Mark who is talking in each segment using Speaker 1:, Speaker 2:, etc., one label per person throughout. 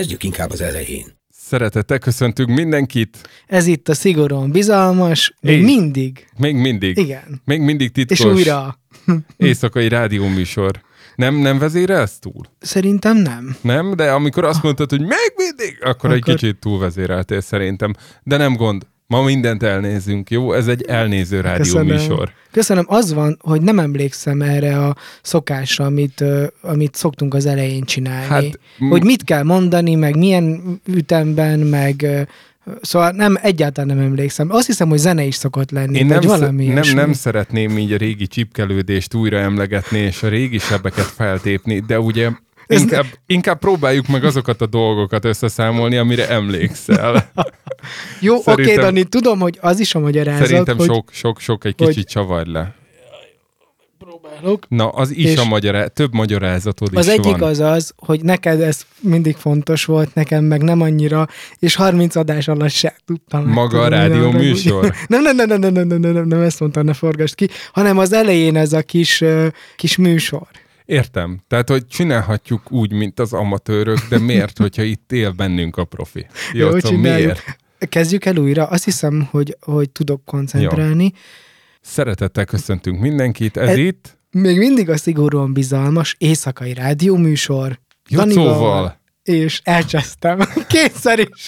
Speaker 1: Kezdjük inkább az elején.
Speaker 2: Szeretettel köszöntünk mindenkit.
Speaker 3: Ez itt a szigorúan bizalmas, még mindig.
Speaker 2: Még mindig.
Speaker 3: Igen.
Speaker 2: Még mindig titkos.
Speaker 3: És újra.
Speaker 2: Éjszakai rádióműsor. Nem vezérelsz túl?
Speaker 3: Szerintem nem.
Speaker 2: Nem, de amikor azt mondtad, hogy még mindig, akkor egy kicsit túlvezéreltél szerintem. De nem gond. Ma mindent elnézünk, jó? Ez egy elnéző rádióműsor.
Speaker 3: Köszönöm. Az van, hogy nem emlékszem erre a szokásra, amit szoktunk az elején csinálni. Hát, hogy mit kell mondani, meg milyen ütemben, meg... Szóval egyáltalán nem emlékszem. Azt hiszem, hogy zene is szokott lenni.
Speaker 2: Én
Speaker 3: nem
Speaker 2: szeretném így a régi csipkelődést újra emlegetni, és a régi sebeket feltépni, de ugye inkább próbáljuk meg azokat a dolgokat összeszámolni, amire emlékszel.
Speaker 3: Jó, oké, Dani, tudom, hogy az is a magyarázat.
Speaker 2: Szerintem sok egy kicsit csavarj le.
Speaker 3: Próbálok.
Speaker 2: Na, az is több magyarázatod is van.
Speaker 3: Az egyik az, hogy neked ez mindig fontos volt, nekem meg nem annyira, és 30 adás alatt se tudtam.
Speaker 2: Maga a rádió műsor?
Speaker 3: Nem ezt mondtam, ne forgasd ki, hanem az elején ez a kis műsor.
Speaker 2: Értem. Tehát, hogy csinálhatjuk úgy, mint az amatőrök, de miért, hogyha itt él bennünk a profi? Jó, miért?
Speaker 3: Kezdjük el újra. Azt hiszem, hogy tudok koncentrálni. Jó.
Speaker 2: Szeretettel köszöntünk mindenkit. Ez itt...
Speaker 3: Még mindig a szigorúan bizalmas éjszakai rádióműsor.
Speaker 2: Jocóval.
Speaker 3: És elcsesztem. Kétszer is.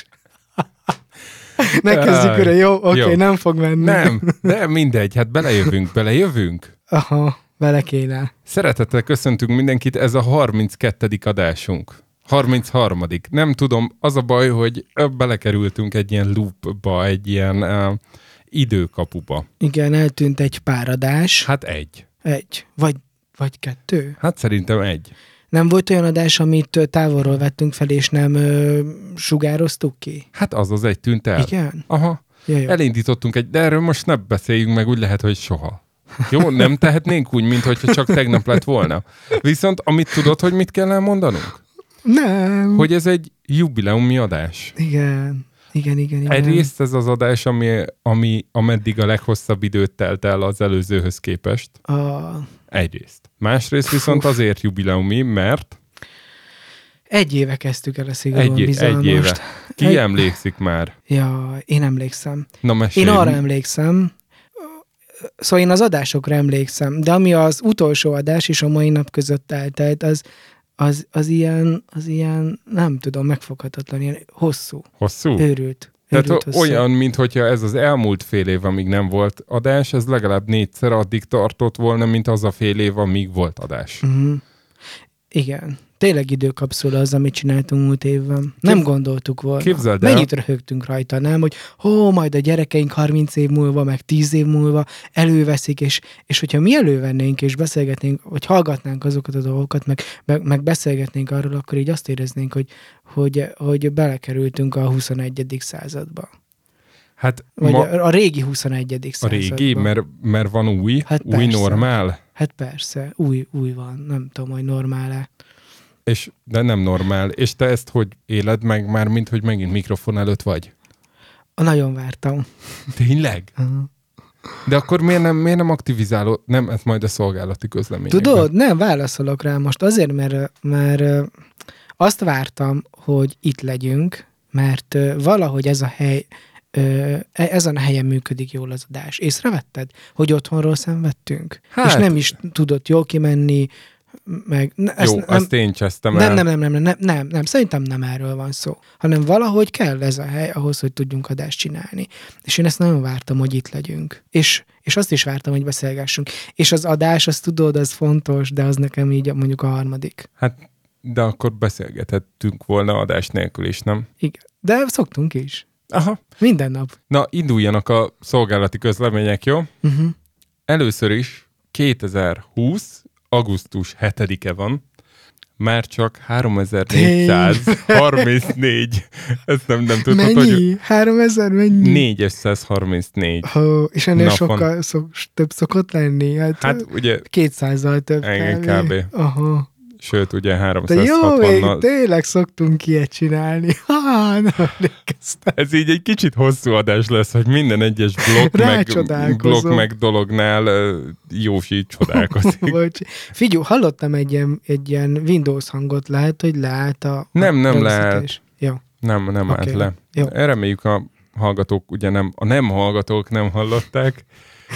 Speaker 3: Ne kezdjük újra. Jó, oké, nem fog menni.
Speaker 2: Nem, de mindegy. Hát belejövünk.
Speaker 3: Aha, bele kéne.
Speaker 2: Szeretettel köszöntünk mindenkit. Ez a 32. adásunk. 33. Nem tudom, az a baj, hogy belekerültünk egy ilyen loopba, egy ilyen... időkapuba.
Speaker 3: Igen, eltűnt egy pár adás.
Speaker 2: Hát egy.
Speaker 3: Vagy kettő?
Speaker 2: Hát szerintem egy.
Speaker 3: Nem volt olyan adás, amit távolról vettünk fel, és nem sugároztuk ki?
Speaker 2: Hát az egy tűnt el.
Speaker 3: Igen?
Speaker 2: Aha.
Speaker 3: Jaj.
Speaker 2: Elindítottunk de erről most ne beszéljünk meg, úgy lehet, hogy soha. Jó, nem tehetnénk úgy, mintha csak tegnap lett volna. Viszont amit tudod, hogy mit kell elmondanunk?
Speaker 3: Nem.
Speaker 2: Hogy ez egy jubileumi adás.
Speaker 3: Igen.
Speaker 2: Egyrészt ez az adás, ami ameddig a leghosszabb időt telt el az előzőhöz képest. Egyrészt. Másrészt viszont azért jubileumi, mert...
Speaker 3: Egy éve kezdtük el a szigorúan bizalmast.
Speaker 2: Egy éve. Ki emlékszik már?
Speaker 3: Ja, én emlékszem.
Speaker 2: Na, mesélj.
Speaker 3: Én arra emlékszem. Szóval én az adásokra emlékszem, de ami az utolsó adás és a mai nap között eltelt, az ilyen, nem tudom, megfoghatatlan, ilyen hosszú.
Speaker 2: Hosszú?
Speaker 3: Őrült
Speaker 2: Tehát olyan, mintha ez az elmúlt fél év, amíg nem volt adás, ez legalább 4-szer addig tartott volna, mint az a fél év, amíg volt adás.
Speaker 3: Uh-huh. Igen. Tényleg időkapszula az, amit csináltunk múlt évben. Nem gondoltuk volna.
Speaker 2: Képzeld el.
Speaker 3: Mennyit röhögtünk rajta, nem? Hogy majd a gyerekeink 30 év múlva, meg 10 év múlva előveszik, és hogyha mi elővennénk, és beszélgetnénk, vagy hallgatnánk azokat a dolgokat, meg beszélgetnénk arról, akkor így azt éreznénk, hogy belekerültünk a 21. századba.
Speaker 2: Hát
Speaker 3: vagy a régi 21. századba.
Speaker 2: A régi, mert van új?
Speaker 3: Hát
Speaker 2: új persze. Normál?
Speaker 3: Hát persze, új van. Nem tudom, hogy normál-e.
Speaker 2: De nem normál. És te ezt hogy éled meg már, mint hogy megint mikrofon előtt vagy?
Speaker 3: Nagyon vártam.
Speaker 2: Tényleg?
Speaker 3: Uh-huh.
Speaker 2: De akkor miért nem aktivizálod? Nem, ez majd a szolgálati közleményekben.
Speaker 3: Tudod, nem válaszolok rá most azért, mert azt vártam, hogy itt legyünk, mert valahogy ez a hely, ezen a helyen működik jól az adás. Észrevetted, hogy otthonról szenvedtünk? Hát, és nem is tudott jól kimenni, meg...
Speaker 2: Azt én csesztem el.
Speaker 3: Nem, szerintem nem erről van szó, hanem valahogy kell ez a hely ahhoz, hogy tudjunk adást csinálni. És én ezt nagyon vártam, hogy itt legyünk. És azt is vártam, hogy beszélgessünk. És az adás, azt tudod, az fontos, de az nekem így mondjuk a 3.
Speaker 2: Hát, de akkor beszélgethettünk volna adás nélkül is, nem?
Speaker 3: Igen, de szoktunk is.
Speaker 2: Aha.
Speaker 3: Minden nap.
Speaker 2: Na, induljanak a szolgálati közlemények, jó?
Speaker 3: Uh-huh.
Speaker 2: Először is 2020 augusztus 7-e van, már csak 3434. Ezt nem tudod,
Speaker 3: mennyi?
Speaker 2: hogy...
Speaker 3: 3000 mennyi?
Speaker 2: 434.
Speaker 3: És ennél sokkal több szokott lenni?
Speaker 2: Hát ugye...
Speaker 3: 200-zal több.
Speaker 2: Kb.
Speaker 3: Aha.
Speaker 2: Sőt, ugye 360-nal.
Speaker 3: De jó, tényleg szoktunk ilyet csinálni. Nem emlékeztem.
Speaker 2: Ez így egy kicsit hosszú adás lesz, hogy minden egyes blokk meg dolognál Józsi csodálkozik.
Speaker 3: Figyelj, hallottam egy ilyen Windows hangot, lehet, hogy leállt a
Speaker 2: Nem
Speaker 3: rögzítés.
Speaker 2: lehet.
Speaker 3: Jó.
Speaker 2: Nem állt le.
Speaker 3: Jó.
Speaker 2: Reméljük a hallgatók, ugye a nem hallgatók nem hallották.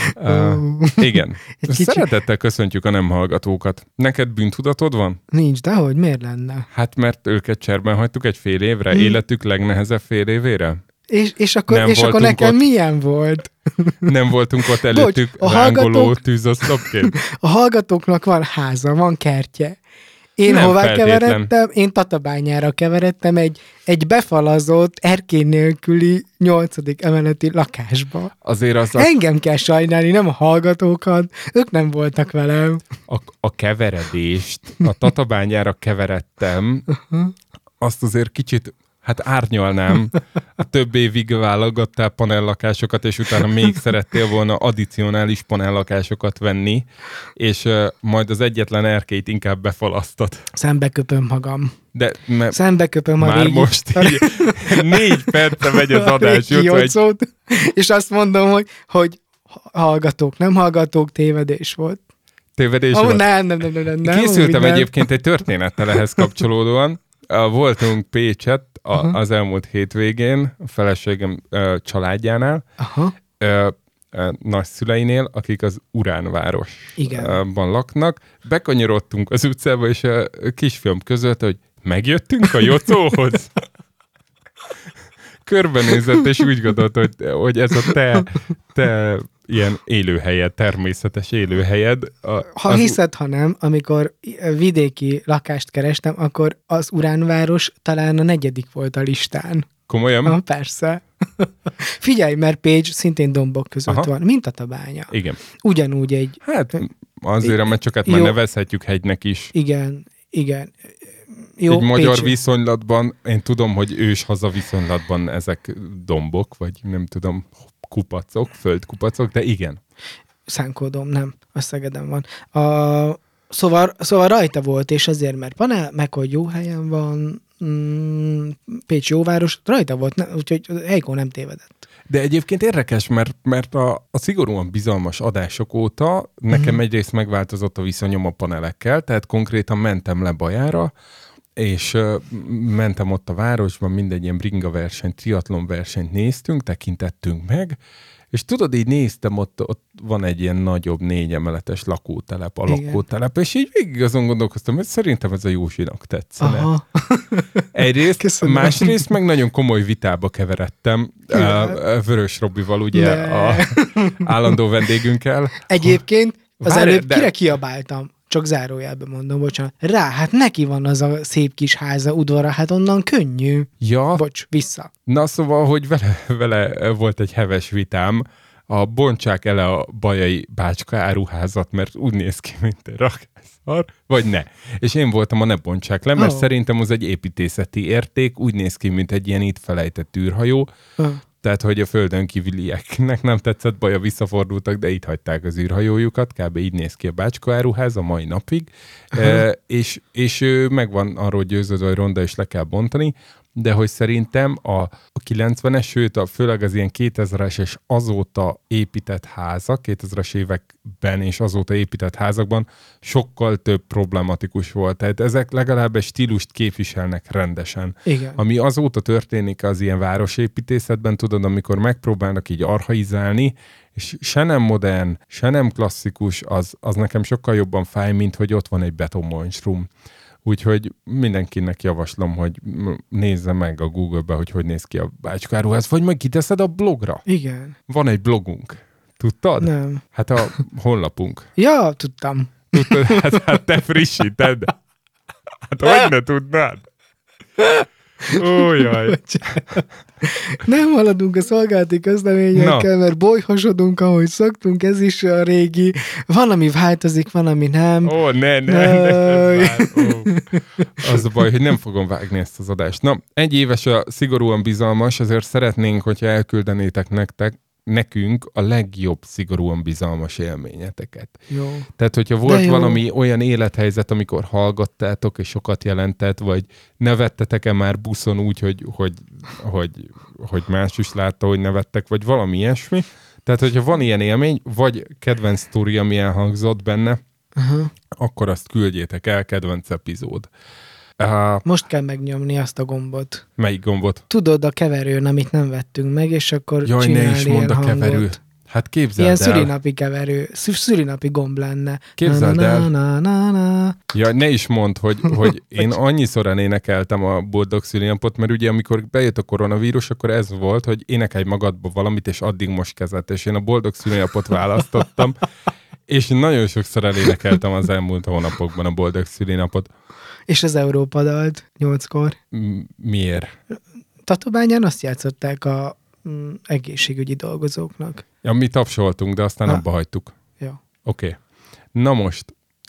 Speaker 2: Igen. Szeretettel köszöntjük a nem hallgatókat. Neked bűntudatod van?
Speaker 3: Nincs, de hogy miért lenne?
Speaker 2: Hát mert őket cserben hagytuk egy fél évre, életük legnehezebb fél évére.
Speaker 3: És akkor nekem
Speaker 2: ott,
Speaker 3: milyen volt?
Speaker 2: Nem voltunk ott előttük lángoló tűzoszlopként.
Speaker 3: A hallgatóknak van háza, van kertje. Én
Speaker 2: nem
Speaker 3: hová
Speaker 2: feltétlen.
Speaker 3: keveredtem? Én Tatabányára keveredtem egy befalazott, erkély nélküli 8. emeleti lakásba.
Speaker 2: Azért
Speaker 3: Engem kell sajnálni, nem a hallgatókat. Ők nem voltak velem.
Speaker 2: A keveredést, a Tatabányára keveredtem, azt azért kicsit árnyalnám. Több évig válogattál panellakásokat, és utána még szerettél volna addicionális panellakásokat venni, és majd az egyetlen erkélyt inkább befalasztod.
Speaker 3: Szembeköpöm magam.
Speaker 2: Szembeköpöm már régi, most így 4 perce megy az adás.
Speaker 3: És azt mondom, hogy hallgatók, nem hallgatók, tévedés volt.
Speaker 2: Tévedés volt?
Speaker 3: Nem.
Speaker 2: Készültem egyébként egy történettel ehhez kapcsolódóan. Voltunk Pécset az elmúlt hétvégén, a feleségem családjánál, nagyszüleinél, akik az Uránvárosban laknak. Bekanyarodtunk az utcába, és a kisfiam között, hogy megjöttünk a Jocóhoz. Körbenézett, és úgy gondolt, hogy ez a te ilyen élőhelyed, természetes élőhelyed.
Speaker 3: Ha hiszed, ha nem, amikor vidéki lakást kerestem, akkor az Uránváros talán a 4. volt a listán.
Speaker 2: Komolyan?
Speaker 3: Persze. Figyelj, mert Pécs szintén dombok között van, mint a Tatabánya.
Speaker 2: Igen.
Speaker 3: Ugyanúgy egy...
Speaker 2: Hát azért a meccsöket már nevezhetjük hegynek is.
Speaker 3: Igen.
Speaker 2: Jó, egy magyar viszonylatban, én tudom, hogy ős-haza viszonylatban ezek dombok, vagy nem tudom, kupacok, földkupacok, de igen. Szánkódom,
Speaker 3: nem. A Szegeden van. Szóval rajta volt, és azért, mert panel, meg hogy jó helyen van, Pécs jóváros, rajta volt, úgyhogy Heikó nem tévedett.
Speaker 2: De egyébként érdekes, mert a szigorúan bizalmas adások óta nekem egyrészt megváltozott a viszonyom a panelekkel, tehát konkrétan mentem le Bajára, és mentem ott a városban, mindegy ilyen bringa verseny, triatlon versenyt néztünk, tekintettünk meg, és tudod, így néztem, ott van egy ilyen nagyobb 4 emeletes lakótelep, és így végig azon gondolkoztam, hogy szerintem ez a Józsinak tetszene. Egyrészt, másrészt meg nagyon komoly vitába keveredtem Vörös Robival, ugye a állandó vendégünkkel.
Speaker 3: Egyébként az előbb kire kiabáltam? Csak zárójelben mondom, bocsánat. Hát neki van az a szép kis háza, udvara, hát onnan könnyű.
Speaker 2: Ja.
Speaker 3: Bocs, vissza.
Speaker 2: Na szóval, hogy vele volt egy heves vitám, bontsák el a bajai bácska áruházat, mert úgy néz ki, mint egy rakásszar, vagy ne. És én voltam a ne bontsák le, mert szerintem az egy építészeti érték, úgy néz ki, mint egy ilyen itt felejtett űrhajó. Tehát, hogy a földön kívülieknek nem tetszett baja, visszafordultak, de itt hagyták az űrhajójukat, kb. Így néz ki a bácska áruház a mai napig, és ő meg van arról győződve, hogy ronda is le kell bontani, de hogy szerintem a 90-es, sőt, főleg az ilyen 2000-es és azóta épített házak, 2000-es években és azóta épített házakban sokkal több problematikus volt. Tehát ezek legalább egy stílust képviselnek rendesen.
Speaker 3: Igen.
Speaker 2: Ami azóta történik az ilyen városépítészetben, tudod, amikor megpróbálnak így archaizálni, és se nem modern, se nem klasszikus, az nekem sokkal jobban fáj, mint hogy ott van egy betonmonstrum. Úgyhogy mindenkinek javaslom, hogy nézze meg a Google-be, hogy néz ki a bácskáruház, vagy majd kiteszed a blogra.
Speaker 3: Igen.
Speaker 2: Van egy blogunk. Tudtad?
Speaker 3: Nem.
Speaker 2: Hát a honlapunk.
Speaker 3: Ja, tudtam.
Speaker 2: Tudtad? Hát te frissíted. Hát hogy ne tudnád? Ó, jaj.
Speaker 3: Nem haladunk a szolgálati közleményekkel, mert bolyhosodunk, ahogy szoktunk, ez is a régi. Van, ami változik, van, ami nem.
Speaker 2: Ó, ne. Az a baj, hogy nem fogom vágni ezt az adást. Na, 1 éves a szigorúan bizalmas, ezért szeretnénk, hogyha elküldenétek nekünk a legjobb szigorúan bizalmas élményeteket.
Speaker 3: Jó.
Speaker 2: Tehát, hogyha volt valami olyan élethelyzet, amikor hallgattátok, és sokat jelentett, vagy nevettetek-e már buszon úgy, hogy más is látta, hogy nevettek, vagy valami ilyesmi. Tehát, hogyha van ilyen élmény, vagy kedvenc sztori, ami elhangzott benne, akkor azt küldjétek el, kedvenc epizód.
Speaker 3: Most kell megnyomni azt a gombot.
Speaker 2: Melyik gombot?
Speaker 3: Tudod, a keverőn, amit nem vettünk meg, és akkor
Speaker 2: Jaj,
Speaker 3: csinálni
Speaker 2: ne is mondd a keverő.
Speaker 3: hangot.
Speaker 2: Hát képzeld
Speaker 3: Ilyen
Speaker 2: el.
Speaker 3: szülinapi keverő, szülinapi gomb lenne.
Speaker 2: Képzeld el.
Speaker 3: Na.
Speaker 2: Ja, ne is mondd, hogy én annyiszor elénekeltem a boldog szülinapot, mert ugye amikor bejött a koronavírus, akkor ez volt, hogy énekelj magadba valamit, és addig most kezet, és én a boldog szülinapot választottam, és nagyon sokszor elénekeltem az elmúlt hónapokban a boldog szülinapot.
Speaker 3: És az Európa dalt 8-kor.
Speaker 2: Miért?
Speaker 3: Tatabányán azt játszották a egészségügyi dolgozóknak.
Speaker 2: Ja, mi tapsoltunk, de aztán abba hagytuk.
Speaker 3: Jó.
Speaker 2: Oké. Na most,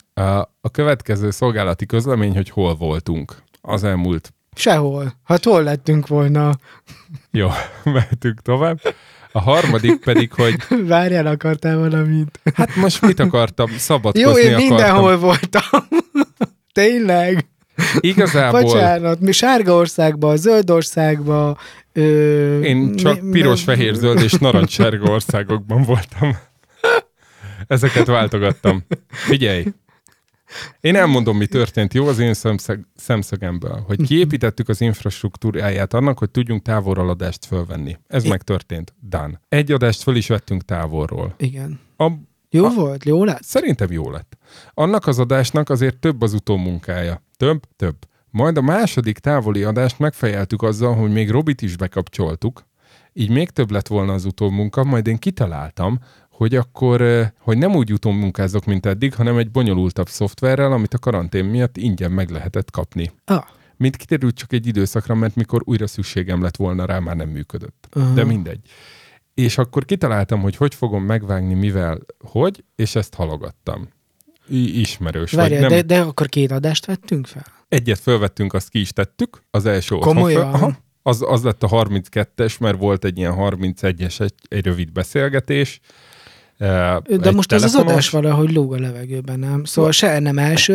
Speaker 2: a következő szolgálati közlemény, hogy hol voltunk az elmúlt.
Speaker 3: Sehol. Hát hol lettünk volna?
Speaker 2: Jó, mehetünk tovább. A harmadik pedig, hogy...
Speaker 3: Várjál, akartál valamit?
Speaker 2: Hát most mit akartam? Szabadkozni
Speaker 3: Jó, én
Speaker 2: akartam.
Speaker 3: mindenhol voltam. Tényleg?
Speaker 2: Igazából...
Speaker 3: Bocsánat, mi Sárgaországban, Zöldországban...
Speaker 2: Én csak piros, fehér, zöld és narancssárga országokban voltam. Ezeket váltogattam. Figyelj! Én elmondom, mi történt, jó, az én szemszögemből, hogy kiépítettük az infrastruktúráját annak, hogy tudjunk távolról adást fölvenni. Ez megtörtént. Done. Egy adást föl is vettünk távolról.
Speaker 3: Igen. Jó volt? Jó lett?
Speaker 2: Szerintem jó lett. Annak az adásnak azért több az utómunkája. Több. Majd a második távoli adást megfejeltük azzal, hogy még Robit is bekapcsoltuk, így még több lett volna az utómunka, majd én kitaláltam, hogy akkor, hogy nem úgy utómunkázok, mint eddig, hanem egy bonyolultabb szoftverrel, amit a karantén miatt ingyen meg lehetett kapni. Mint kiderült, csak egy időszakra, mert mikor újra szükségem lett volna rá, már nem működött. De mindegy. És akkor kitaláltam, hogy fogom megvágni, mivel, hogy, és ezt halogattam. Ismerős.
Speaker 3: Várjál, nem... de akkor 2 adást vettünk fel?
Speaker 2: Egyet fölvettünk, azt ki is tettük, az első
Speaker 3: Komolyan?
Speaker 2: Az lett a 32-es, mert volt egy ilyen 31-es, egy rövid beszélgetés.
Speaker 3: De most ez az adás valahogy lóg a levegőben, nem? Szóval se nem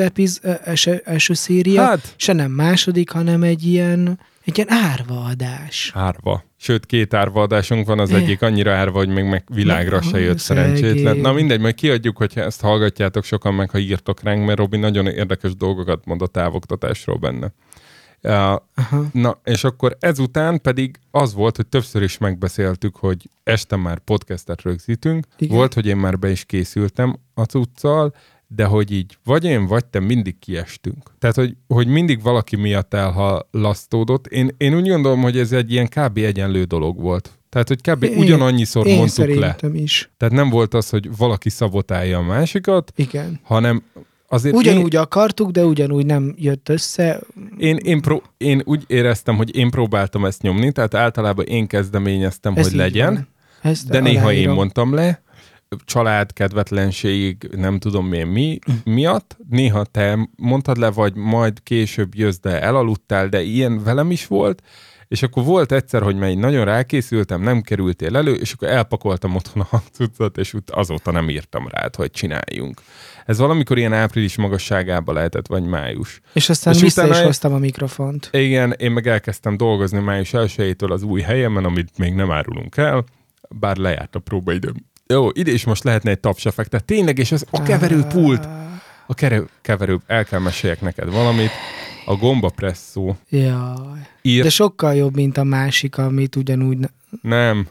Speaker 3: első széria, se nem második, hanem egy ilyen árva adás.
Speaker 2: Árva. Sőt, 2 árva adásunk van, az egyik annyira árva, hogy még meg világra se jött szerencsétlen. Na mindegy, majd kiadjuk, hogyha ezt hallgatjátok sokan meg, ha írtok ránk, mert Robi nagyon érdekes dolgokat mond a távoktatásról benne. Na, és akkor ezután pedig az volt, hogy többször is megbeszéltük, hogy este már podcastet rögzítünk. Igen. Volt, hogy én már be is készültem a cuccal, de hogy így vagy én, vagy te mindig kiestünk. Tehát, hogy mindig valaki miatt elhalasztódott. Én úgy gondolom, hogy ez egy ilyen kb. Egyenlő dolog volt. Tehát, hogy kb. Ugyanannyiszor mondtuk le.
Speaker 3: Is.
Speaker 2: Tehát nem volt az, hogy valaki szabotálja a másikat,
Speaker 3: igen, hanem
Speaker 2: azért
Speaker 3: ugyanúgy akartuk, de ugyanúgy nem jött össze.
Speaker 2: Én úgy éreztem, hogy én próbáltam ezt nyomni, tehát általában én kezdeményeztem, hogy legyen, de néha én mondtam le, család, kedvetlenség, nem tudom mi miatt. Néha te mondtad le, vagy majd később jössz, de elaludtál, de ilyen velem is volt. És akkor volt egyszer, hogy már nagyon rákészültem, nem kerültél elő, és akkor elpakoltam otthon a hangcuccot, és azóta nem írtam rád, hogy csináljunk. Ez valamikor ilyen április magasságában lehetett, vagy május.
Speaker 3: És aztán vissza is hoztam a mikrofont.
Speaker 2: Igen, én meg elkezdtem dolgozni május 1-től az új helyemen, amit még nem árulunk el, bár lejárt a próbaidőm. Jó, ide is most lehetne egy tapseffekt. Tehát tényleg, és ez a keverőpult. A keverő, el kell meséljek neked valamit. A gombapresszó.
Speaker 3: Jaj. De sokkal jobb, mint a másik, amit ugyanúgy...
Speaker 2: Nem.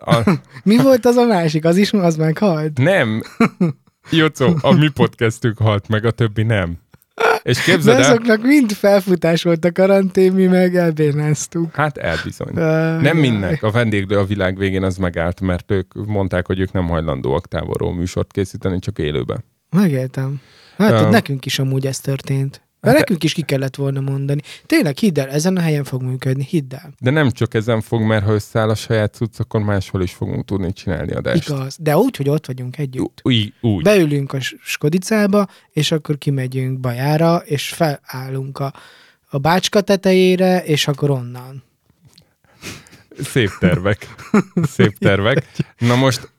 Speaker 3: Mi volt az a másik? Az meghalt?
Speaker 2: Nem. Jocó, a mi podcastünk halt meg, a többi nem. És képzeld el...
Speaker 3: De azoknak mind felfutás volt a karantén, mi meg elbénáztuk.
Speaker 2: Hát elbizony. Nem mindnek. A vendéglő a világ végén az megállt, mert ők mondták, hogy ők nem hajlandóak távolról műsort készíteni, csak élőben.
Speaker 3: Megéltem. Hát nekünk is amúgy ez történt. De nekünk is ki kellett volna mondani. Tényleg, hidd el, ezen a helyen fog működni, hidd el.
Speaker 2: De nem csak ezen fog, mert ha összeáll a saját cucc, akkor máshol is fogunk tudni csinálni adást.
Speaker 3: Igaz, de úgy, hogy ott vagyunk együtt.
Speaker 2: Úgy.
Speaker 3: Beülünk a Skodicába, és akkor kimegyünk Bajára, és felállunk a Bácska tetejére, és akkor onnan.
Speaker 2: Szép tervek. Na most...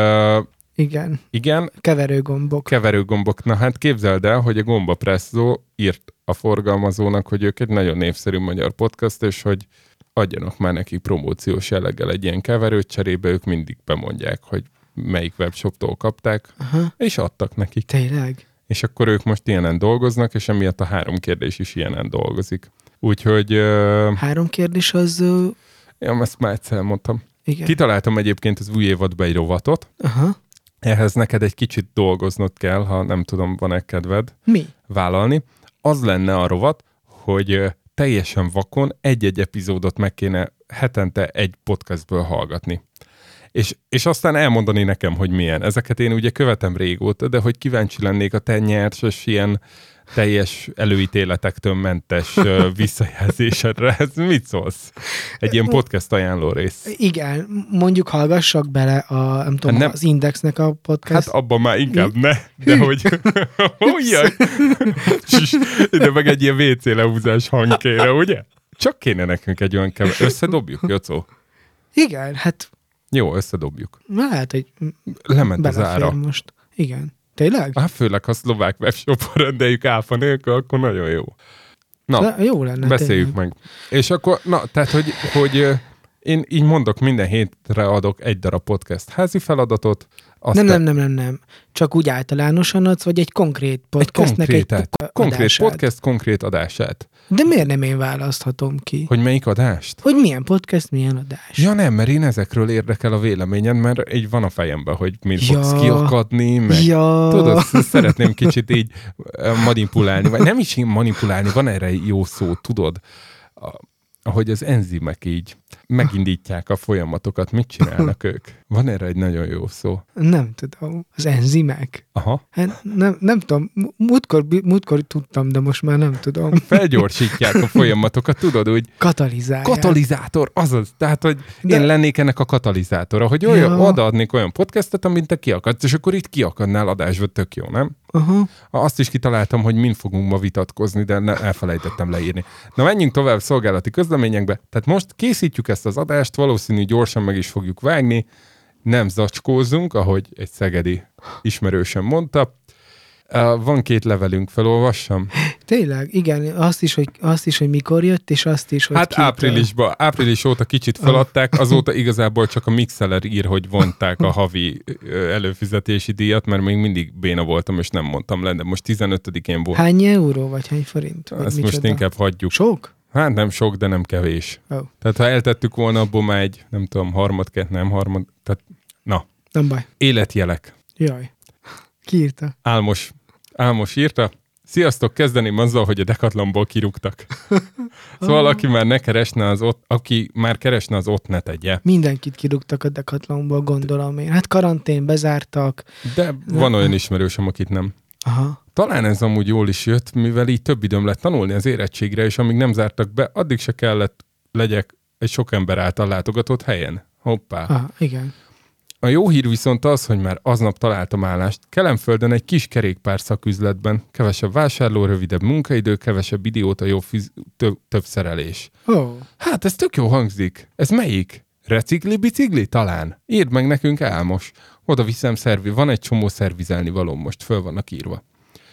Speaker 3: Igen. Keverőgombok.
Speaker 2: Na hát képzeld el, hogy a Gombapresszó írt a forgalmazónak, hogy ők egy nagyon népszerű magyar podcast, és hogy adjanak már nekik promóciós jelleggel egy ilyen keverőt, cserébe ők mindig bemondják, hogy melyik webshoptól kapták, és adtak nekik.
Speaker 3: Tényleg?
Speaker 2: és akkor ők most ilyenen dolgoznak, és emiatt a 3 kérdés is ilyenen dolgozik. Úgyhogy...
Speaker 3: 3 kérdés az...
Speaker 2: Ja, ezt már egyszer mondtam.
Speaker 3: Igen.
Speaker 2: Kitaláltam egyébként az új évadba egy rovatot.
Speaker 3: Aha.
Speaker 2: Ehhez neked egy kicsit dolgoznod kell, ha nem tudom, van-e kedved
Speaker 3: Mi?
Speaker 2: vállalni. Az lenne a rovat, hogy teljesen vakon egy-egy epizódot meg kéne hetente egy podcastből hallgatni. És aztán elmondani nekem, hogy milyen. Ezeket én ugye követem régóta, de hogy kíváncsi lennék a te nyerses ilyen teljes előítéletektől mentes visszajelzésedre. Ez mit szólsz? Egy ilyen podcast ajánló rész.
Speaker 3: Igen, mondjuk hallgassak bele a, nem tudom, az Indexnek a podcast.
Speaker 2: Hát abban már inkább ne, de hogy olyan. Ide meg egy ilyen WC lehúzás hangkére, ugye? Csak kéne nekünk egy olyan összedobjuk, Jocó?
Speaker 3: Igen, hát...
Speaker 2: Jó, összedobjuk.
Speaker 3: Lehet, hogy
Speaker 2: lement az ára.
Speaker 3: Most. Igen. Tényleg?
Speaker 2: Hát főleg, ha szlovák webshopon rendeljük áfa nélkül, akkor nagyon jó. Na,
Speaker 3: jó lenne,
Speaker 2: beszéljük meg. És akkor, tehát, hogy én így mondok, minden hétre adok egy darab podcast házi feladatot.
Speaker 3: Nem. Csak úgy általánosan adsz, vagy egy konkrét podcastnek
Speaker 2: konkrét podcast, konkrét adását.
Speaker 3: De miért nem én választhatom ki?
Speaker 2: Hogy melyik adást?
Speaker 3: Hogy milyen podcast, milyen adás.
Speaker 2: Ja nem, mert én ezekről érdekel a véleményed, mert így van a fejemben, hogy mit fogsz kiakadni, meg tudod, szeretném kicsit így manipulálni, vagy nem is manipulálni, van erre jó szó, tudod, ahogy az enzimek így megindítják a folyamatokat, mit csinálnak ők? Van erre egy nagyon jó szó.
Speaker 3: Nem tudom. Az enzimek?
Speaker 2: Aha.
Speaker 3: Hát nem tudom. Múltkor tudtam, de most már nem tudom.
Speaker 2: Felgyorsítják a folyamatokat, tudod, úgy... Katalizátor, azaz. Tehát, hogy én lennék ennek a katalizátora, hogy odaadnék olyan podcastet, amint te kiakadsz, és akkor itt kiakadnál adásba, tök jó, nem?
Speaker 3: Aha.
Speaker 2: Azt is kitaláltam, hogy mind fogunk ma vitatkozni, de elfelejtettem leírni. Na, menjünk tovább szolgálati közleményekbe. Tehát most készítjük ezt az adást, valószínű gyorsan meg is fogjuk vágni, nem zacskózzunk, ahogy egy szegedi ismerősen mondta. Van 2 levelünk, felolvassam?
Speaker 3: Tényleg, igen, azt is, hogy mikor jött, és azt is, hogy
Speaker 2: hát április óta kicsit feladták, azóta igazából csak a Mixeler ír, hogy vonták a havi előfizetési díjat, mert még mindig béna voltam, és nem mondtam le, de most 15-én volt.
Speaker 3: Hány euró, vagy hány forint? Vagy
Speaker 2: ezt most inkább hagyjuk.
Speaker 3: Sok?
Speaker 2: Hát nem sok, de nem kevés.
Speaker 3: Oh.
Speaker 2: Tehát ha eltettük volna, abból már egy, nem tudom, harmad, tehát na.
Speaker 3: Nem baj.
Speaker 2: Életjelek.
Speaker 3: Jaj. Ki írta?
Speaker 2: Álmos írta. Sziasztok, kezdeném azzal, hogy a Decathlonból kirúgtak. Szóval aki már keresne az ott ne tegye.
Speaker 3: Mindenkit kirúgtak a Decathlonból, gondolom én. Hát karantén, bezártak.
Speaker 2: De van olyan ismerősöm, akit nem.
Speaker 3: Aha.
Speaker 2: Talán ez amúgy jól is jött, mivel így több időm lett tanulni az érettségre, és amíg nem zártak be, addig se kellett legyek egy sok ember által látogatott helyen. Hoppá.
Speaker 3: Aha, igen.
Speaker 2: A jó hír viszont az, hogy már aznap találtam állást. Kelenföldön egy kis kerékpár szaküzletben. Kevesebb vásárló, rövidebb munkaidő, kevesebb idióta, több szerelés.
Speaker 3: Oh.
Speaker 2: Hát ez tök jó hangzik. Ez melyik? Recikli-bicikli talán? Írd meg nekünk, Álmos. Oda viszem van egy csomó szervizelni valóm, most föl vannak írva.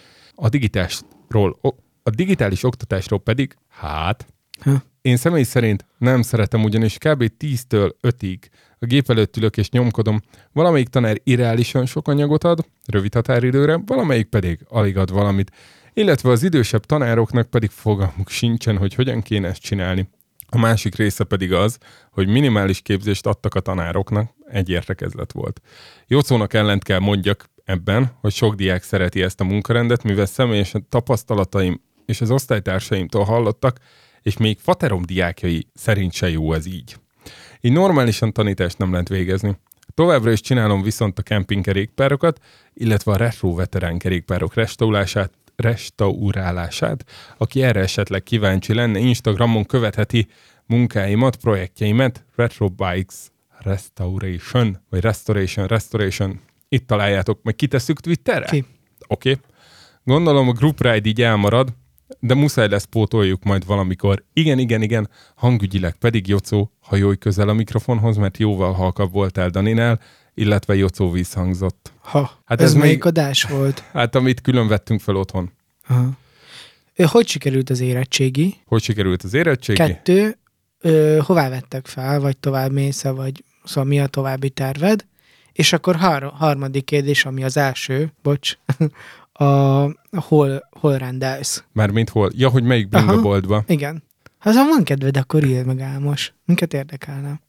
Speaker 2: A digitális oktatásról pedig, én személy szerint nem szeretem, ugyanis kb. 10-től 5-ig a gép előtt ülök és nyomkodom. Valamelyik tanár irreálisan sok anyagot ad, rövid határidőre, valamelyik pedig alig ad valamit, illetve az idősebb tanároknak pedig fogalmuk sincsen, hogy hogyan kéne ezt csinálni. A másik része pedig az, hogy minimális képzést adtak a tanároknak, egy értekezlet volt. Jocónak ellent kell mondjak ebben, hogy sok diák szereti ezt a munkarendet, mivel személyesen tapasztalataim és az osztálytársaimtól hallottak, és még faterom diákjai szerint se jó ez így. Így normálisan tanítást nem lehet végezni. Továbbra is csinálom viszont a kempingkerékpárokat, illetve a retro veterán kerékpárok restaurálását. Aki erre esetleg kíváncsi lenne, Instagramon követheti munkáimat, projektjeimet, Retro Bikes Restoration, vagy Restoration. Itt találjátok, majd kitesszük Twitterre? Oké. Gondolom a Group Ride így elmarad, de muszáj lesz pótoljuk majd valamikor. Igen, hangügyileg pedig Jocó, hajolj közel a mikrofonhoz, mert jóval halkabb voltál Daninál, illetve Jocó visszhangzott.
Speaker 3: Hát ez melyik adás volt?
Speaker 2: Hát amit külön vettünk fel otthon.
Speaker 3: Aha. Hogy sikerült az érettségi?
Speaker 2: 2,
Speaker 3: hová vettek fel, vagy tovább mész, vagy szóval mi a további terved? És akkor harmadik kérdés, ami az első, hol rendelsz.
Speaker 2: Mármint hol? Ja, hogy melyik bringaboltba.
Speaker 3: Igen. Ha azon van kedved, akkor írd meg, Álmos. Minket érdekelne.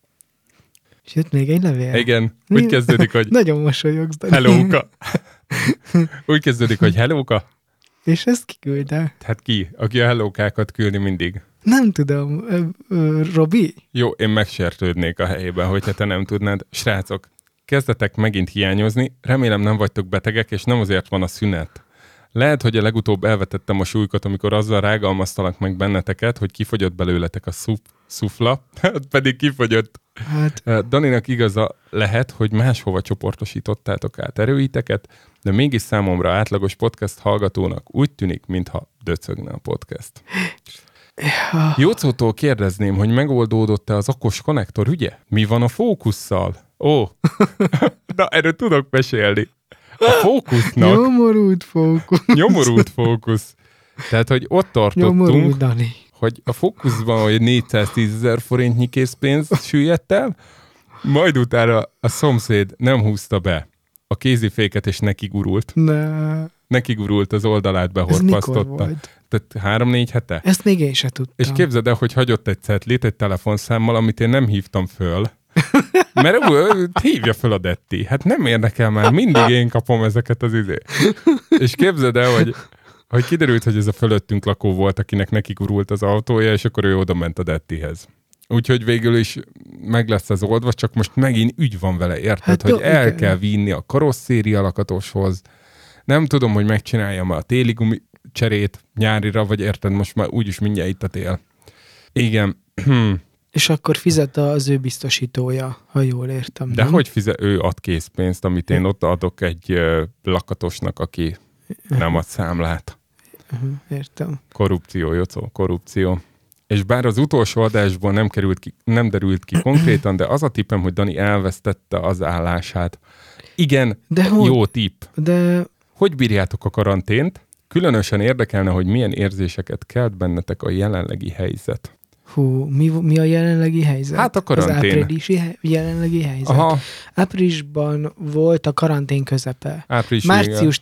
Speaker 3: És jött még egy levél.
Speaker 2: Igen. Úgy kezdődik, hogy
Speaker 3: nagyon mosolyogsz, Dani.
Speaker 2: hellóka. Úgy kezdődik, hogy hellóka.
Speaker 3: És ezt kiküldte.
Speaker 2: Hát ki? Aki a hellókákat küldi mindig.
Speaker 3: Nem tudom. Robi?
Speaker 2: Jó, én megsértődnék a helyében, hogyha te nem tudnád. Srácok, kezdetek megint hiányozni. Remélem nem vagytok betegek, és nem azért van a szünet. Lehet, hogy a legutóbb elvetettem a súlykot, amikor azzal rágalmaztalak meg benneteket, hogy kifogyott belőletek a szufla, pedig kifogyott. Hát. Daninak igaza lehet, hogy máshova csoportosítottátok át erőiteket, de mégis számomra átlagos podcast hallgatónak úgy tűnik, mintha döcögne a podcast.
Speaker 3: Ja.
Speaker 2: Jócótól kérdezném, hogy megoldódott-e az okos konnektor ügye? Mi van a fókusszal? Ó, na erről tudok mesélni. A fókusznak... Nyomorult fókusz. Tehát, hogy ott tartottunk, hogy a fókuszban hogy 410 000 forintnyi készpénz süllyedt el, majd utána a szomszéd nem húzta be a kéziféket, és nekigurult. Nekigurult az oldalát, behorpasztotta. Tehát 3-4 hete.
Speaker 3: Ezt még én se tudtam.
Speaker 2: És képzeld el, hogy hagyott egy cetlit egy telefonszámmal, amit én nem hívtam föl. Mert hívja föl a Detti. Hát nem érdekel már, mindig én kapom ezeket az És képzeld el, hogy kiderült, hogy ez a fölöttünk lakó volt, akinek nekigurult az autója, és akkor ő oda ment a Dettihez. Úgyhogy végül is meg lesz az oldva, csak most megint ügy van vele, érted? Hát, hogy el kell vinni a karosszéria lakatoshoz. Nem tudom, hogy megcsináljam a téli gumi cserét nyárira, vagy érted, most már úgyis mindjárt itt a tél. Igen.
Speaker 3: És akkor fizet az ő biztosítója, ha jól értem.
Speaker 2: De nem? Hogy fizet? Ő ad készpénzt, amit én ott adok egy lakatosnak, aki nem ad számlát.
Speaker 3: Értem.
Speaker 2: Korrupció, Jocó, korrupció. És bár az utolsó adásból nem derült ki konkrétan, de az a tippem, hogy Dani elvesztette az állását. Igen, de jó tipp.
Speaker 3: De...
Speaker 2: Hogy bírjátok a karantént? Különösen érdekelne, hogy milyen érzéseket kelt bennetek a jelenlegi helyzet.
Speaker 3: Hú, mi a jelenlegi helyzet?
Speaker 2: Hát a karantén.
Speaker 3: Az áprilisi jelenlegi helyzet.
Speaker 2: Aha.
Speaker 3: Áprilisban volt a karantén közepe. Március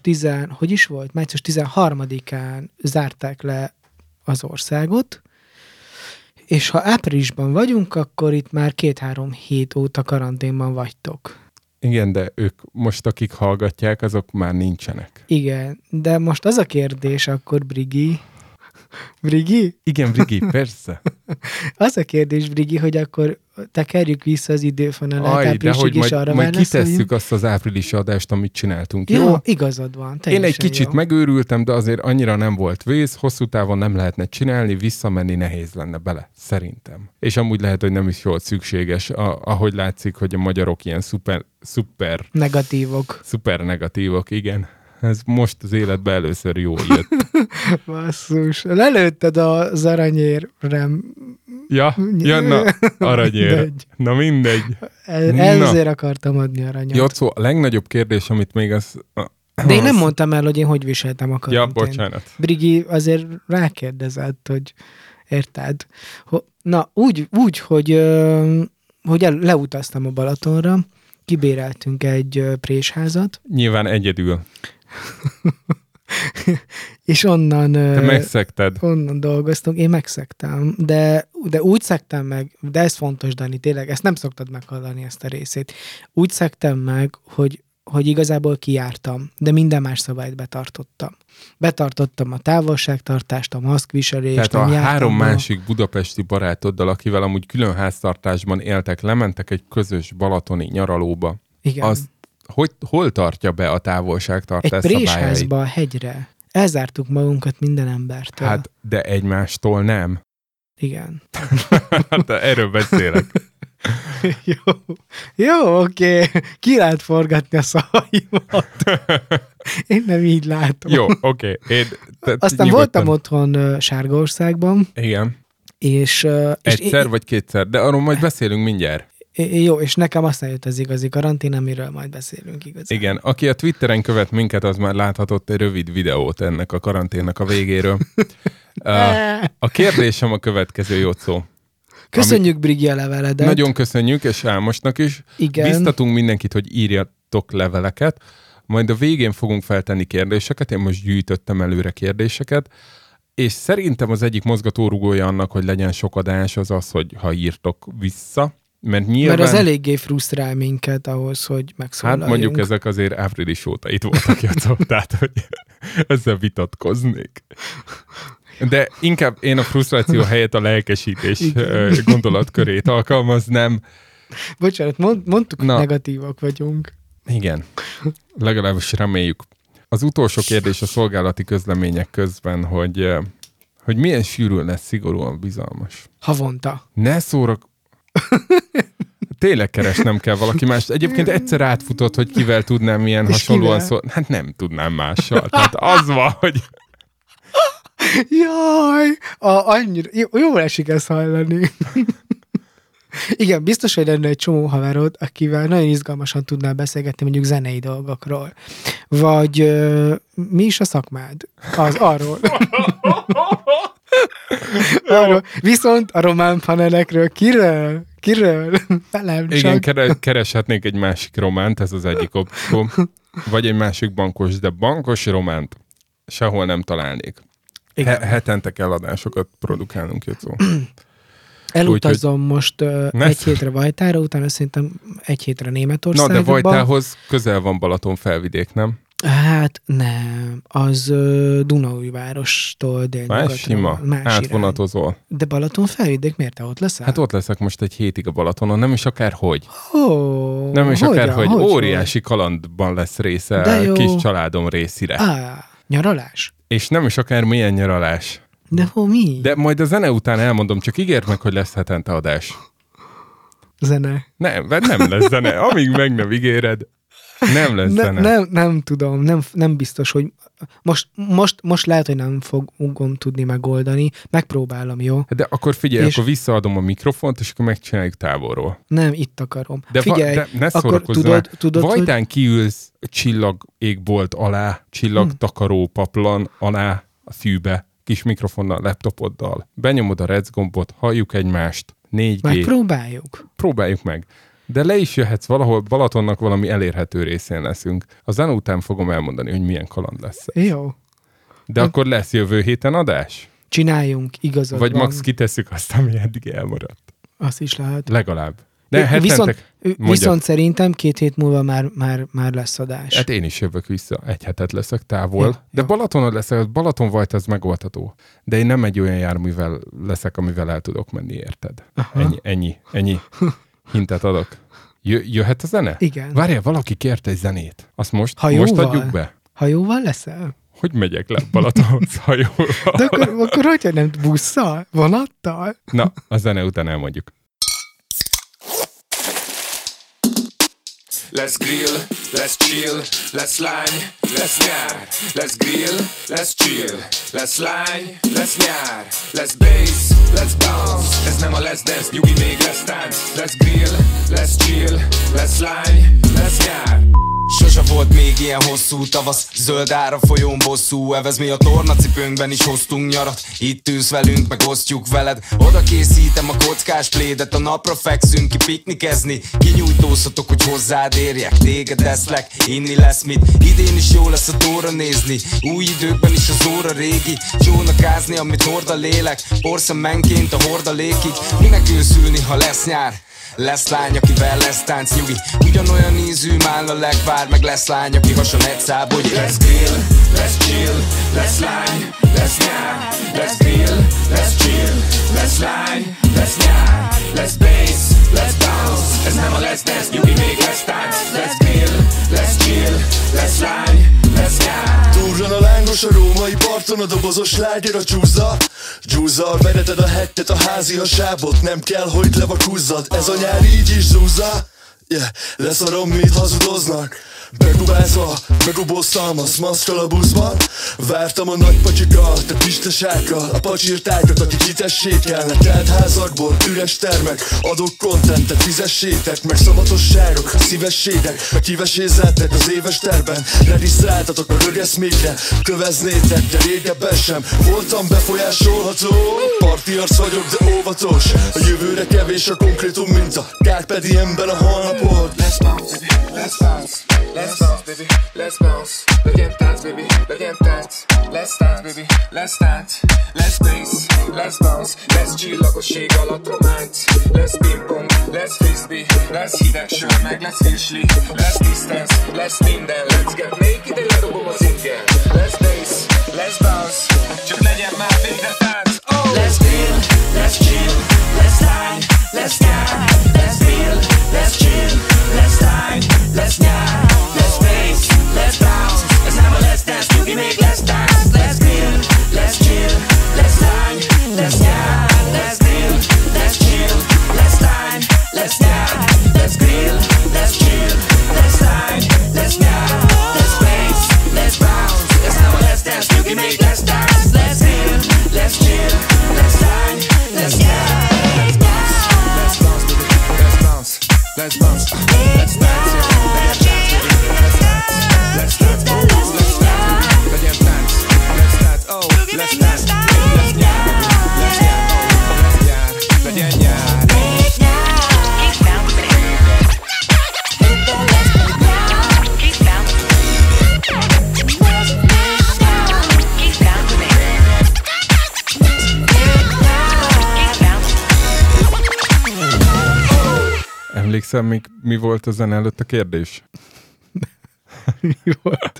Speaker 3: 13-án zárták le az országot, és ha áprilisban vagyunk, akkor itt már 2-3 hét óta karanténban vagytok.
Speaker 2: Igen, de ők most, akik hallgatják, azok már nincsenek.
Speaker 3: Igen, de most az a kérdés akkor, Brigi?
Speaker 2: Igen, Brigi, persze.
Speaker 3: Az a kérdés, Brigi, hogy akkor tekerjük vissza az időfonalat áprilisig, és arra
Speaker 2: majd kitesszük azt az áprilisi adást, amit csináltunk.
Speaker 3: Jó, igazad van.
Speaker 2: Én egy kicsit megőrültem, de azért annyira nem volt vész, hosszú távon nem lehetne csinálni, visszamenni nehéz lenne bele, szerintem. És amúgy lehet, hogy nem is volt szükséges, ahogy látszik, hogy a magyarok ilyen szuper
Speaker 3: negatívok.
Speaker 2: Szuper negatívok, igen. Ez most az életben először jól jött.
Speaker 3: Basszus, lelőtted az aranyérrem.
Speaker 2: Ja, na, aranyér. Na mindegy.
Speaker 3: Ezért akartam adni aranyat.
Speaker 2: Jocó, a legnagyobb kérdés, amit még az...
Speaker 3: De én nem mondtam el, hogy én hogy viseltem a karantént.
Speaker 2: Ja, bocsánat.
Speaker 3: Brigi azért rákérdezett, hogy érted? Na, úgy hogy leutaztam a Balatonra, kibéreltünk egy présházat.
Speaker 2: Nyilván egyedül.
Speaker 3: És onnan...
Speaker 2: Te megszegted.
Speaker 3: Onnan dolgoztunk. Én megszegtem. De úgy szegtem meg, de ez fontos, Dani, tényleg, ezt nem szoktad meghallani, ezt a részét. Úgy szegtem meg, hogy igazából kijártam, de minden más szabályt betartottam. Betartottam a távolságtartást, a maszkviselést.
Speaker 2: Tehát a 3 másik budapesti barátoddal, akivel amúgy külön háztartásban éltek, lementek egy közös balatoni nyaralóba.
Speaker 3: Igen.
Speaker 2: Az hol tartja be a távolságtartás szabályait?
Speaker 3: Egy présházba, a hegyre. Elzártuk magunkat minden embertől.
Speaker 2: Hát, de egymástól nem.
Speaker 3: Igen.
Speaker 2: De erről beszélek.
Speaker 3: Jó, oké. Ki lehet forgatni a szavaimat. Én nem így látom.
Speaker 2: Jó, oké.
Speaker 3: Aztán nyugodtan voltam otthon Sárgaországban.
Speaker 2: Igen.
Speaker 3: És
Speaker 2: egyszer vagy kétszer, de arról majd beszélünk mindjárt.
Speaker 3: Jó, és nekem aztán jött az igazi karantén, amiről majd beszélünk igazán.
Speaker 2: Igen, aki a Twitteren követ minket, az már láthatott egy rövid videót ennek a karanténnak a végéről. A kérdésem a következő, Jocó.
Speaker 3: Köszönjük, Brigi, a leveledet.
Speaker 2: Nagyon köszönjük, és Álmosnak is.
Speaker 3: Igen.
Speaker 2: Biztatunk mindenkit, hogy írjatok leveleket. majd a végén fogunk feltenni kérdéseket, én most gyűjtöttem előre kérdéseket, és szerintem az egyik mozgatórugója annak, hogy legyen sok adás, az az, hogy ha írtok vissza, mert nyilván...
Speaker 3: Mert az eléggé frusztrál minket ahhoz, hogy megszólaljunk.
Speaker 2: Hát mondjuk ezek azért április óta itt voltak, Jocó, tehát hogy ezzel vitatkoznék. De inkább én a frusztráció helyett a lelkesítés gondolatkörét alkalmaznám.
Speaker 3: Bocsánat, mondtuk, hogy negatívak vagyunk.
Speaker 2: Igen, legalábbis reméljük. Az utolsó kérdés a szolgálati közlemények közben, hogy milyen sűrűn lesz szigorúan bizalmas.
Speaker 3: Havonta.
Speaker 2: Ne szórok... Tényleg keresnem kell valaki más. Egyébként egyszer átfutott, hogy kivel tudnám milyen hasonlóan szólni. Hát nem tudnám mással. Tehát az van, hogy...
Speaker 3: Jaj! Annyira... Jól esik ezt hallani. Igen, biztos, hogy lenne egy csomó haverod, akivel nagyon izgalmasan tudnál beszélgetni mondjuk zenei dolgokról. Vagy mi is a szakmád? Arról. Viszont a román panelekről kiről? Velem
Speaker 2: igen, kereshetnénk egy másik románt, ez az egyik opció. Vagy egy másik bankos, de bankos románt sehol nem találnék. Hetente kell adásokat produkálnunk, Jocó.
Speaker 3: Elutazom most egy hétre Vajtára, utána szerintem egy hétre Németországba.
Speaker 2: Na, de Vajtához közel van Balatonfelvidék, nem?
Speaker 3: Hát nem, az Dunaújvárostól délnyugatra.
Speaker 2: Sima, átvonatozol.
Speaker 3: De Balatonfelvidék, miért te ott leszel?
Speaker 2: Hát ott leszek most egy hétig a Balatonon, nem is akárhogy.
Speaker 3: Oh,
Speaker 2: nem is akárhogy, óriási kalandban lesz része kis családom részére.
Speaker 3: Nyaralás?
Speaker 2: És nem is akár milyen nyaralás.
Speaker 3: De mi?
Speaker 2: De majd a zene után elmondom, csak ígérd meg, hogy lesz hetente adás.
Speaker 3: Zene?
Speaker 2: Nem lesz zene. Amíg meg nem ígéred, nem lesz zene.
Speaker 3: Nem tudom, nem biztos, hogy most lehet, hogy nem fogom tudni megoldani. Megpróbálom, jó?
Speaker 2: De akkor figyelj, akkor visszaadom a mikrofont, és akkor megcsináljuk távolról.
Speaker 3: Nem, itt akarom.
Speaker 2: De
Speaker 3: figyelj,
Speaker 2: de ne szórakozz tudod, Vajtán hogy... kiülsz csillagégbolt alá, csillagtakaró paplan alá a fűbe, kis mikrofonnal, laptopoddal. Benyomod a rec gombot, halljuk egymást. 4G.
Speaker 3: Megpróbáljuk.
Speaker 2: Próbáljuk meg. De le is jöhetsz valahol, Balatonnak valami elérhető részén leszünk. A zene után fogom elmondani, hogy milyen kaland lesz.
Speaker 3: Jó.
Speaker 2: De akkor lesz jövő héten adás?
Speaker 3: Csináljunk, igazad
Speaker 2: vagy
Speaker 3: van.
Speaker 2: Max kitesszük azt, ami eddig elmaradt.
Speaker 3: Azt is lehet.
Speaker 2: Legalább. De
Speaker 3: viszont szerintem 2 hét múlva már lesz adás.
Speaker 2: Hát én is jövök vissza. Egy hetet leszek távol. De Balatonon leszek, Balatonvajt az megoldható. De én nem egy olyan járművel leszek, amivel el tudok menni, érted? Ennyi hintet adok. Jöhet a zene?
Speaker 3: Igen.
Speaker 2: Várjál, valaki kérte egy zenét. Azt most adjuk be?
Speaker 3: Hajóval leszel?
Speaker 2: Hogy megyek le Balatonhoz hajóval?
Speaker 3: De akkor hogyha nem busszal? Vonattal?
Speaker 2: Na, a zene után elmondjuk.
Speaker 1: Let's grill, let's chill, let's line, let's nyár. Let's grill, let's chill, let's line, let's nyár. Let's bass, let's bounce. Ez nem a let's dance, nyugi, még let's tánc. Let's grill, let's chill, let's line, let's nyár.
Speaker 4: Sose volt még ilyen hosszú tavasz, zöld ára folyón bosszú evez. Mi a tornacipőnkben is hoztunk nyarat, itt ülsz velünk, meg osztjuk veled. Oda készítem a kockás plédet, a napra fekszünk ki piknikezni. Kinyújtózhatok, hogy hozzád érjek, téged eszlek, inni lesz mit. Idén is jó lesz a tóra nézni, új időkben is az óra régi. Csónakázni, amit hord a lélek, porszemmenként a hordalékig. Minek őszülni, ha lesz nyár? Lesz lány, akivel lesz tánc, nyugi. Ugyanolyan ízű mál a legvár, meg lesz lány, aki hason egy száboly.
Speaker 1: Let's grill, let's chill, let's lány, lesz nyár. Let's grill, let's chill, lesz lány, lesz nyár. Let's bass, let's bounce. Ez nem a let's dance, nyugi, még lesz tánc. Let's grill, let's chill, lesz lány, lesz nyár.
Speaker 5: Túlran a lángos a római parton, a dobozos sláger a csúzza. Dzsúzzal vereted a hettet, a házi hasábot, nem kell, hogy levakúzzad. Ez a nyár így is zúzza. Yeah, leszarom, mit hazudoznak. Begubázva, beguboztam a szmaszkal a buszban. Vártam a nagypacsikkal, te pistesákkal, a pacsirtákat, akik hitessékelnek. Telt házakból, üres termek, adok kontentet, fizessétek meg. Szabatosságok, szívességek, meg kivesézzeltek az éves terben. Regisztráltatok a rögeszmékre, köveznétek, de régebben sem voltam befolyásolható. Parti arc vagyok, de óvatos, a jövőre kevés a konkrétum, mint a Carpe Diemben a holnapot.
Speaker 1: Let's bounce, let's bounce. let's bounce, baby, let's bounce. Legyen tánc, baby, legyen tánc. Let's dance, baby, let's dance. Let's bass, let's bounce. Let's csillagoség alatt románc. Let's ping-pong, let's frisbee. Let's hideg sör, meg let's virsli. Let's distance, let's minden. Let's get naked, and ledobom az ingyen. Let's bass, let's bounce. Csak legyen már végre tánc. Oh! Let's deal, let's chill, let's line, let's nyár. Let's deal, let's chill, let's line, let's nyár. Let's bass, let's bounce. Let's have a let's dance, you can make let's dance. Let's deal, let's chill, let's line, let's nyár. Let's deal, let's chill, let's line, let's nyár. Let's deal, let's chill, let's line, let's nyár. Let's bass, let's bounce. Let's have a let's dance, you can make let's dance. Let's deal, let's chill, let's line, let's nyár. Let's bounce, let's bounce, baby, let's bounce, let's bounce, let's dance, yeah, let's dance, baby, let's dance, let's dance, oh, let's dance, baby, legyen tánc, let's dance, oh, let's dance, let's nyár, let's nyár, oh, let's nyár, legyen nyár.
Speaker 2: Emlékszem, mi volt a zene előtt a kérdés?
Speaker 3: Mi volt?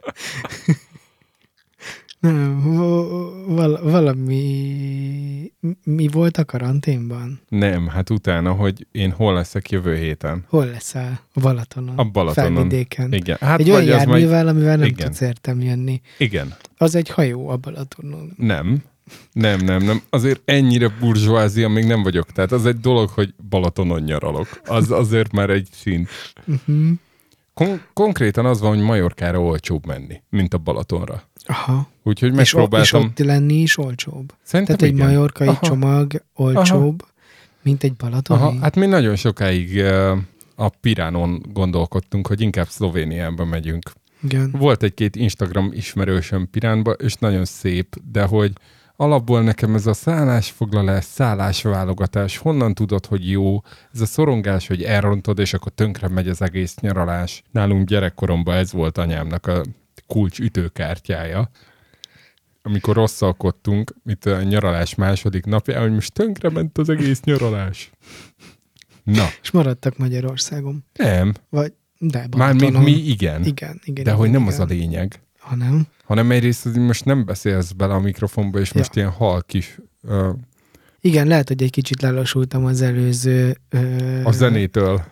Speaker 3: Nem, valami... Mi volt a karanténban?
Speaker 2: Nem, hát utána, hogy én hol leszek jövő héten.
Speaker 3: Hol leszel? A Balatonon.
Speaker 2: A Balatonon.
Speaker 3: Felvidéken.
Speaker 2: Igen. Hát
Speaker 3: egy olyan
Speaker 2: vagy az
Speaker 3: járművel, amivel nem
Speaker 2: igen.
Speaker 3: tudsz értem jönni.
Speaker 2: Igen.
Speaker 3: Az egy hajó a Balatonon.
Speaker 2: Nem. Azért ennyire burzsóázia még nem vagyok. Tehát az egy dolog, hogy Balatonon nyaralok. Az azért már egy szint. Konkrétan az van, hogy Majorkára olcsóbb menni, mint a Balatonra.
Speaker 3: Aha.
Speaker 2: Úgyhogy megpróbáltam.
Speaker 3: És ott lenni is olcsóbb.
Speaker 2: Szerintem
Speaker 3: tehát egy
Speaker 2: igen.
Speaker 3: majorkai csomag olcsóbb, mint egy balatoni.
Speaker 2: Aha, hát mi nagyon sokáig a Piránon gondolkodtunk, hogy inkább Szlovéniába megyünk.
Speaker 3: Igen.
Speaker 2: Volt egy-két Instagram ismerősöm Piránba, és nagyon szép, de hogy alapból nekem ez a szállásfoglalás, szállásválogatás, honnan tudod, hogy jó, ez a szorongás, hogy elrontod, és akkor tönkre megy az egész nyaralás. Nálunk gyerekkoromban ez volt anyámnak a kulcs ütőkártyája. Amikor rosszalkodtunk, itt a nyaralás második napja, hogy most tönkre ment az egész nyaralás. Na.
Speaker 3: És maradtak Magyarországon.
Speaker 2: Nem.
Speaker 3: Vagy, de
Speaker 2: Mármint
Speaker 3: Balatonon.
Speaker 2: mi igen.
Speaker 3: Igen.
Speaker 2: De hogy nem az a lényeg. Hanem egyrészt most nem beszélsz bele a mikrofonba, és most ilyen halk is.
Speaker 3: Igen, lehet, hogy egy kicsit lelassultam az előző...
Speaker 2: A zenétől.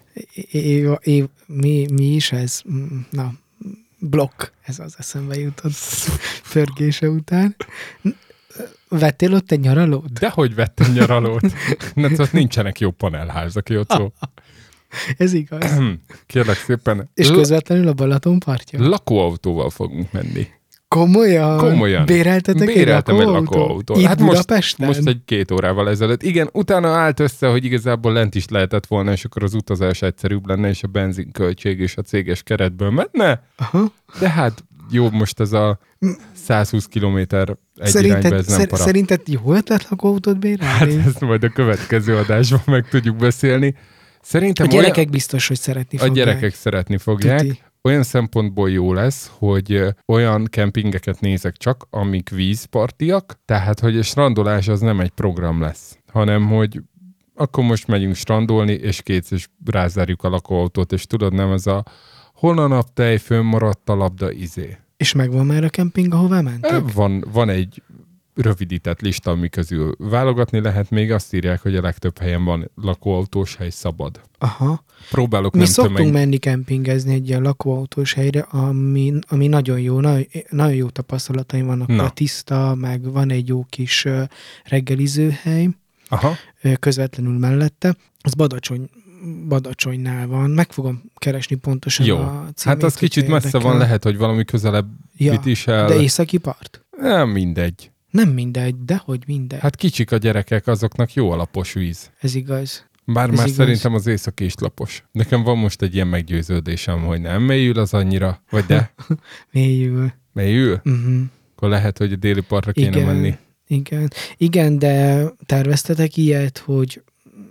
Speaker 3: Mi is ez? Na, blokk. Ez az eszembe jutott pörgése után. Vettél ott egy nyaralót?
Speaker 2: Dehogy vettem nyaralót. Ott nincsenek jó panelházak, jó szó.
Speaker 3: Ez igaz.
Speaker 2: Kérlek szépen.
Speaker 3: És közvetlenül a Balaton partja?
Speaker 2: Lakóautóval fogunk menni.
Speaker 3: Komolyan? Béreltem egy lakóautót? Itt
Speaker 2: Hát
Speaker 3: Budapesten?
Speaker 2: most egy 2 órával ezelőtt. Igen, utána állt össze, hogy igazából lent is lehetett volna, és akkor az utazás egyszerűbb lenne, és a benzinköltség és a céges keretből menne. Aha. De hát jó, most ez a 120 kilométer egy irányba, ez nem para.
Speaker 3: Szerinted jó ötlet lakóautót bérelni?
Speaker 2: Hát ezt majd a következő adásban meg tudjuk beszélni. Szerintem
Speaker 3: a gyerekek biztos, hogy szeretni fogják.
Speaker 2: A gyerekek szeretni fogják.
Speaker 3: Tuti.
Speaker 2: Olyan szempontból jó lesz, hogy olyan kempingeket nézek csak, amik vízpartiak, tehát hogy a strandolás az nem egy program lesz, hanem hogy akkor most megyünk strandolni, és kész, és rázárjuk a lakóautót, és tudod, nem ez a hol a naptej, fönnmaradt a labda, izé.
Speaker 3: És megvan már a kemping, ahová mentek?
Speaker 2: Van egy rövidített lista, ami közül válogatni lehet, még azt írják, hogy a legtöbb helyen van lakóautós hely szabad.
Speaker 3: Aha.
Speaker 2: Próbálok
Speaker 3: Mi
Speaker 2: nem
Speaker 3: szoktunk menni kempingezni egy ilyen lakóautós helyre, ami nagyon jó, nagyon jó tapasztalataim vannak. A tiszta, meg van egy jó kis reggelizőhely, közvetlenül mellette. Az Badacsonynál van. Meg fogom keresni pontosan
Speaker 2: jó.
Speaker 3: A címét.
Speaker 2: Hát az kicsit messze van, lehet, hogy valami közelebb is el.
Speaker 3: De északi part?
Speaker 2: Nem mindegy.
Speaker 3: Nem mindegy, de hogy mindegy.
Speaker 2: Hát kicsik a gyerekek, azoknak jó alapos víz.
Speaker 3: Ez igaz.
Speaker 2: Bár már szerintem az északi is lapos. Nekem van most egy ilyen meggyőződésem, hogy nem mélyül az annyira, vagy de?
Speaker 3: Mélyül.
Speaker 2: Mélyül? Akkor lehet, hogy a déli partra kéne menni.
Speaker 3: Igen, de terveztetek ilyet, hogy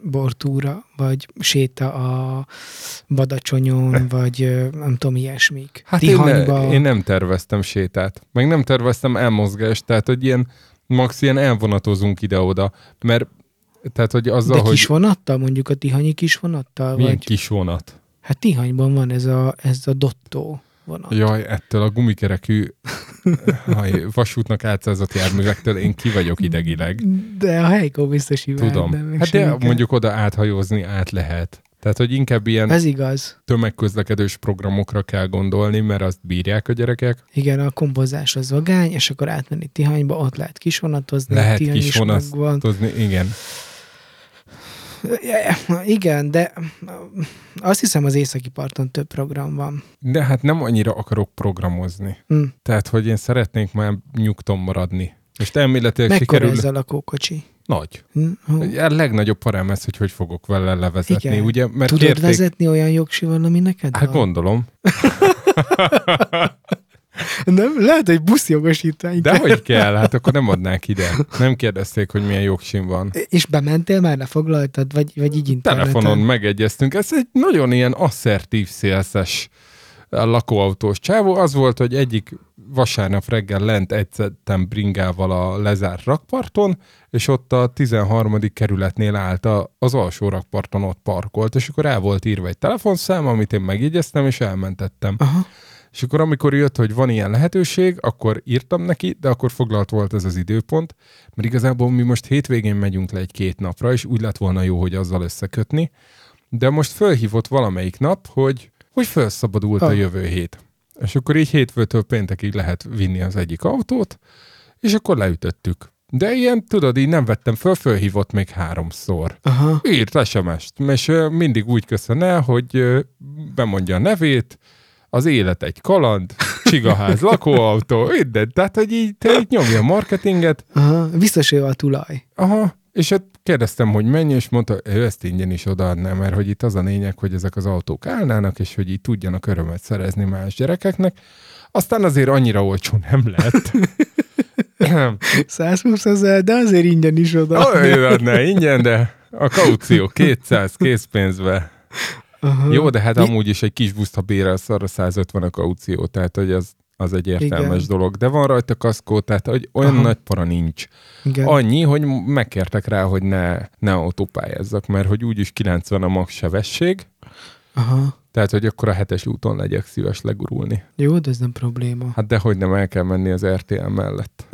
Speaker 3: bortúra, vagy séta a Badacsonyon, vagy nem tudom, ilyesmik.
Speaker 2: Hát én nem terveztem sétát, meg nem terveztem elmozgást, tehát hogy ilyen max ilyen elvonatozunk ide-oda, mert tehát, hogy azzal,
Speaker 3: de kisvonattal, mondjuk a tihanyi kisvonattal?
Speaker 2: Milyen
Speaker 3: vagy...
Speaker 2: kisvonat?
Speaker 3: Hát Tihanyban van ez a Dotto vonat.
Speaker 2: Jaj, ettől a gumikerekű vasútnak átszázott járművektől én ki vagyok idegileg.
Speaker 3: De a Heiko biztos imád.
Speaker 2: Tudom. Hát de mondjuk oda áthajózni át lehet. Tehát, hogy inkább ilyen
Speaker 3: ez igaz.
Speaker 2: Tömegközlekedős programokra kell gondolni, mert azt bírják a gyerekek.
Speaker 3: Igen, a kompozás az vagány, és akkor átmenni Tihanyba, ott lehet kisvonatozni.
Speaker 2: Lehet kisvonatozni, igen.
Speaker 3: Igen, de azt hiszem az északi parton több program van.
Speaker 2: De hát nem annyira akarok programozni. Tehát, hogy én szeretnék már nyugton maradni. Most elméletileg
Speaker 3: mekkora ez a lakókocsi?
Speaker 2: Nagy. A legnagyobb parám ez, hogy fogok vele levezetni.
Speaker 3: Igen.
Speaker 2: Ugye? Mert
Speaker 3: tudod vezetni olyan jogsival, ami neked
Speaker 2: hát
Speaker 3: van?
Speaker 2: gondolom.
Speaker 3: Nem, lehet, hogy buszjogosítvány
Speaker 2: kell. Dehogy kell, hát akkor nem adnák ide. Nem kérdezték, hogy milyen jogsim van.
Speaker 3: És bementél már, lefoglaltad, vagy így interneten?
Speaker 2: Telefonon megegyeztünk. Ez egy nagyon ilyen asszertív, szélszes lakóautós csávó. Az volt, hogy egyik vasárnap reggel lent egyszerűen bringával a lezárt rakparton, és ott a 13. kerületnél állt az alsó rakparton, ott parkolt, és akkor el volt írva egy telefonszám, amit én megjegyeztem, és elmentettem.
Speaker 3: Aha.
Speaker 2: És akkor amikor jött, hogy van ilyen lehetőség, akkor írtam neki, de akkor foglalt volt ez az időpont, mert igazából mi most hétvégén megyünk le 1-2 napra, és úgy lett volna jó, hogy azzal összekötni, de most fölhívott valamelyik nap, hogy felszabadult a jövő hét. És akkor így hétfőtől péntekig lehet vinni az egyik autót, és akkor leütöttük. De ilyen, tudod, így nem vettem föl, fölhívott még 3-szor.
Speaker 3: Aha.
Speaker 2: Írt SMS-t, és mindig úgy köszön el, hogy bemondja a nevét, az élet egy kaland, csigaház, lakóautó, minden. Tehát, hogy így nyomja a marketinget.
Speaker 3: Aha, biztos ő a tulaj.
Speaker 2: Aha, és ott kérdeztem, hogy mennyi, és mondta, ő ezt ingyen is odaadná, mert hogy itt az a lényeg, hogy ezek az autók állnának, és hogy így tudjanak örömet szerezni más gyerekeknek. Aztán azért annyira olcsó nem lett.
Speaker 3: 120 000, de azért ingyen is
Speaker 2: odaadná ingyen, de a kaució 200 készpénzbe. Aha. Jó, de hát amúgy is egy kis buszt, ha bérelsz, arra 150 a kaució, tehát hogy az egy értelmes dolog. De van rajta kaszkó, tehát hogy olyan nagy para nincs.
Speaker 3: Igen.
Speaker 2: Annyi, hogy megkértek rá, hogy ne autópályázzak, mert hogy úgyis 90 a max sebesség.
Speaker 3: Aha.
Speaker 2: Tehát, hogy akkor a 7-es úton legyek szíves legurulni.
Speaker 3: Jó, de ez nem probléma.
Speaker 2: Hát dehogy nem, el kell menni az RTL mellett.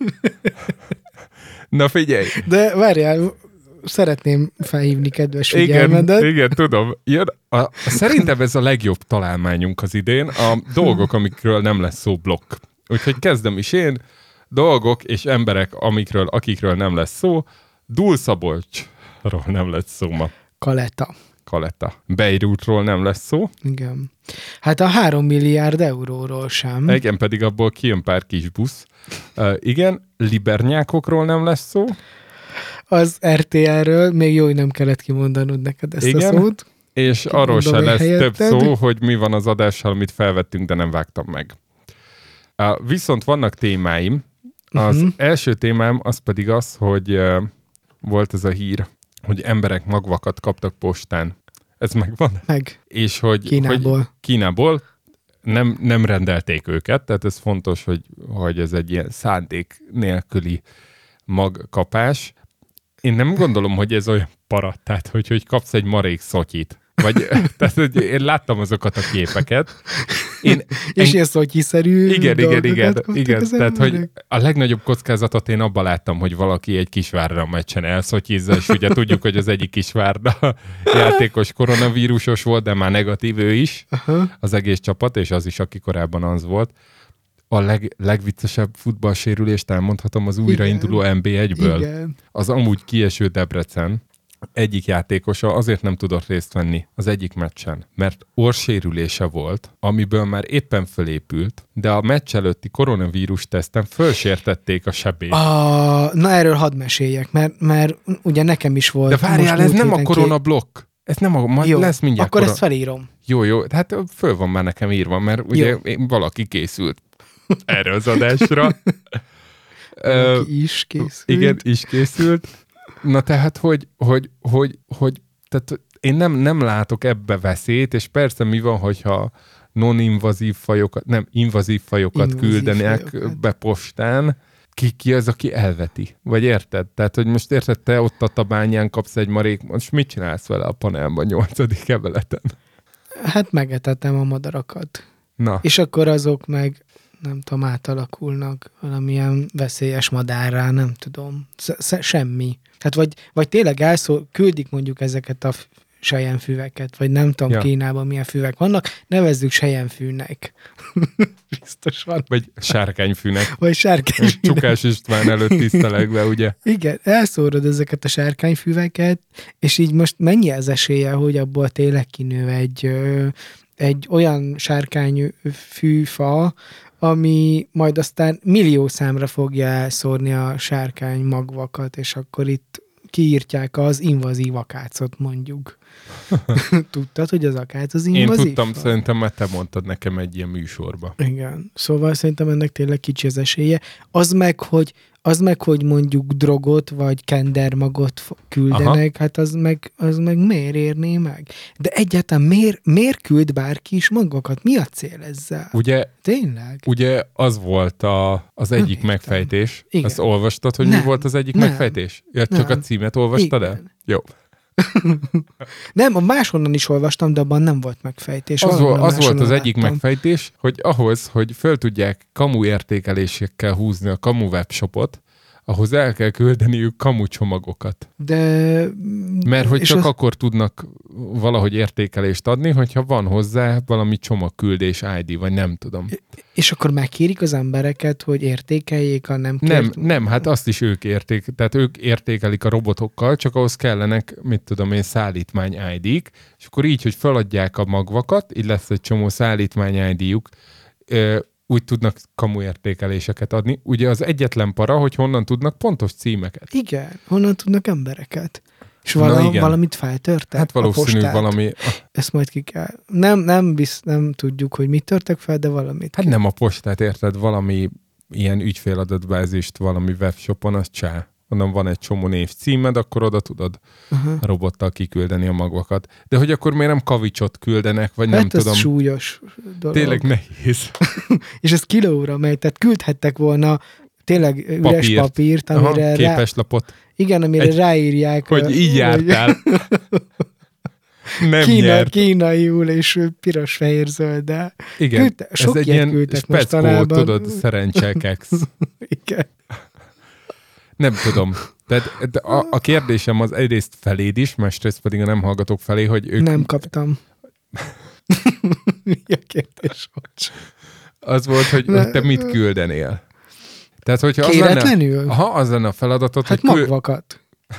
Speaker 2: Na figyelj!
Speaker 3: De várjál, szeretném felhívni kedves figyelmedet.
Speaker 2: Igen, tudom. Szerintem ez a legjobb találmányunk az idén, a dolgok, amikről nem lesz szó blokk. Úgyhogy kezdem is én. Dolgok és emberek, akikről nem lesz szó. Dúl-Szabolcsról nem lesz szó ma. Kaleta. Beirutról nem lesz szó.
Speaker 3: Igen. Hát a 3 milliárd euróról sem.
Speaker 2: Igen, pedig abból kijön pár kis busz. Igen, libernyákokról nem lesz szó.
Speaker 3: Az RTL-ről még jó, hogy nem kellett kimondanod neked ezt a szót.
Speaker 2: És arról se lesz több szó, hogy mi van az adással, amit felvettünk, de nem vágtam meg. Viszont vannak témáim. Az első témám az pedig az, hogy volt ez a hír, hogy emberek magvakat kaptak postán. Ez megvan?
Speaker 3: Meg.
Speaker 2: És hogy Kínából nem rendelték őket, tehát ez fontos, hogy ez egy ilyen szándék nélküli magkapás. Én nem gondolom, hogy ez olyan para, tehát hogy kapsz egy marék szotyit. Vagy, tehát, hogy én láttam azokat a képeket.
Speaker 3: És ilyen szotyiszerű
Speaker 2: Igen. Tehát, hogy a legnagyobb kockázatot én abban láttam, hogy valaki egy Kisvárda meccsen elszotyizza, és ugye tudjuk, hogy az egyik Kisvárda játékos koronavírusos volt, de már negatív ő is, az egész csapat, és az is, aki korábban az volt. A legviccesebb futballsérülést elmondhatom az újrainduló NB1-ből.
Speaker 3: Igen.
Speaker 2: Az amúgy kieső Debrecen egyik játékosa azért nem tudott részt venni az egyik meccsen, mert orrsérülése volt, amiből már éppen fölépült, de a meccs előtti koronavírus teszten fölsértették a sebét.
Speaker 3: Na erről hadd meséljek, mert ugye nekem is volt.
Speaker 2: De várjál, ez nem a koronablokk. Ez nem majd
Speaker 3: jó,
Speaker 2: lesz mindjárt.
Speaker 3: akkor ezt felírom.
Speaker 2: Jó, hát föl van már nekem írva, mert ugye valaki készült erre az adásra.
Speaker 3: Valaki is készült.
Speaker 2: Igen, is készült. Na tehát, hogy tehát én nem látok ebbe veszélyt, és persze mi van, hogyha non-invazív fajokat, nem, invazív fajokat
Speaker 3: Invazív
Speaker 2: küldenek
Speaker 3: fajokat.
Speaker 2: be postán, ki az, aki elveti? Vagy érted? Tehát, hogy most érted, te ott a Tabányán kapsz egy marék, most mit csinálsz vele a panelban 8. emeleten?
Speaker 3: Hát megetettem a madarakat.
Speaker 2: Na,
Speaker 3: És akkor azok meg, nem tudom, átalakulnak valamilyen veszélyes madárrá, nem tudom. Semmi. Hát vagy tényleg küldik mondjuk ezeket a selyemfüveket, vagy nem tudom,
Speaker 2: Ja.
Speaker 3: Kínában milyen füvek vannak, nevezzük selyemfűnek. Biztosan.
Speaker 2: vagy sárkányfűnek.
Speaker 3: Vagy sárkányfűnek.
Speaker 2: Csukás István előtt tisztelegve, ugye?
Speaker 3: Igen, elszórod ezeket a sárkányfüveket, és így most mennyi az esélye, hogy abból tényleg kinő egy olyan sárkányfűfa, ami majd aztán millió számra fogja elszórni a sárkány magvakat, és akkor itt kiírtják az invazív akácot, mondjuk. Tudtad, hogy az akác az
Speaker 2: Én
Speaker 3: invazív?
Speaker 2: tudtam, szerintem, mert te mondtad nekem egy ilyen műsorba.
Speaker 3: Igen. Szóval szerintem ennek tényleg kicsi az esélye. Az meg, hogy mondjuk drogot vagy kendermagot küldenek, hát az meg miért érné meg? De egyáltalán miért küld bárki is magvakat? Mi a cél ezzel?
Speaker 2: Ugye
Speaker 3: Tényleg?
Speaker 2: az volt az egyik
Speaker 3: értem.
Speaker 2: megfejtés.
Speaker 3: Igen.
Speaker 2: Azt olvastad, hogy mi
Speaker 3: Nem.
Speaker 2: volt az egyik
Speaker 3: Nem.
Speaker 2: megfejtés? Ja, csak
Speaker 3: Nem.
Speaker 2: a címet olvastad el?
Speaker 3: Igen.
Speaker 2: Jó.
Speaker 3: Nem, máshonnan is olvastam, de abban nem volt megfejtés.
Speaker 2: Az
Speaker 3: Valahonnan
Speaker 2: volt az
Speaker 3: máshonnan
Speaker 2: egyik
Speaker 3: láttam.
Speaker 2: megfejtés, hogy ahhoz, hogy föl tudják kamu értékelésekkel húzni a kamu webshopot, ahhoz el kell küldeniük kamu csomagokat.
Speaker 3: De...
Speaker 2: Mert hogy
Speaker 3: és
Speaker 2: csak
Speaker 3: az-
Speaker 2: akkor tudnak valahogy értékelést adni, hogyha van hozzá valami csomagküldés ID, vagy nem tudom.
Speaker 3: És akkor megkérik az embereket, hogy értékeljék a nem kért...
Speaker 2: Nem, hát azt is tehát ők értékelik a robotokkal, csak ahhoz kellenek, mit tudom én, szállítmány ID-k, és akkor így, hogy feladják a magvakat, így lesz egy csomó szállítmány ID-juk, úgy tudnak kamu értékeléseket adni. Ugye az egyetlen para, hogy honnan tudnak pontos címeket.
Speaker 3: Igen, honnan tudnak embereket? És
Speaker 2: Na igen.
Speaker 3: valamit feltörtek?
Speaker 2: Hát
Speaker 3: a
Speaker 2: valószínű
Speaker 3: postát?
Speaker 2: valami...
Speaker 3: Ezt majd ki kell. Nem tudjuk, hogy mit törtek fel, de valamit.
Speaker 2: Hát nem a postát, érted? Valami ilyen ügyféladatbázist valami webshopon, az csá. Onnan van egy csomó név címed, akkor oda tudod a robottal kiküldeni a magvakat. De hogy akkor miért nem kavicsot küldenek, vagy nem
Speaker 3: Hát ez
Speaker 2: tudom.
Speaker 3: súlyos dolog.
Speaker 2: Tényleg nehéz.
Speaker 3: És ez kilóra megy, tehát küldhettek volna tényleg üres papírt, amire
Speaker 2: képeslapot,
Speaker 3: amire ráírják,
Speaker 2: hogy így jártál. Nem nyert.
Speaker 3: kínaiul és piros-fehér-zölddel.
Speaker 2: Igen,
Speaker 3: Sok
Speaker 2: ez egy
Speaker 3: ilyet
Speaker 2: ilyen
Speaker 3: küldtek
Speaker 2: speckó,
Speaker 3: mostanában.
Speaker 2: tudod, szerencsekex.
Speaker 3: Igen.
Speaker 2: Nem tudom. Tehát de a kérdésem az egyrészt feléd is, másrészt pedig a nem hallgatók felé, hogy ők...
Speaker 3: Nem kaptam. Mi a kérdés volt?
Speaker 2: Az volt, hogy te mit küldenél. Tehát, hogyha
Speaker 3: Kéretlenül?
Speaker 2: az lenne a feladatot,
Speaker 3: Hát
Speaker 2: hogy
Speaker 3: magvakat.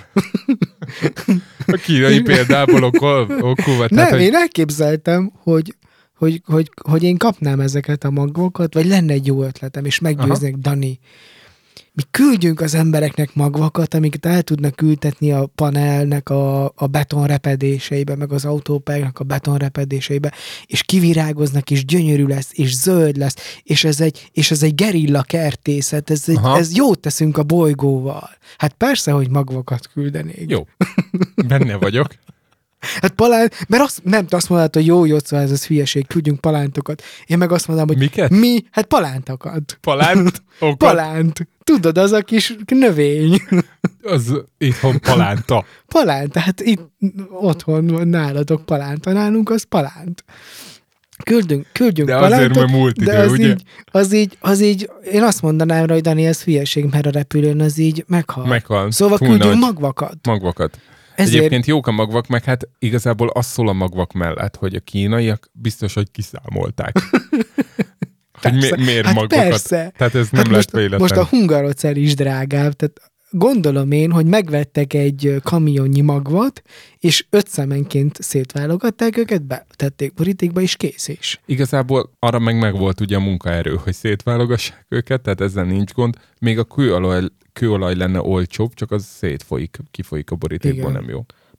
Speaker 2: a kínai példából okulva.
Speaker 3: Nem, én elképzeltem, hogy én kapnám ezeket a magvakat, vagy lenne egy jó ötletem, és meggyőznék Dani. Mi küldjünk az embereknek magvakat, amiket el tudnak ültetni a panelnek a betonrepedéseibe, meg az autópályának a betonrepedéseibe, és kivirágoznak, és gyönyörű lesz, és zöld lesz, és ez egy gerilla kertészet, ez jót teszünk a bolygóval. Hát persze, hogy magvakat küldenék.
Speaker 2: Jó, benne vagyok.
Speaker 3: Hát mert te azt mondod, hogy jó, szóval ez hülyeség, küldjünk palántokat. Én meg azt mondom, hogy
Speaker 2: Miket?
Speaker 3: mi? Hát palántokat.
Speaker 2: Palánt? Okat?
Speaker 3: Palánt. Tudod, az a kis növény.
Speaker 2: Az itthon palánta.
Speaker 3: Palánt, tehát itt otthon van nálatok palánta, nálunk az palánt. Küldjünk
Speaker 2: De
Speaker 3: palántot,
Speaker 2: azért, mert múlt idő,
Speaker 3: de
Speaker 2: ugye?
Speaker 3: Az így, én azt mondanám rá, hogy Dani, ez hülyeség, mert a repülőn az így meghal.
Speaker 2: Meghal.
Speaker 3: Szóval
Speaker 2: Túl
Speaker 3: küldjünk
Speaker 2: nagy.
Speaker 3: magvakat.
Speaker 2: Magvakat.
Speaker 3: Ezért-
Speaker 2: Egyébként jók a magvak, meg hát igazából az szól a magvak mellett, hogy a kínaiak biztos, hogy kiszámolták. Hogy miért
Speaker 3: Hát
Speaker 2: magvakat.
Speaker 3: persze.
Speaker 2: Tehát ez nem lett véletlen.
Speaker 3: Most a hungarocell is drágább, tehát gondolom én, hogy megvettek egy kamionnyi magvat, és 5 szemenként szétválogatták őket, betették borítékba, és kész is.
Speaker 2: Igazából arra meg volt ugye a munkaerő, hogy szétválogassák őket, tehát ezzel nincs gond. Még a kőolaj lenne olcsóbb, csak az kifolyik a borítékból,
Speaker 3: Igen.
Speaker 2: nem jó.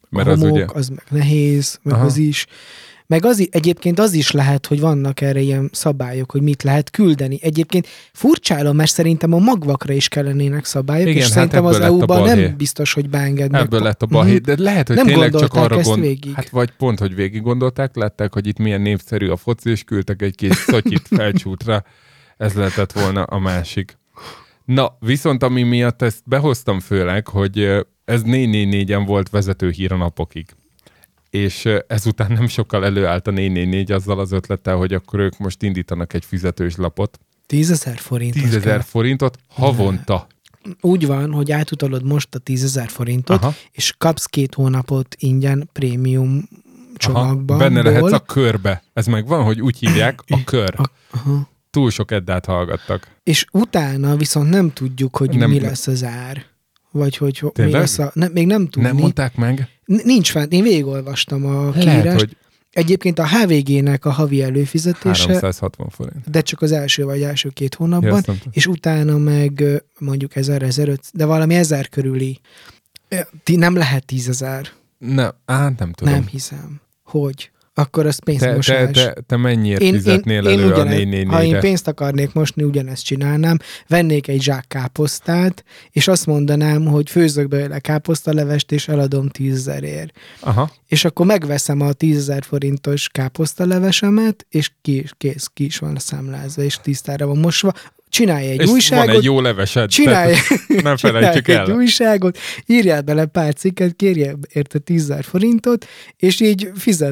Speaker 2: Mert
Speaker 3: homok,
Speaker 2: az ugye...
Speaker 3: az meg nehéz, meg
Speaker 2: Aha.
Speaker 3: az is. Meg egyébként az is lehet, hogy vannak erre ilyen szabályok, hogy mit lehet küldeni. Egyébként furcsálom, mert szerintem a magvakra is kellenének szabályok,
Speaker 2: Igen,
Speaker 3: és
Speaker 2: hát
Speaker 3: szerintem az
Speaker 2: ebből lett a
Speaker 3: EU-ban
Speaker 2: balhé.
Speaker 3: nem biztos, hogy beengednek.
Speaker 2: Ebből lett a balhé, de lehet, hogy
Speaker 3: Nem
Speaker 2: tényleg csak
Speaker 3: gondolták
Speaker 2: arra
Speaker 3: ezt végig.
Speaker 2: Hát vagy pont, hogy végig gondolták, látták, hogy itt milyen népszerű a foci, és küldtek egy kis szotyit felcsútra. Ez lehetett volna a másik. Na, viszont ami miatt ezt behoztam főleg, hogy ez 444-en volt vezető hír a napokig. És ezután nem sokkal előállt a 444 azzal az ötlettel, hogy akkor ők most indítanak egy fizetős lapot.
Speaker 3: 10 000 forintos
Speaker 2: 10 000
Speaker 3: kell.
Speaker 2: forintot havonta.
Speaker 3: Úgy van, hogy átutalod most a 10 000 forintot,
Speaker 2: Aha.
Speaker 3: és kapsz 2 hónapot ingyen prémium csomagban.
Speaker 2: Benne lehetsz a körbe. Ez meg van, hogy úgy hívják, a kör.
Speaker 3: Aha.
Speaker 2: Túl sok Eddát hallgattak.
Speaker 3: És utána viszont nem tudjuk, hogy
Speaker 2: Nem-
Speaker 3: mi lesz az ár. Vagy hogy mi
Speaker 2: Tényleg?
Speaker 3: lesz még nem tudni.
Speaker 2: Nem mondták meg?
Speaker 3: Nincs fent, én végigolvastam a
Speaker 2: Lehet,
Speaker 3: kiírást.
Speaker 2: hogy
Speaker 3: Egyébként a HVG-nek a havi előfizetése,
Speaker 2: 360 forint.
Speaker 3: de csak az első 2
Speaker 2: Ja,
Speaker 3: hónapban,
Speaker 2: azt nem tudom.
Speaker 3: és utána meg mondjuk 1000-1500, de valami 1000 körüli. Nem lehet 10 000.
Speaker 2: Nem tudom.
Speaker 3: Nem hiszem. Hogy? Akkor az
Speaker 2: Te,
Speaker 3: pénzmosás.
Speaker 2: te mennyiért fizetnél elő a 444-re?
Speaker 3: ha én pénzt akarnék mosni, ugyanezt csinálnám, vennék egy zsák káposztát, és azt mondanám, hogy főzök belőle káposztalevest, és eladom 10 000-ért.
Speaker 2: Aha.
Speaker 3: És akkor megveszem a 10 000 forintos káposztalevesemet, és kész, ki is van számlázva, és tisztára van mosva. Csinálj egy
Speaker 2: És
Speaker 3: újságot,
Speaker 2: van egy jó levesed.
Speaker 3: csinálj,
Speaker 2: tehát nem felejtsük
Speaker 3: csinálj
Speaker 2: el.
Speaker 3: egy újságot, írjál bele pár cikket, kérjél érte 10 000 forintot, és így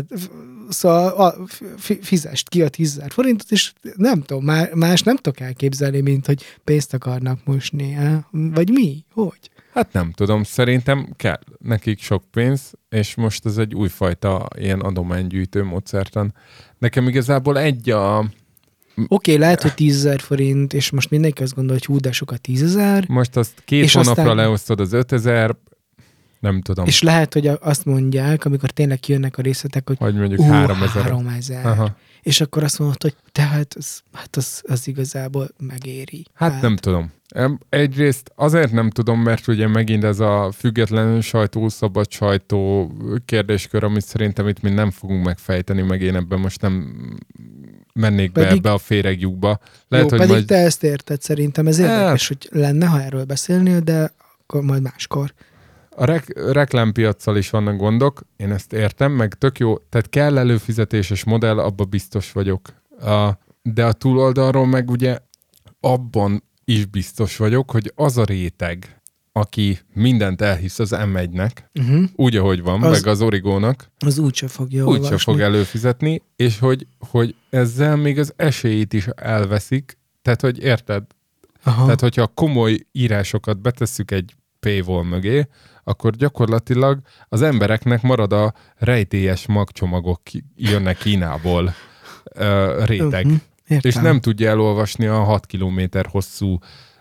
Speaker 3: fizest ki a 10 000 forintot, és nem tudom, más nem tudok elképzelni, mint hogy pénzt akarnak mosni. Vagy mi? Hogy?
Speaker 2: Hát nem tudom, szerintem kell nekik sok pénz, és most ez egy újfajta ilyen adománygyűjtő módszertan. Nekem igazából
Speaker 3: Oké, lehet, hogy 10 000 forint, és most mindenki azt gondol, hogy hú, de sok a 10 000,
Speaker 2: most azt 2
Speaker 3: És
Speaker 2: hónapra
Speaker 3: aztán-
Speaker 2: leosztod az 5000, nem tudom,
Speaker 3: és lehet, hogy azt mondják, amikor tényleg kijönnek a részletek, hogy
Speaker 2: vagy mondjuk 3000.
Speaker 3: 3000.
Speaker 2: Aha.
Speaker 3: És akkor azt mondod, hogy tehát az igazából megéri.
Speaker 2: Hát nem tudom. Egyrészt azért nem tudom, mert ugye megint ez a független sajtó, szabad sajtó kérdéskör, amit szerintem itt mi nem fogunk megfejteni, meg én ebben most nem mennék be ebbe a féreglyukba. Lehet,
Speaker 3: Jó,
Speaker 2: hogy
Speaker 3: pedig te ezt érted, szerintem ez érdekes,
Speaker 2: Hát.
Speaker 3: hogy lenne, ha erről beszélnél, de akkor majd máskor.
Speaker 2: A reklámpiaccal is vannak gondok, én ezt értem, meg tök jó, tehát kell előfizetéses modell, abban biztos vagyok. De a túloldalról meg ugye abban is biztos vagyok, hogy az a réteg, aki mindent elhisz az M1-nek, úgy, ahogy van, meg az Origónak,
Speaker 3: Az úgyse fogja
Speaker 2: úgyse
Speaker 3: olvasni.
Speaker 2: fog előfizetni, és hogy ezzel még az esélyét is elveszik, tehát, hogy érted?
Speaker 3: Aha.
Speaker 2: Tehát, hogyha a komoly írásokat betesszük egy paywall mögé, akkor gyakorlatilag az embereknek marad a rejtélyes magcsomagok jönnek Kínából réteg.
Speaker 3: Értem.
Speaker 2: És nem tudja elolvasni a 6 kilométer hosszú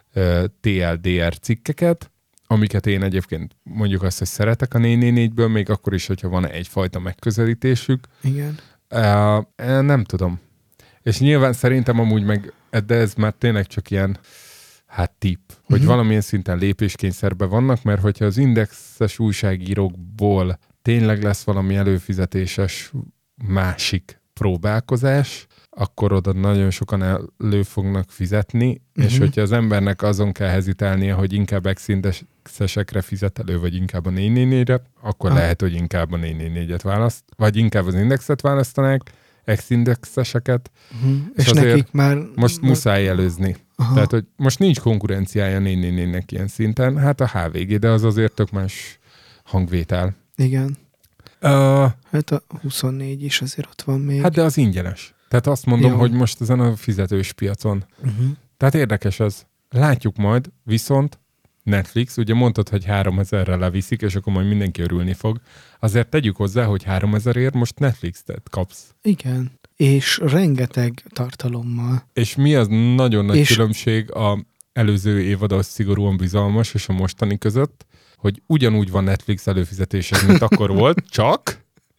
Speaker 2: TLDR cikkeket, amiket én egyébként mondjuk azt, hogy szeretek a 444-ből, még akkor is, hogyha van egyfajta megközelítésük.
Speaker 3: Igen.
Speaker 2: Nem tudom. És nyilván szerintem amúgy meg, de ez már tényleg csak ilyen tipp, hogy valamilyen szinten lépéskényszerben vannak, mert hogyha az indexes újságírókból tényleg lesz valami előfizetéses másik próbálkozás, akkor oda nagyon sokan elő fognak fizetni, és hogyha az embernek azon kell hezitálnia, hogy inkább ex-indexesekre fizet elő, vagy inkább a 444-re, akkor lehet, hogy inkább a 444-et választ, vagy inkább az indexet választanák, ex-indexeseket,
Speaker 3: És
Speaker 2: azért
Speaker 3: nekik már...
Speaker 2: most muszáj előzni.
Speaker 3: Aha.
Speaker 2: Tehát, hogy most nincs konkurenciája 444-nek ilyen szinten, hát a HVG, de az azért tök más hangvétel.
Speaker 3: Igen. Hát a 24 is azért ott van még.
Speaker 2: Hát de az ingyenes. Tehát azt mondom,
Speaker 3: Jó.
Speaker 2: hogy most ezen a fizetős piacon. Tehát érdekes az. Látjuk majd, viszont Netflix, ugye mondtad, hogy 3000-re leviszik, és akkor majd mindenki örülni fog. Azért tegyük hozzá, hogy 3000-ért most Netflix-et kapsz.
Speaker 3: Igen. És rengeteg tartalommal.
Speaker 2: És mi az nagyon nagy
Speaker 3: És-
Speaker 2: különbség a előző évados szigorúan bizalmas és a mostani között, hogy ugyanúgy van Netflix előfizetésed, mint akkor volt, csak...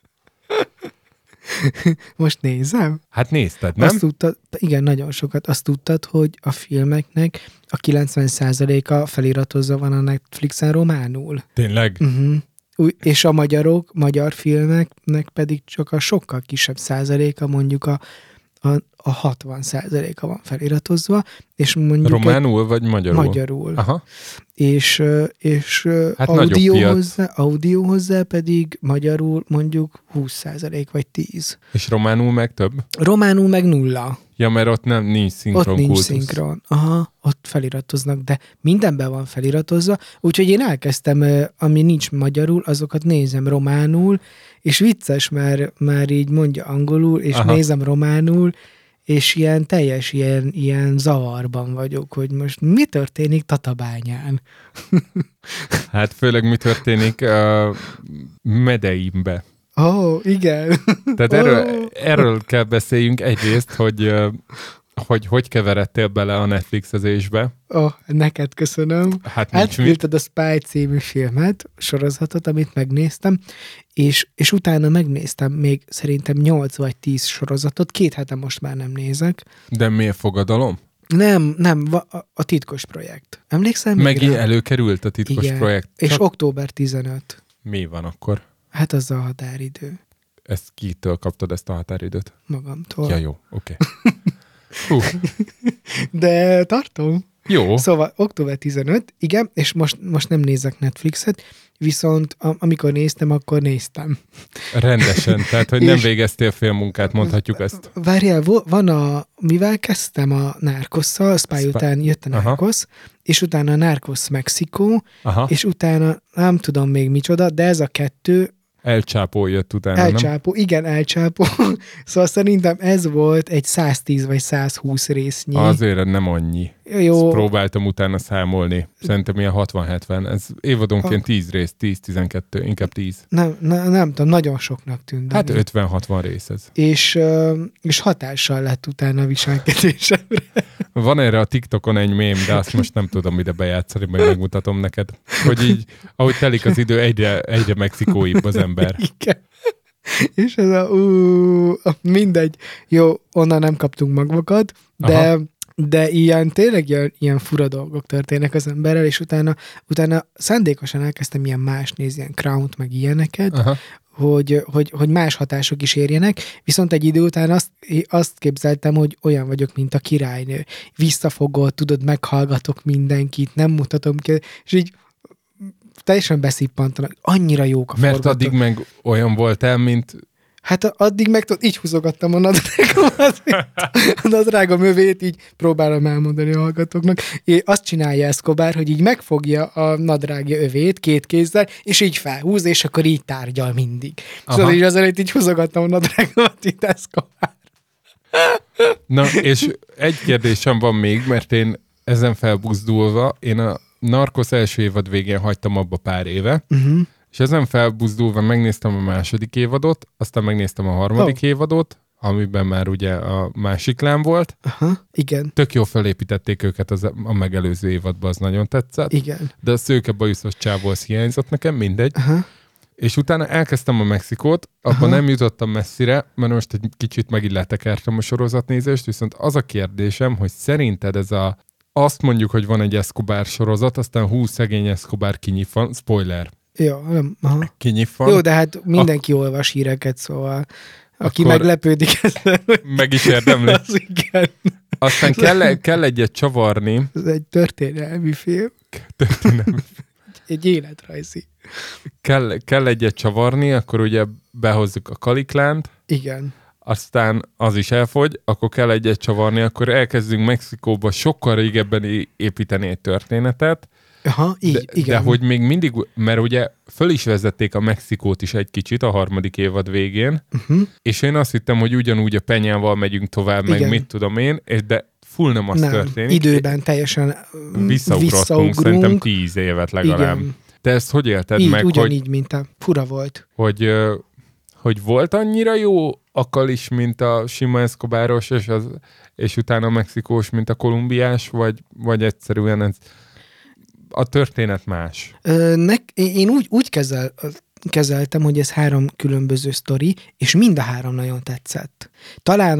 Speaker 3: Most nézem?
Speaker 2: Hát nézted, nem?
Speaker 3: Azt tudtad, igen, nagyon sokat. Azt tudtad, hogy a filmeknek a 90%-a feliratozva van a Netflixen románul.
Speaker 2: Tényleg?
Speaker 3: És a magyar filmeknek pedig csak a sokkal kisebb százaléka, mondjuk a 60%-a van feliratozva, és mondjuk...
Speaker 2: Románul vagy magyarul?
Speaker 3: Magyarul.
Speaker 2: Aha.
Speaker 3: És
Speaker 2: hát
Speaker 3: audio hozzá pedig magyarul mondjuk 20% vagy 10%.
Speaker 2: És románul meg több?
Speaker 3: Románul meg 0.
Speaker 2: Ja, mert ott nincs szinkron
Speaker 3: Ott nincs
Speaker 2: kultusz.
Speaker 3: szinkron. Aha, ott feliratoznak, de mindenben van feliratozva, úgyhogy én elkezdtem, ami nincs magyarul, azokat nézem románul, és vicces, mert már így mondja angolul, és nézem románul, és ilyen zavarban vagyok, hogy most mi történik Tatabányán.
Speaker 2: Hát főleg mi történik Medeimbe.
Speaker 3: Igen.
Speaker 2: Tehát erről kell beszéljünk egyrészt, hogy keveredtél bele a Netflixezésbe.
Speaker 3: Neked köszönöm.
Speaker 2: Hát nincs mit.
Speaker 3: Átküldted a Spy című filmet, sorozatot, amit megnéztem, és utána megnéztem még szerintem 8 vagy 10 sorozatot, 2 hete most már nem nézek.
Speaker 2: De miért fogadalom?
Speaker 3: Nem, a titkos projekt. Emlékszel még
Speaker 2: Megint
Speaker 3: rá?
Speaker 2: előkerült a titkos
Speaker 3: Igen.
Speaker 2: projekt.
Speaker 3: És október 15.
Speaker 2: Mi van akkor?
Speaker 3: Hát az a határidő.
Speaker 2: Ezt kitől kaptad ezt a határidőt?
Speaker 3: Magamtól.
Speaker 2: Ja, jó, oké.
Speaker 3: De tartom.
Speaker 2: Jó.
Speaker 3: Szóval október 15, igen, és most nem nézek Netflixet, viszont amikor néztem, akkor néztem.
Speaker 2: Rendesen, tehát hogy nem végeztél félmunkát, mondhatjuk ezt.
Speaker 3: Várjál, mivel kezdtem a Narcosszal, a Spy után jött a Narcos, és utána a Narcos Mexikó, és utána nem tudom még micsoda, de ez a 2...
Speaker 2: El Chapo jött utána,
Speaker 3: El
Speaker 2: nem?
Speaker 3: Chapo, igen, El Chapo. Szóval szerintem ez volt egy 110 vagy 120 résznyi.
Speaker 2: Azért nem annyi.
Speaker 3: Jó.
Speaker 2: Ezt próbáltam utána számolni. Szerintem ilyen 60-70. Ez évadonként 10 rész, 10-12, inkább 10.
Speaker 3: Nem tudom, nagyon soknak tűnt.
Speaker 2: Hát 50-60 rész ez.
Speaker 3: És hatással lett utána a viselkedésemre.
Speaker 2: Van erre a TikTokon egy mém, de azt most nem tudom ide bejátszani, majd megmutatom neked. Hogy így, ahogy telik az idő, egyre mexikóibb az ember.
Speaker 3: Igen. És ez mindegy. Jó, onnan nem kaptunk magunkat, de tényleg ilyen fura dolgok történnek az emberrel, és utána szándékosan elkezdtem ilyen más nézni, ilyen Crown-t, meg ilyeneket, hogy más hatások is érjenek, viszont egy idő után azt képzeltem, hogy olyan vagyok, mint a királynő. Visszafogott, tudod, meghallgatok mindenkit, nem mutatom ki, és így teljesen beszippantanak. Annyira jók a
Speaker 2: forgatók. Mert addig meg olyan voltál, mint...
Speaker 3: Hát addig meg így húzogattam a nadrágomat, a nadrágom övét, így próbálom elmondani a hallgatóknak. Azt csinálja Escobar, hogy így megfogja a nadrágja övét 2 kézzel, és így felhúz, és akkor így tárgyal mindig. Szóval így azelőtt így húzogattam a nadrágomat, itt Escobar.
Speaker 2: Na, és egy kérdésem van még, mert én ezen felbuzdulva, én a Narcos első évad végén hagytam abba pár éve, és ezen felbuzdulva megnéztem a második évadot, aztán megnéztem a harmadik évadot, amiben már ugye a másik lám volt.
Speaker 3: Igen.
Speaker 2: Tök jól felépítették őket a megelőző évadban, az nagyon tetszett.
Speaker 3: Igen.
Speaker 2: De a szőke bajuszos csávó az hiányzott nekem, mindegy. És utána elkezdtem a Mexikót, abban nem jutottam messzire, mert most egy kicsit megint letekertem a sorozatnézést, viszont az a kérdésem, hogy szerinted azt mondjuk, hogy van egy Escobar sorozat, aztán 20 szegény Escobar kinyitvan, spoiler.
Speaker 3: Jó,
Speaker 2: kinyitvan.
Speaker 3: Jó, de hát mindenki olvas híreket, szóval aki meglepődik ezzel.
Speaker 2: Meg is érdemli.
Speaker 3: Az igen.
Speaker 2: Aztán kell egyet csavarni.
Speaker 3: Ez egy történelmi film. Egy életrajzi.
Speaker 2: Kell egyet csavarni, akkor ugye behozzuk a Kaliklánt.
Speaker 3: Igen.
Speaker 2: Aztán az is elfogy, akkor kell egyet csavarni, akkor elkezdünk Mexikóba sokkal régebben építeni egy történetet.
Speaker 3: Igen.
Speaker 2: De hogy még mindig, mert ugye föl is vezették a Mexikót is egy kicsit a harmadik évad végén, és én azt hittem, hogy ugyanúgy a penyával megyünk tovább, meg mit tudom én, de full nem az történik.
Speaker 3: Időben teljesen
Speaker 2: visszaugrottunk, szerintem 10 évet legalább. Igen. Te ezt hogy élted
Speaker 3: így,
Speaker 2: meg?
Speaker 3: Ugyanígy, mint a fura volt.
Speaker 2: Hogy volt annyira jó akal is, mint a sima Escobaros, és utána a mexikós, mint a kolumbiás, vagy egyszerűen ez a történet más?
Speaker 3: Én úgy kezeltem, hogy ez 3 különböző sztori, és mind a 3 nagyon tetszett. Talán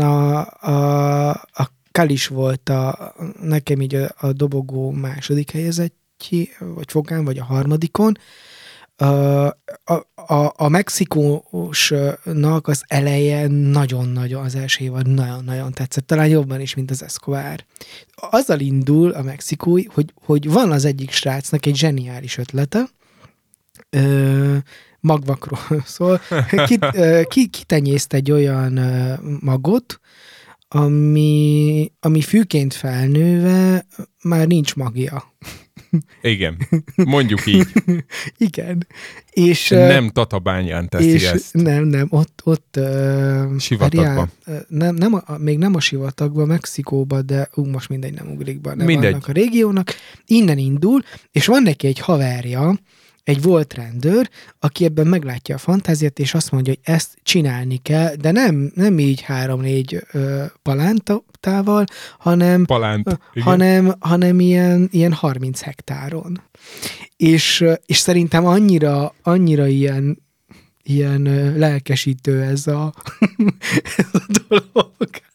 Speaker 3: a Kalis volt nekem így a dobogó második helyezettje, vagy fogán, vagy a harmadikon. A mexikósnak az eleje nagyon-nagyon, az első évad nagyon-nagyon tetszett, talán jobban is, mint az Escobar. Azzal indul a mexikói, hogy van az egyik srácnak egy zseniális ötlete, magvakról szól, kitenyészt egy olyan magot, ami fűként felnőve már nincs magja.
Speaker 2: Igen, mondjuk így.
Speaker 3: Igen. És,
Speaker 2: nem Tatabányán teszi ezt.
Speaker 3: Nem, ott
Speaker 2: sivatagban.
Speaker 3: Még nem a sivatagban, Mexikóban, de most mindegy, nem ugrik be, nem
Speaker 2: mindegy.
Speaker 3: vannak a régiónak. Innen indul, és van neki egy haverja, egy volt rendőr, aki ebben meglátja a fantáziát, és azt mondja, hogy ezt csinálni kell, de nem így 3-4 palántával, hanem ilyen 30 hektáron. És szerintem annyira ilyen lelkesítő ez a dolog.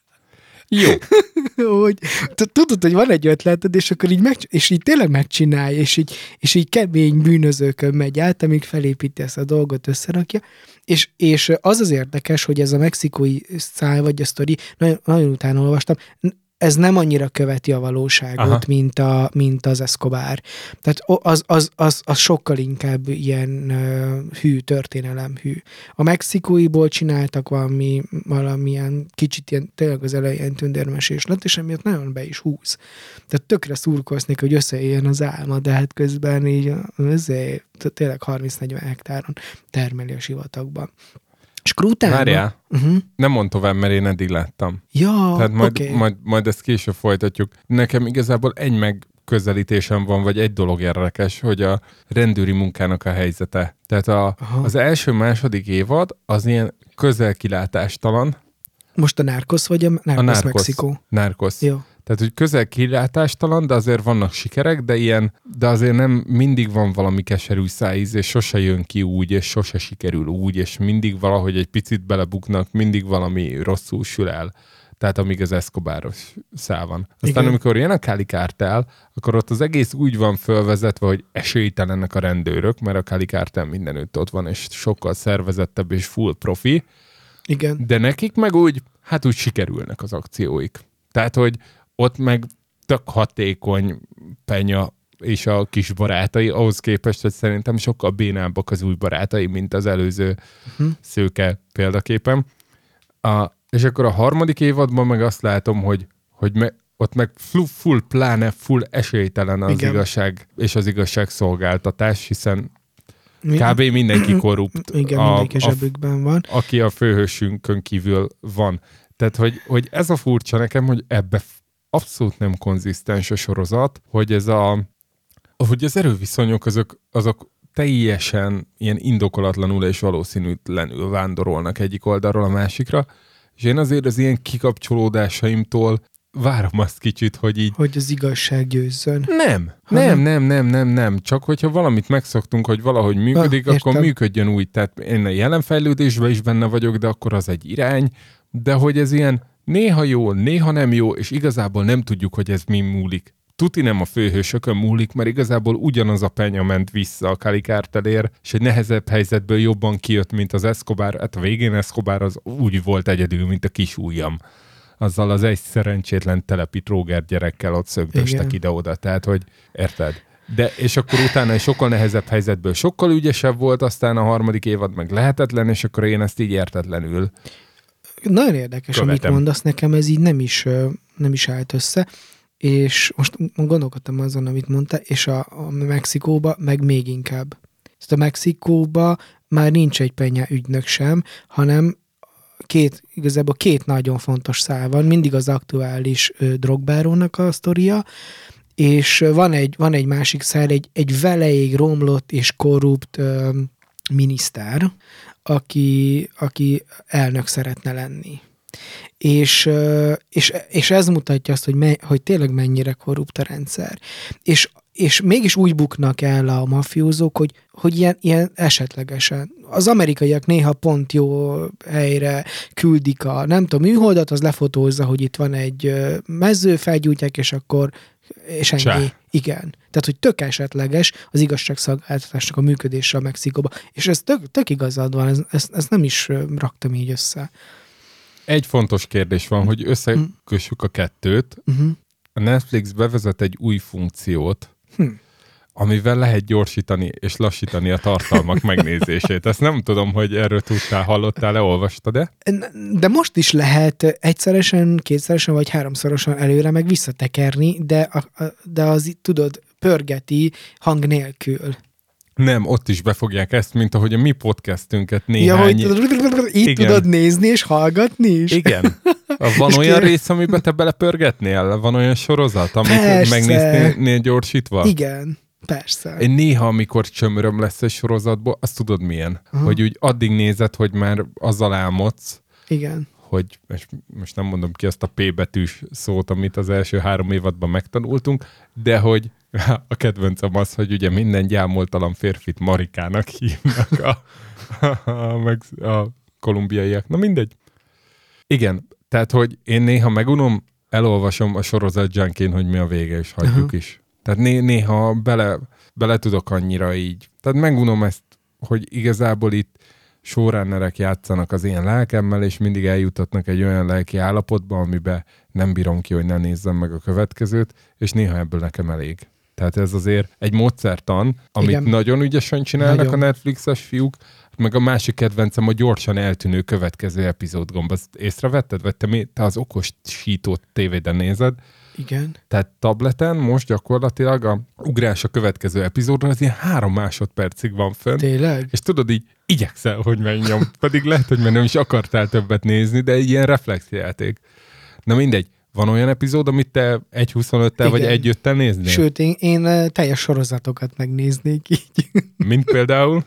Speaker 2: Jó.
Speaker 3: Hogy tudod, hogy van egy ötleted, és akkor és így tényleg megcsinálja, és így kemény bűnözőkön megy át, amíg felépíti ezt a dolgot, összerakja, és az érdekes, hogy ez a mexikói száj, vagy a sztori, nagyon utána olvastam, ez nem annyira követi a valóságot, mint az Escobar. Tehát az sokkal inkább ilyen történelemhű. A mexikóiból csináltak valamilyen kicsit ilyen, tényleg az elején tündérmesés lett, és emiatt nagyon be is húz. Tehát tökre szurkolsz neki, hogy összeéljen az álma, de hát közben így tényleg 30-40 hektáron termeli a sivatagban. És
Speaker 2: Várjál, nem mond tovább, mert én eddig láttam.
Speaker 3: Ja,
Speaker 2: tehát majd ezt később folytatjuk. Nekem igazából egy megközelítésem van, vagy egy dolog érdekes, hogy a rendőri munkának a helyzete. Tehát az első-második évad az ilyen közel-kilátástalan.
Speaker 3: Most a Narcos, vagy a Narcos Mexikó?
Speaker 2: Narcos.
Speaker 3: Jó.
Speaker 2: Tehát, hogy közel-kilátástalan, de azért vannak sikerek, de azért nem mindig van valami keserű szájíz, és sose jön ki úgy, és sose sikerül úgy, és mindig valahogy egy picit belebuknak, mindig valami rosszul sül el. Tehát amíg az Escobaros szál van. Aztán amikor jön a Cali Cartel, akkor ott az egész úgy van fölvezetve, hogy esélytelenek a rendőrök, mert a Cali Cartel mindenütt ott van, és sokkal szervezettebb és full profi.
Speaker 3: Igen.
Speaker 2: De nekik meg úgy sikerülnek az akcióik. Tehát, hogy ott meg tök hatékony Penya és a kis barátai, ahhoz képest, hogy szerintem sokkal bénábbak az új barátai, mint az előző szőke példaképen. És akkor a harmadik évadban meg azt látom, hogy ott meg full esélytelen az igazság és az igazságszolgáltatás, hiszen kb. Mindenki korrupt.
Speaker 3: Igen, mindenki zsebükben van.
Speaker 2: Aki a főhősünkön kívül van. Tehát, hogy ez a furcsa nekem, hogy ebbe abszolút nem konzisztens a sorozat, hogy hogy az erőviszonyok azok teljesen ilyen indokolatlanul és valószínűtlenül vándorolnak egyik oldalról a másikra, és én azért az ilyen kikapcsolódásaimtól várom azt kicsit, hogy így...
Speaker 3: Hogy az igazság győzzön.
Speaker 2: Nem. Csak hogyha valamit megszoktunk, hogy valahogy működik, akkor működjön úgy. Tehát én a jelen fejlődésben is benne vagyok, de akkor az egy irány, de hogy ez ilyen néha jó, néha nem jó, és igazából nem tudjuk, hogy ez mi múlik. Tuti nem a főhősökön múlik, mert igazából ugyanaz a Penya ment vissza a Cali Cartelér, és egy nehezebb helyzetből jobban kijött, mint az Escobar. Hát a végén Escobar az úgy volt egyedül, mint a kis ujjam. Azzal az egy szerencsétlen telepi tróger gyerekkel ott szögdöstek ide-oda. Tehát, hogy érted? És akkor utána egy sokkal nehezebb helyzetből sokkal ügyesebb volt, aztán a harmadik évad meg lehetetlen, és akkor én ezt így értetlenül
Speaker 3: nagyon érdekes, amit mondasz, nekem ez így nem is állt össze, és most gondolkodtam azon, amit mondtál, és a Mexikóba meg még inkább. A Mexikóba már nincs egy Penya ügynök sem, hanem igazából két nagyon fontos szál van, mindig az aktuális drogbárónak a sztoria, és van egy másik szál, egy veleig romlott és korrupt miniszter, aki elnök szeretne lenni. És ez mutatja azt, hogy tényleg mennyire korrupt a rendszer. És mégis úgy buknak el a mafiózók, hogy ilyen esetlegesen. Az amerikaiak néha pont jó helyre küldik a műholdat, az lefotózza, hogy itt van egy mező, felgyújtják, és akkor és ennyi. Igen. Tehát, hogy tök esetleges az igazságszolgáltatásnak a működése a Mexikóban. És ez tök igazad van, ezt nem is raktam így össze.
Speaker 2: Egy fontos kérdés van, hogy összekössük a kettőt. A Netflix bevezet egy új funkciót, amivel lehet gyorsítani és lassítani a tartalmak megnézését. Ezt nem tudom, hogy erről tudtál, hallottál, leolvastad-e?
Speaker 3: De most is lehet egyszeresen, kétszeresen vagy háromszorosan előre meg visszatekerni, de az, tudod, pörgeti hang nélkül.
Speaker 2: Nem, ott is befogják ezt, mint ahogy a mi podcastünket néhány...
Speaker 3: Ja, hogy így tudod nézni és hallgatni is?
Speaker 2: Igen. Van olyan rész, amiben te belepörgetnél? Van olyan sorozat, amit megnéznél gyorsítva?
Speaker 3: Igen. Persze.
Speaker 2: Én néha, amikor csömöröm lesz egy sorozatból, azt tudod milyen? Hogy úgy addig nézed, hogy már azzal álmodsz,
Speaker 3: igen.
Speaker 2: hogy, most nem mondom ki azt a P betűs szót, amit az első 3 évadban megtanultunk, de hogy a kedvencem az, hogy ugye minden gyámoltalan férfit Marikának hívnak a kolumbiaiak. Na mindegy. Igen, tehát, hogy én néha megunom, elolvasom a sorozat junkén, hogy mi a vége, és hagyjuk is. Tehát néha bele tudok annyira így. Tehát megunom ezt, hogy igazából itt showrunnerek játszanak az én lelkemmel, és mindig eljutatnak egy olyan lelki állapotba, amiben nem bírom ki, hogy ne nézzem meg a következőt, és néha ebből nekem elég. Tehát ez azért egy módszertan, amit igen. Nagyon ügyesen csinálnak nagyon. A Netflixes fiúk, meg a másik kedvencem a gyorsan eltűnő következő epizód gomb. Azt észrevetted? Vagy te az okosítót tévéden nézed?
Speaker 3: Igen.
Speaker 2: Tehát tableten most gyakorlatilag a ugrás a következő epizódra az ilyen 3 másodpercig van fönn.
Speaker 3: Tényleg?
Speaker 2: És tudod, így igyekszel, hogy menjam. Pedig lehet, hogy már nem is akartál többet nézni, de egy ilyen reflexjáték. Na mindegy. Van olyan epizód, amit te 1.25-tel vagy 1.5-tel néznél?
Speaker 3: Sőt, én teljes sorozatokat megnéznék így.
Speaker 2: Mint például?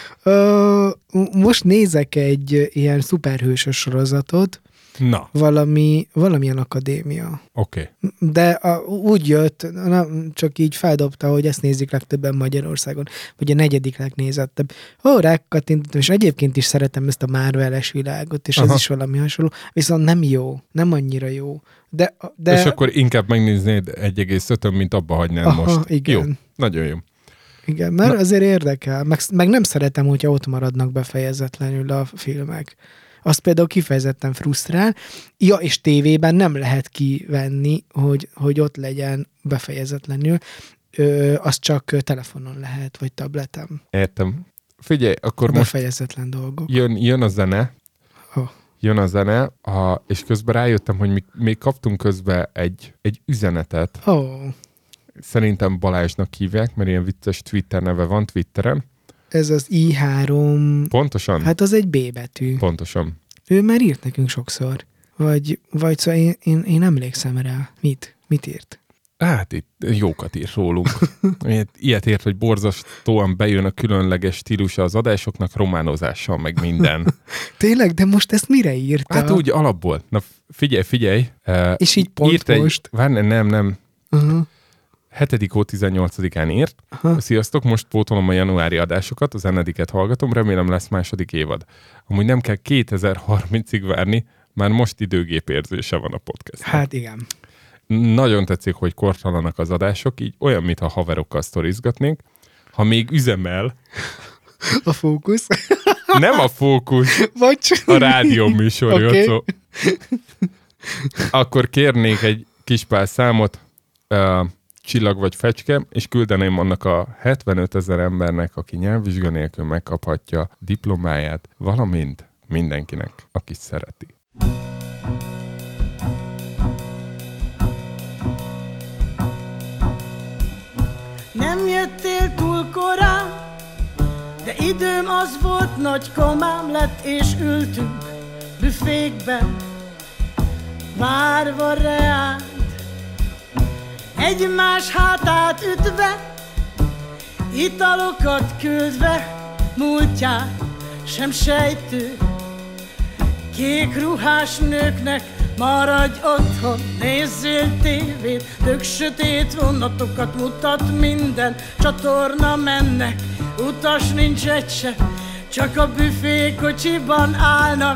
Speaker 3: Most nézek egy ilyen szuperhősös sorozatot.
Speaker 2: Na.
Speaker 3: Valamilyen akadémia.
Speaker 2: Oké.
Speaker 3: De úgy jött, csak így feldobta, hogy ezt nézik legtöbben Magyarországon, vagy a 4. legnézettebb. Rákattintottam, és egyébként is szeretem ezt a Marvel-es világot, és ez is valami hasonló, viszont nem jó, nem annyira jó. De...
Speaker 2: És akkor inkább megnéznéd 1,5-ön, mint abba hagynád most.
Speaker 3: Igen.
Speaker 2: Jó, nagyon jó.
Speaker 3: Igen, mert azért érdekel. Meg nem szeretem, hogyha ott maradnak befejezetlenül a filmek. Az például kifejezetten frusztrál. Ja, és tévében nem lehet kivenni, hogy ott legyen befejezetlenül. Az csak telefonon lehet, vagy tabletem.
Speaker 2: Értem. Figyelj, akkor
Speaker 3: a befejezetlen dolgok.
Speaker 2: Jön a zene. Jön a zene, és közben rájöttem, hogy még kaptunk közben egy üzenetet. Szerintem Balázsnak hívják, mert ilyen vicces Twitter neve van Twitteren.
Speaker 3: Ez az I3...
Speaker 2: Pontosan?
Speaker 3: Hát az egy B betű.
Speaker 2: Pontosan.
Speaker 3: Ő már írt nekünk sokszor. Vagy szóval én emlékszem rá. Mit írt?
Speaker 2: Hát itt jókat ír rólunk. Ilyet írt, hogy borzasztóan bejön a különleges stílusa az adásoknak, románozással, meg minden.
Speaker 3: Tényleg? De most ezt mire írta?
Speaker 2: Hát úgy alapból. Na figyelj.
Speaker 3: És így pont most?
Speaker 2: Nem. 7. hó 18-án írt. Sziasztok, most pótolom a januári adásokat, az ennediket hallgatom, remélem lesz második évad. Amúgy nem kell 2030-ig várni, már most időgépérzése van a podcast.
Speaker 3: Hát igen.
Speaker 2: Nagyon tetszik, hogy kortalanak az adások, így olyan, mintha haverokkal sztorizgatnénk. Ha még üzemel...
Speaker 3: A fókusz?
Speaker 2: Nem a fókusz, a rádió műsor, okay. Jó, akkor kérnék egy kis pár számot, csillag vagy fecske, és küldeném annak a 75 000 embernek, aki nyelvvizsga nélkül megkaphatja diplomáját, valamint mindenkinek, aki szereti.
Speaker 6: Nem jöttél túl korán, de időm az volt, nagy komám lett, és ültünk büfékben, várva reált. Egymás hátát ütve, italokat küldve, múltját sem sejtő. Kék ruhás nőknek maradj otthon, nézzél tévét, tök sötét vonatokat mutat minden, csatorna mennek, utas nincs egy se, csak a büfé kocsiban állnak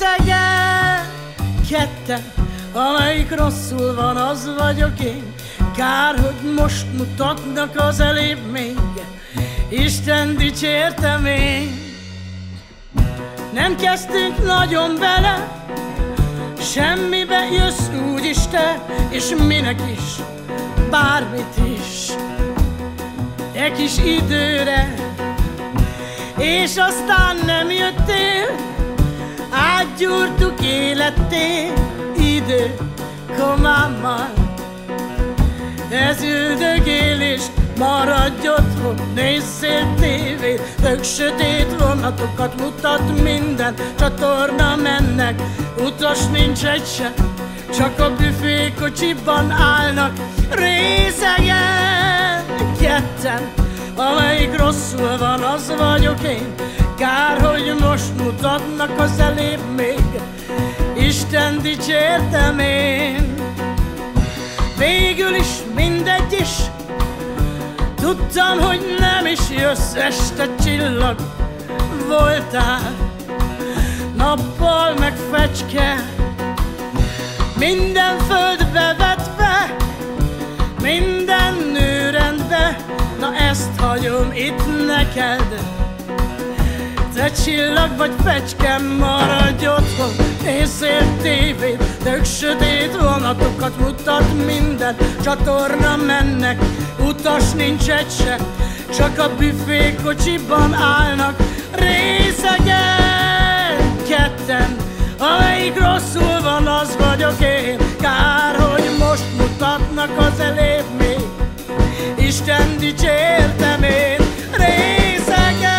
Speaker 6: részegen. Ketten, amelyik rosszul van, az vagyok én, Kár, hogy most mutatnak az elébb még, Isten dicsértem én. Nem kezdtünk nagyon bele, semmibe jössz úgyis te, és minek is, bármit is, egy kis időre, és aztán nem jöttél, átgyúrtuk életté, idő komámmal. Ez üldögélés, maradj otthon, nézzél tévét, tök sötét vonatokat mutat minden, csatorna mennek, utas nincs egy se, csak a büfékocsiban állnak részegen, ketten, amelyik rosszul van, az vagyok én. Kár, hogy most mutatnak az elébb még, Isten dicsértem én. Végül is mindegy is, tudtam, hogy nem is jössz, este csillag voltál, nappal meg fecske, minden földbe vetve, minden nő rendbe, na ezt hagyom itt neked. Te csillag vagy fecske, maradj otthon, nézzél tévét, tök sötét vonatokat mutat minden, csatorna mennek, utas nincs egy se, csak a büfékocsiban állnak részegen, ketten, amelyik rosszul van, az vagyok én. Kár, hogy most mutatnak az elébb még, Isten dicsértem én részegen.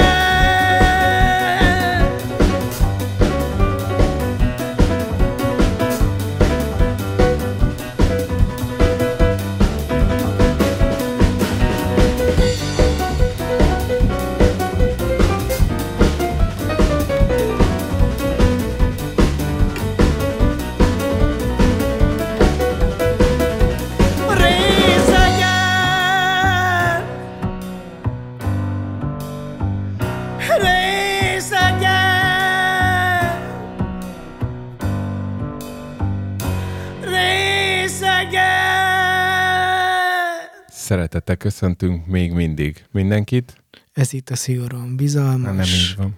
Speaker 2: Szeretettel köszöntünk még mindig mindenkit.
Speaker 3: Ez itt a szigorúan bizalmas.
Speaker 2: Nem így van.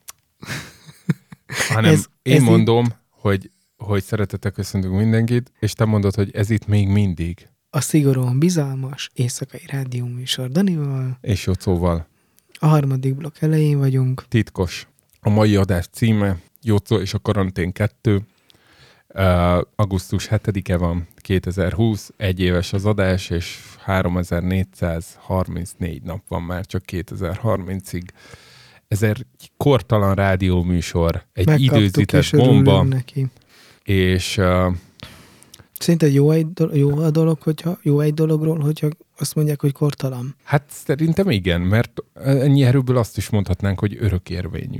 Speaker 2: Hanem én mondom, hogy szeretettel köszöntünk mindenkit, és te mondod, hogy ez itt még mindig.
Speaker 3: A szigorúan bizalmas éjszakai rádióműsor Danival.
Speaker 2: És Jocóval.
Speaker 3: A harmadik blokk elején vagyunk.
Speaker 2: Titkos. A mai adás címe Jocó és a karantén 2. Augusztus 7-e van, 2020, egy éves az adás, és 3434 nap van már csak 2030-ig. Ez egy kortalan rádióműsor, egy
Speaker 3: Megkaptuk,
Speaker 2: időzített bomba.
Speaker 3: Neki.
Speaker 2: És
Speaker 3: szerinted jó egy dologról, hogyha azt mondják, hogy kortalan?
Speaker 2: hát szerintem igen, mert ennyi erőből azt is mondhatnánk, hogy örökérvényű.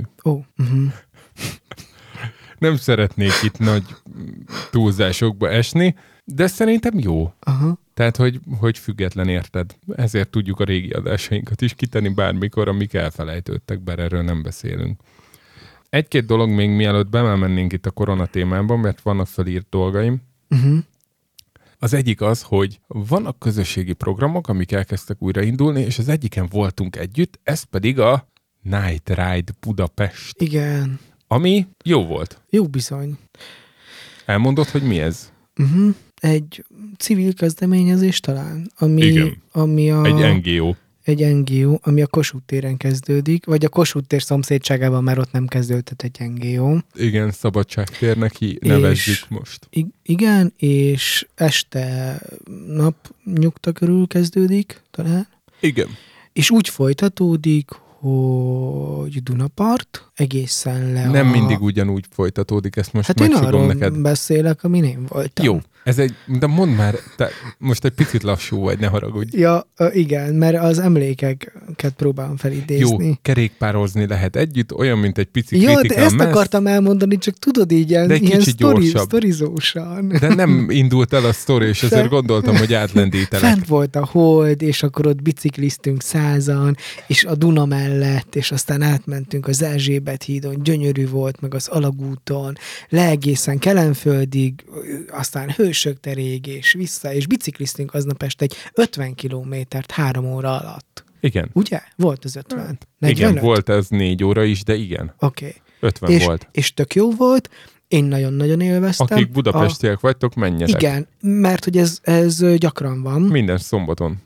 Speaker 2: Nem szeretnék itt nagy túlzásokba esni, de szerintem jó.
Speaker 3: Aha.
Speaker 2: Tehát, hogy független, érted. Ezért tudjuk a régi adásainkat is kitenni bármikor, amik elfelejtődtek, bár erről nem beszélünk. Egy-két dolog még mielőtt bemennénk itt a korona témában, mert vannak felírt dolgaim. Az egyik az, hogy vannak közösségi programok, amik elkezdtek újraindulni, és az egyiken voltunk együtt, ez pedig a Night Ride Budapest.
Speaker 3: Igen.
Speaker 2: Ami jó volt.
Speaker 3: Jó bizony.
Speaker 2: Elmondod, hogy mi ez?
Speaker 3: Egy civil kezdeményezés talán,
Speaker 2: Igen. Egy NGO.
Speaker 3: Egy NGO, ami a Kossuth téren kezdődik, vagy a Kossuth tér szomszédságában, mert ott nem kezdődött egy NGO.
Speaker 2: Igen, Szabadságtérnek nevezzük most.
Speaker 3: Igen, és este napnyugta körül kezdődik talán.
Speaker 2: Igen.
Speaker 3: És úgy folytatódik, hogy Dunapart egészen le
Speaker 2: Nem mindig ugyanúgy folytatódik, ezt most
Speaker 3: hát én arról
Speaker 2: neked.
Speaker 3: Beszélek, amin én voltam.
Speaker 2: Jó, de mondd már, te most egy picit lassú vagy, ne haragudj.
Speaker 3: Ja, igen, mert az emlékeket próbálom felidézni.
Speaker 2: Jó, kerékpározni lehet együtt, olyan, mint egy pici
Speaker 3: ja,
Speaker 2: Critical
Speaker 3: de ezt
Speaker 2: Mass,
Speaker 3: akartam elmondani, csak tudod így ilyen
Speaker 2: gyorsabb.
Speaker 3: sztorizósan.
Speaker 2: De nem indult el a sztori, és ezért gondoltam, hogy átlendítelek.
Speaker 3: Fent volt a hold, és akkor ott bicikliztünk 100-an, és a Duna mellett, és aztán átmentünk az Erzsébet Erzsébet hídon, gyönyörű volt, meg az Alagúton, le egészen Kelenföldig, aztán Hősök teréig és vissza, és bicikliztünk aznap este egy 50 kilométert 3 óra alatt.
Speaker 2: Igen.
Speaker 3: Ugye? Volt az 50.
Speaker 2: Igen,
Speaker 3: 45?
Speaker 2: volt ez 4 óra is, de igen.
Speaker 3: Oké.
Speaker 2: 50 volt.
Speaker 3: És tök jó volt, én nagyon-nagyon élveztem.
Speaker 2: Akik budapestiek vagytok, menjetek.
Speaker 3: Igen, mert hogy ez gyakran van.
Speaker 2: Minden szombaton.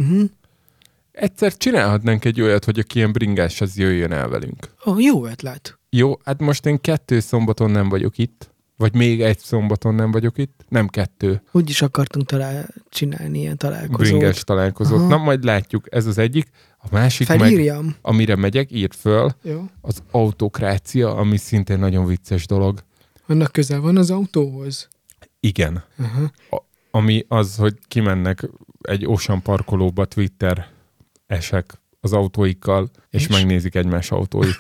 Speaker 2: Egyszer csinálhatnánk egy olyat, hogy aki ilyen bringás, az jöjjön el velünk.
Speaker 3: Jó ötlet.
Speaker 2: Jó, hát most én 2 szombaton nem vagyok itt. Vagy még 1 szombaton nem vagyok itt. Nem 2.
Speaker 3: Úgy is akartunk csinálni ilyen találkozót.
Speaker 2: Bringás találkozót.
Speaker 3: Aha.
Speaker 2: Na, majd látjuk. Ez az egyik. A másik
Speaker 3: Felírjam.
Speaker 2: meg, amire megyek, írd föl,
Speaker 3: Jó.
Speaker 2: az autokrácia, ami szintén nagyon vicces dolog.
Speaker 3: Annak közel van az autóhoz.
Speaker 2: Igen. Ami az, hogy kimennek egy Ocean parkolóba Twitter-esek az autóikkal, és megnézik egymás autóit.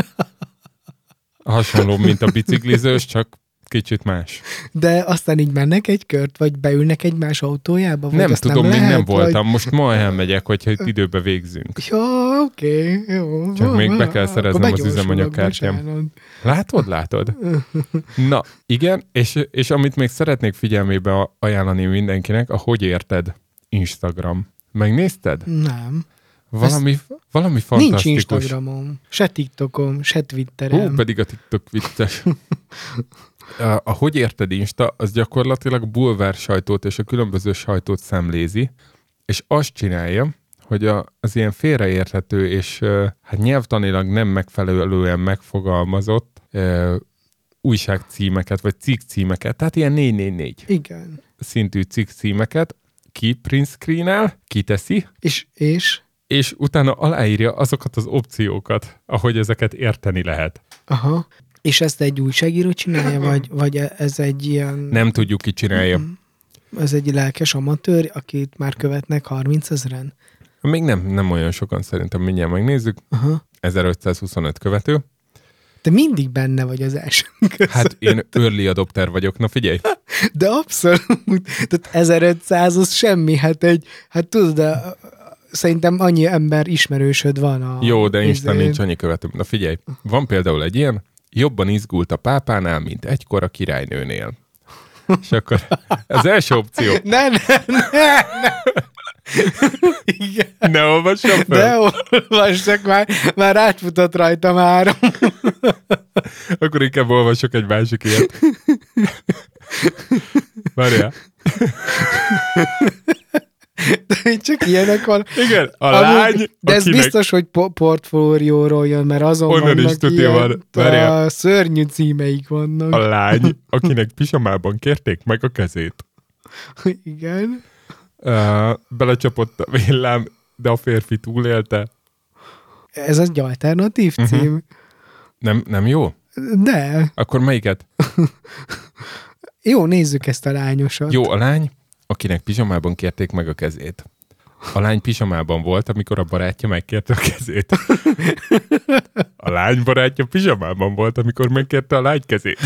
Speaker 2: Hasonló, mint a biciklizős, csak kicsit más.
Speaker 3: De aztán így mennek egy kört, vagy beülnek egymás autójába? Vagy
Speaker 2: Nem
Speaker 3: azt
Speaker 2: tudom, még
Speaker 3: lehet,
Speaker 2: nem voltam.
Speaker 3: Vagy...
Speaker 2: Most ma elmegyek, hogyha itt időbe végzünk.
Speaker 3: Ja, oké, jó.
Speaker 2: Csak még be kell szereznem
Speaker 3: Akkor
Speaker 2: az üzemanyagkártyám.
Speaker 3: bocsánat.
Speaker 2: Látod? Na, igen, és amit még szeretnék figyelmébe ajánlani mindenkinek, a Hogy érted Instagram. Megnézted?
Speaker 3: Nem.
Speaker 2: Valami
Speaker 3: Nincs
Speaker 2: fantasztikus.
Speaker 3: Instagramom, se TikTokom, se Twitterem.
Speaker 2: Pedig a TikTok vicces. A Hogy érted Insta, az gyakorlatilag bulvár sajtót és a különböző sajtót szemlézi, és azt csinálja, hogy az ilyen félreérthető és hát nyelvtanilag nem megfelelően megfogalmazott újságcímeket, vagy cikkcímeket, tehát ilyen 444
Speaker 3: Igen.
Speaker 2: szintű cikkcímeket print screen-el, kiteszi, és utána aláírja azokat az opciókat, ahogy ezeket érteni lehet.
Speaker 3: Aha. És ezt egy újságíró csinálja, vagy ez egy ilyen...
Speaker 2: Nem tudjuk, ki csinálja.
Speaker 3: Ez egy lelkes amatőr, akit már követnek 30 000-en?
Speaker 2: Még nem olyan sokan szerintem, mindjárt megnézzük. Aha. 1525 követő.
Speaker 3: Te mindig benne vagy az első között.
Speaker 2: Hát én early adopter vagyok, na figyelj.
Speaker 3: De abszolút. Tehát 1500 az semmi, hát tudod, de szerintem annyi ember ismerősöd van a...
Speaker 2: Jó, de Instán nincs annyi követő. Na figyelj, van például egy ilyen, jobban izgult a pápánál, mint egykor a királynőnél. És akkor az első opció.
Speaker 3: Ne. Igen.
Speaker 2: Ne olvassam fel?
Speaker 3: De olvassak, már átfutott rajtam 3.
Speaker 2: Akkor inkább olvasok egy másik ilyet. Várjál.
Speaker 3: De csak ilyenek van.
Speaker 2: Igen, a lány,
Speaker 3: de ez
Speaker 2: akinek...
Speaker 3: biztos, hogy portfólióról jön, mert azon
Speaker 2: onnan
Speaker 3: vannak
Speaker 2: is tudja
Speaker 3: ilyen,
Speaker 2: van.
Speaker 3: szörnyű címeik vannak.
Speaker 2: A lány, akinek pisamában kérték meg a kezét.
Speaker 3: Igen.
Speaker 2: Belecsapott a villám, de a férfi túlélte.
Speaker 3: Ez egy alternatív cím.
Speaker 2: Nem jó?
Speaker 3: De.
Speaker 2: Akkor melyiket?
Speaker 3: Jó, nézzük ezt a lányosat.
Speaker 2: Jó, a lány, akinek pizsamában kérték meg a kezét. A lány pizsamában volt, amikor a barátja megkérte a kezét. A lány barátja pizsamában volt, amikor megkérte a lány kezét.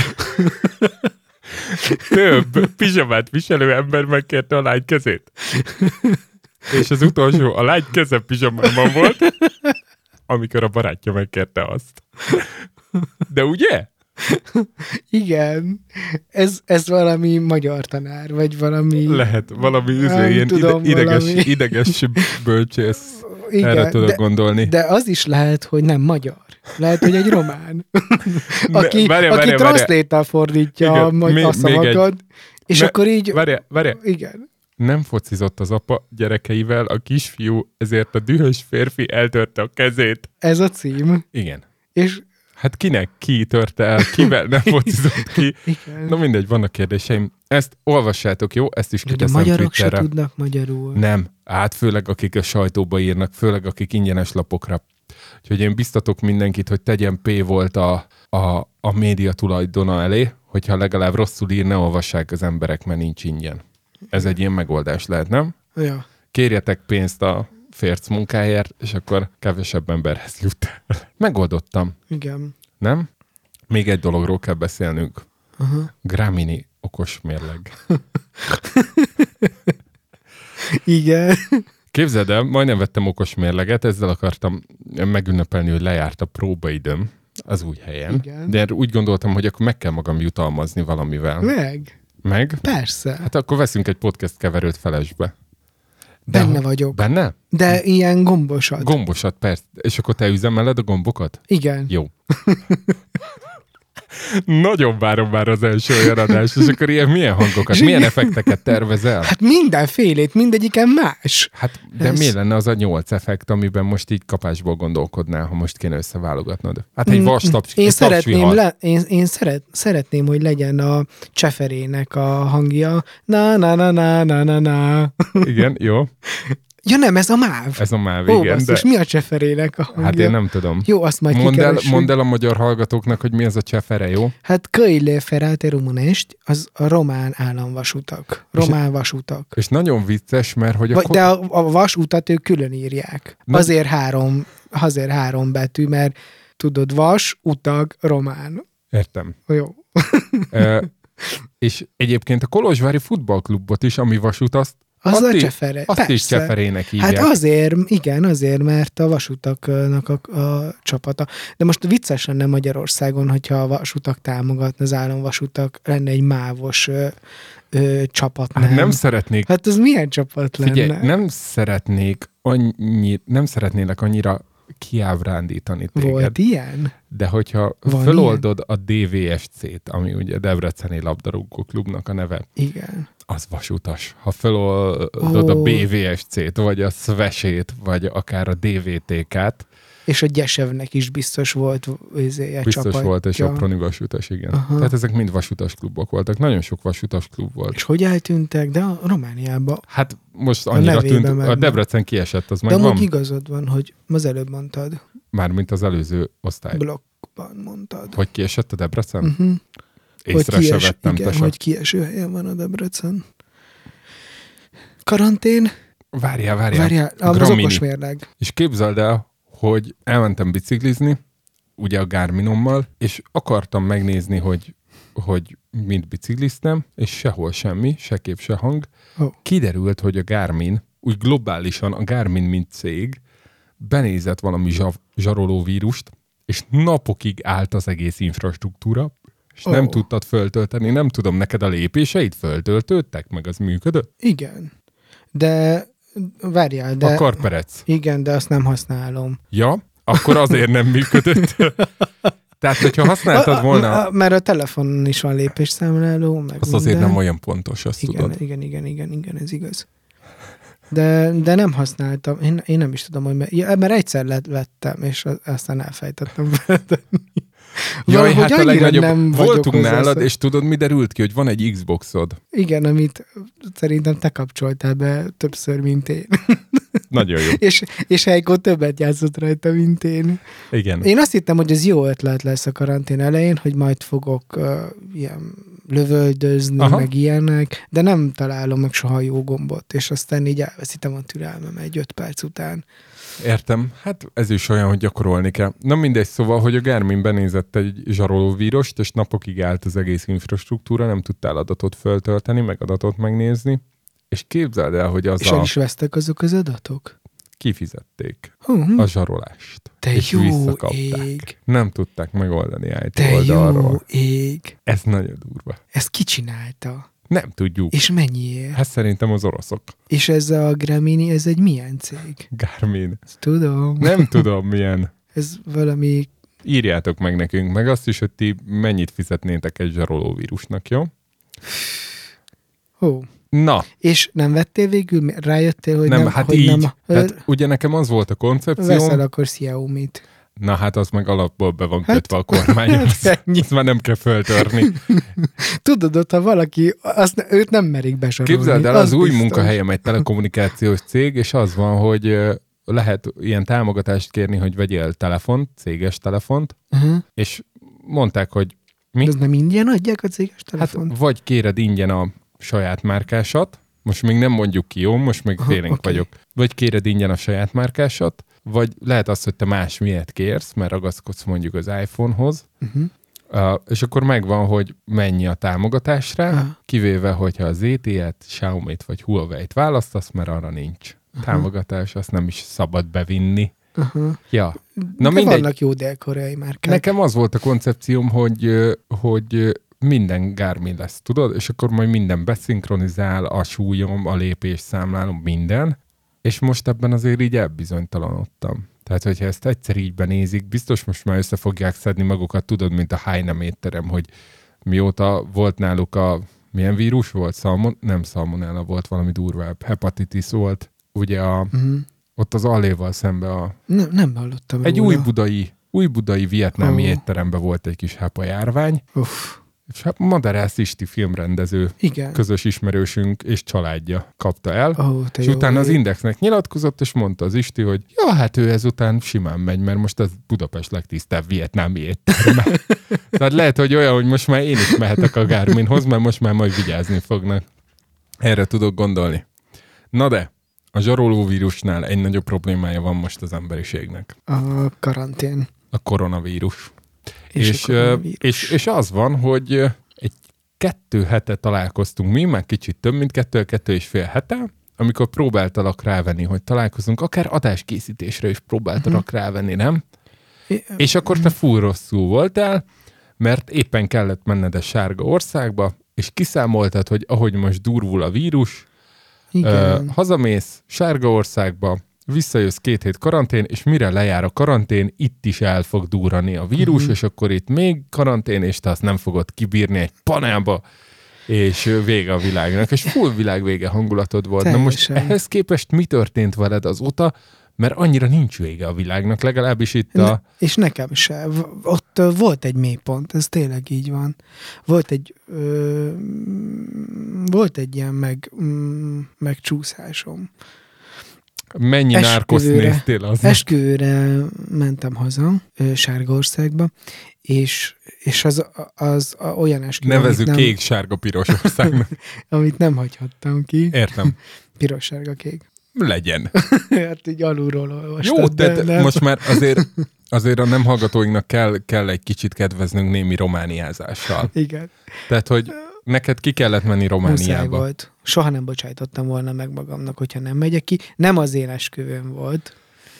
Speaker 2: Több pizsamát viselő ember megkérte a lány kezét. És az utolsó, a lány keze pizsamában volt, amikor a barátja megkérte azt. De ugye?
Speaker 3: Igen. Ez valami magyar tanár, vagy valami...
Speaker 2: Lehet, valami ilyen
Speaker 3: tudom,
Speaker 2: ideges bölcsész.
Speaker 3: Igen,
Speaker 2: erre tudok gondolni.
Speaker 3: De az is lehet, hogy nem magyar. Lehet, hogy egy román. aki
Speaker 2: várjál.
Speaker 3: translate-tal fordítja a szavakat. És akkor így...
Speaker 2: Várjál.
Speaker 3: Igen.
Speaker 2: Nem focizott az apa gyerekeivel, a kisfiú, ezért a dühös férfi eltörte a kezét.
Speaker 3: Ez a cím.
Speaker 2: Igen.
Speaker 3: És...
Speaker 2: Hát kinek ki törte el, kivel nem focizott ki.
Speaker 3: Igen.
Speaker 2: Na mindegy, vannak kérdéseim. Ezt olvassátok, jó? Ezt is
Speaker 3: de a
Speaker 2: kiteszem
Speaker 3: magyarok
Speaker 2: Twitterre.
Speaker 3: se tudnak magyarul.
Speaker 2: Nem. Hát főleg akik a sajtóba írnak, főleg akik ingyenes lapokra. Úgyhogy én biztatok mindenkit, hogy tegyen P volt a média tulajdona elé, hogyha legalább rosszul ír, ne olvassák az emberek, mert nincs ingyen. Ez egy ilyen megoldás lehet, nem?
Speaker 3: Ja.
Speaker 2: Kérjetek pénzt a férc munkáért, és akkor kevesebb emberhez jut. Megoldottam.
Speaker 3: Igen.
Speaker 2: Nem? Még egy dologról kell beszélnünk. Gramini okos mérleg.
Speaker 3: Igen.
Speaker 2: Képzeld el, majdnem vettem okos mérleget, ezzel akartam megünnepelni, hogy lejárt a próbaidőm, Az új helyen.
Speaker 3: Igen.
Speaker 2: De úgy gondoltam, hogy akkor meg kell magam jutalmazni valamivel. Meg?
Speaker 3: Persze.
Speaker 2: Hát akkor veszünk egy podcast keverőt felesbe.
Speaker 3: Benne vagyok.
Speaker 2: Benne?
Speaker 3: De ilyen gombosat.
Speaker 2: Gombosat, persze. És akkor te üzemeled a gombokat?
Speaker 3: Igen.
Speaker 2: Jó. Nagyon várom már az első olyan adást, és akkor milyen hangokat, milyen effekteket tervezel?
Speaker 3: Hát mindenfélét, mindegyiken más.
Speaker 2: Hát, de mi lenne az a 8 effekt, amiben most így kapásból gondolkodnál, ha most kéne összeválogatnod? Hát egy vastaps,
Speaker 3: Én
Speaker 2: egy
Speaker 3: szeretném,
Speaker 2: tapsvihar.
Speaker 3: szeretném, hogy legyen a Cseferének a hangja. Na.
Speaker 2: Igen, jó.
Speaker 3: Ja nem, ez a MÁV.
Speaker 2: Ez a MÁV,
Speaker 3: Ó,
Speaker 2: igen.
Speaker 3: basszus, mi a Cseferének a hangja?
Speaker 2: Hát én nem tudom.
Speaker 3: Jó, azt majd
Speaker 2: Mondd el a magyar hallgatóknak, hogy mi ez a Csefere, jó?
Speaker 3: Hát Căile Ferate Românești, az a román államvasutak. Román vasutak.
Speaker 2: És nagyon vicces, mert hogy
Speaker 3: De a vasutat ők külön írják. Azért három betű, mert tudod, vas, utag, román.
Speaker 2: Értem.
Speaker 3: Jó.
Speaker 2: És egyébként a Kolozsvári futballklubot is, ami vasut,
Speaker 3: Az a Csefere.
Speaker 2: Azt
Speaker 3: persze.
Speaker 2: is Cseferének hívják.
Speaker 3: Hát azért, mert a vasutaknak a csapata. De most vicces lenne Magyarországon, hogyha a vasutak támogatna, az államvasutak, lenne egy mávos csapat.
Speaker 2: Hát nem szeretnék.
Speaker 3: Hát az milyen csapat lenne?
Speaker 2: Figyelj, nem szeretnélek annyira kiábrándítani téged.
Speaker 3: Volt ilyen?
Speaker 2: De hogyha föloldod a DVSC-t, ami ugye Debreceni labdarúgó klubnak a neve.
Speaker 3: Igen.
Speaker 2: Az vasutas. Ha föloldod a BVSC-t, vagy a SVES-ét, vagy akár a DVTK-t.
Speaker 3: És a Gyesevnek is biztos volt
Speaker 2: Biztos volt, és a Proni vasutas, igen. Aha. Tehát ezek mind vasutas klubok voltak. Nagyon sok vasutas klub volt.
Speaker 3: És hogy eltűntek? De a Romániában.
Speaker 2: Hát most annyira tűnt, a Debrecen kiesett, az meg van.
Speaker 3: De amúgy igazad van, hogy az előbb mondtad.
Speaker 2: Mármint az előző osztály.
Speaker 3: Blokkban mondtad.
Speaker 2: Hogy kiesett a Debrecen?
Speaker 3: Uh-huh.
Speaker 2: Észre se vettem.
Speaker 3: Igen, hogy kieső helyen van a Debrecen. Karantén.
Speaker 2: Várjál.
Speaker 3: Az okos mérleg.
Speaker 2: És képzeld el, hogy elmentem biciklizni, ugye a Garminommal, és akartam megnézni, hogy mint bicikliztem, és sehol semmi, se kép, se hang.
Speaker 3: Oh.
Speaker 2: Kiderült, hogy a Garmin, úgy globálisan a Garmin, mint cég, benézett valami zsaroló vírust, és napokig állt az egész infrastruktúra, és nem tudtad föltölteni. Nem tudom, neked a lépéseit föltöltődtek, meg az működött?
Speaker 3: Igen. De várjál, de...
Speaker 2: A Karperec.
Speaker 3: Igen, de azt nem használom.
Speaker 2: Ja, akkor azért nem működött. Tehát, hogyha használtad volna...
Speaker 3: Mert a telefonon is van lépésszámláló, meg
Speaker 2: az azért nem olyan pontos, azt tudod.
Speaker 3: Igen, ez igaz. De nem használtam. Én nem is tudom, hogy... Mert egyszer vettem, és aztán elfejtettem feltenni.
Speaker 2: Jaj, hát a legnagyobb, voltunk nálad, és tudod, mi derült ki, hogy van egy Xboxod.
Speaker 3: Igen, amit szerintem te kapcsoltál be többször, mint én.
Speaker 2: Nagyon jó.
Speaker 3: és Heiko többet játszott rajta, mint én.
Speaker 2: Igen.
Speaker 3: Én azt hittem, hogy ez jó ötlet lesz a karantén elején, hogy majd fogok ilyen lövöldözni, aha, meg ilyenek, de nem találom meg soha jó gombot, és aztán így elveszítem a türelmem egy 5 perc után.
Speaker 2: Értem. Hát ez is olyan, hogy gyakorolni kell. Na mindegy, szóval, hogy a Garmin benézett egy zsaroló vírost, és napokig állt az egész infrastruktúra, nem tudtál adatot föltölteni, meg adatot megnézni, és képzeld el, hogy
Speaker 3: és el is vesztek azok az adatok?
Speaker 2: Kifizették a zsarolást.
Speaker 3: Te
Speaker 2: és
Speaker 3: jó
Speaker 2: visszakapták.
Speaker 3: ég!
Speaker 2: Nem tudták megoldani IT
Speaker 3: te
Speaker 2: oldalról.
Speaker 3: Jó ég!
Speaker 2: Ez nagyon durva.
Speaker 3: Ezt ki csinálta?
Speaker 2: Nem tudjuk.
Speaker 3: És mennyiért?
Speaker 2: Hát szerintem az oroszok.
Speaker 3: És ez a Gramini, ez egy milyen cég?
Speaker 2: Garmin.
Speaker 3: Tudom.
Speaker 2: Nem tudom milyen.
Speaker 3: Ez valami...
Speaker 2: Írjátok meg nekünk, meg azt is, hogy ti mennyit fizetnétek egy zsaroló vírusnak, jó?
Speaker 3: Ó.
Speaker 2: Na.
Speaker 3: És nem vettél végül? Rájöttél, hogy
Speaker 2: nem? Hát
Speaker 3: hogy
Speaker 2: így.
Speaker 3: Nem,
Speaker 2: tehát ugye nekem az volt a koncepció.
Speaker 3: Veszel akkor Xiaomi-t.
Speaker 2: Na hát az meg alapból be van kötve a kormányhoz. Azt már nem kell föltörni.
Speaker 3: Tudod, ott, ha valaki, őt nem merik besorolni.
Speaker 2: Képzeld el, az új munkahelyem egy telekommunikációs cég, és az van, hogy lehet ilyen támogatást kérni, hogy vegyél telefont, céges telefont, és mondták, hogy mi?
Speaker 3: Ez nem ingyen adják a céges telefont?
Speaker 2: Hát vagy kéred ingyen a saját márkásat, most még nem mondjuk ki, jó? Most még félénk vagyok. Vagy kéred ingyen a saját márkásat, vagy lehet az, hogy te más miért kérsz, mert ragaszkodsz mondjuk az iPhone-hoz, és akkor megvan, hogy mennyi a támogatásra, kivéve, hogyha a ZTE-t, Xiaomi-t vagy Huawei-t választasz, mert arra nincs támogatás, azt nem is szabad bevinni. Ja.
Speaker 3: Na mindegy. Vannak jó dél-koreai márkák.
Speaker 2: Nekem az volt a koncepcióm, hogy minden Garmin lesz, tudod? És akkor majd minden beszinkronizál, a súlyom, a lépésszámlálom, minden. És most ebben azért így elbizonytalanodtam. Tehát, hogyha ezt egyszer így benézik, biztos most már össze fogják szedni magukat, tudod, mint a H&M étterem, hogy mióta volt náluk milyen vírus volt? Nem szalmonella volt, valami durvább. Hepatitis volt. Ugye ott az Alléval szembe
Speaker 3: Nem hallottam.
Speaker 2: Egy új budai vietnámi étteremben volt egy kis hepa járvány. És hát Madarász Isti filmrendező, közös ismerősünk és családja kapta el. És utána az Indexnek nyilatkozott, és mondta az Isti, hogy ja, hát ő ezután simán megy, mert most ez Budapest legtisztább vietnámi étterem. Tehát lehet, hogy olyan, hogy most már én is mehetek a Garminhoz, mert most már majd vigyázni fognak. Erre tudok gondolni. Na de, a zsarolóvírusnál egy nagyobb problémája van most az emberiségnek.
Speaker 3: A karantén.
Speaker 2: A koronavírus. És az van, hogy egy 2 hete találkoztunk mi, már kicsit több, mint 2,5 hete, amikor próbáltalak rávenni, hogy találkozunk, akár adáskészítésre is próbáltalak rávenni, nem? És akkor te full rosszul voltál, mert éppen kellett menned a sárga országba, és kiszámoltad, hogy ahogy most durvul a vírus, hazamész sárga országba, visszajössz 2 hét karantén, és mire lejár a karantén, itt is el fog durrani a vírus, és akkor itt még karantén, és te azt nem fogod kibírni egy panába, és vége a világnak. És full világ vége hangulatod volt. Teljesen. Na most ehhez képest mi történt veled azóta? Mert annyira nincs vége a világnak, legalábbis itt
Speaker 3: és nekem se. Ott volt egy mélypont, ez tényleg így van. Volt egy ilyen megcsúszásom.
Speaker 2: Mennyi nárkoszt néztél az?
Speaker 3: Esküvőre mentem haza, Sárgaországba, és az olyan esküvő,
Speaker 2: nevezzük kék, sárga, piros országnak.
Speaker 3: Amit nem hagyhattam ki.
Speaker 2: Értem.
Speaker 3: Piros, sárga, kék.
Speaker 2: Legyen.
Speaker 3: Hát így alulról olvastad.
Speaker 2: Jó, de most már azért a nem hallgatóinknak kell egy kicsit kedveznünk némi romániázással.
Speaker 3: Igen.
Speaker 2: Tehát, hogy neked ki kellett menni Romániába.
Speaker 3: Muszáj volt. Soha nem bocsájtottam volna meg magamnak, hogyha nem megyek ki. Nem az én esküvőm volt.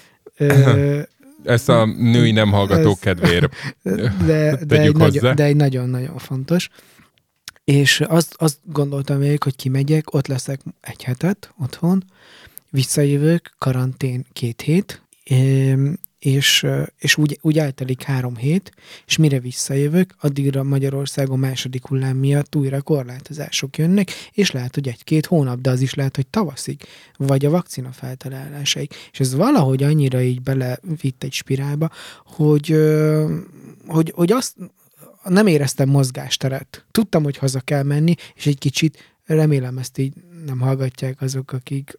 Speaker 2: Ezt a női nem hallgatók kedvéért tegyük hozzá.
Speaker 3: De egy nagyon-nagyon fontos. És azt gondoltam még, hogy kimegyek, ott leszek 1 hetet otthon, visszajövök, karantén 2 hét, és úgy eltelik 3 hét, és mire visszajövök, addigra Magyarországon második hullám miatt újra korlátozások jönnek, és lehet, hogy 1-2 hónap, de az is lehet, hogy tavaszig, vagy a vakcina feltalálásáig. És ez valahogy annyira így belevitt egy spirálba, hogy azt nem éreztem mozgásteret. Tudtam, hogy haza kell menni, és egy kicsit, remélem ezt így nem hallgatják azok, akik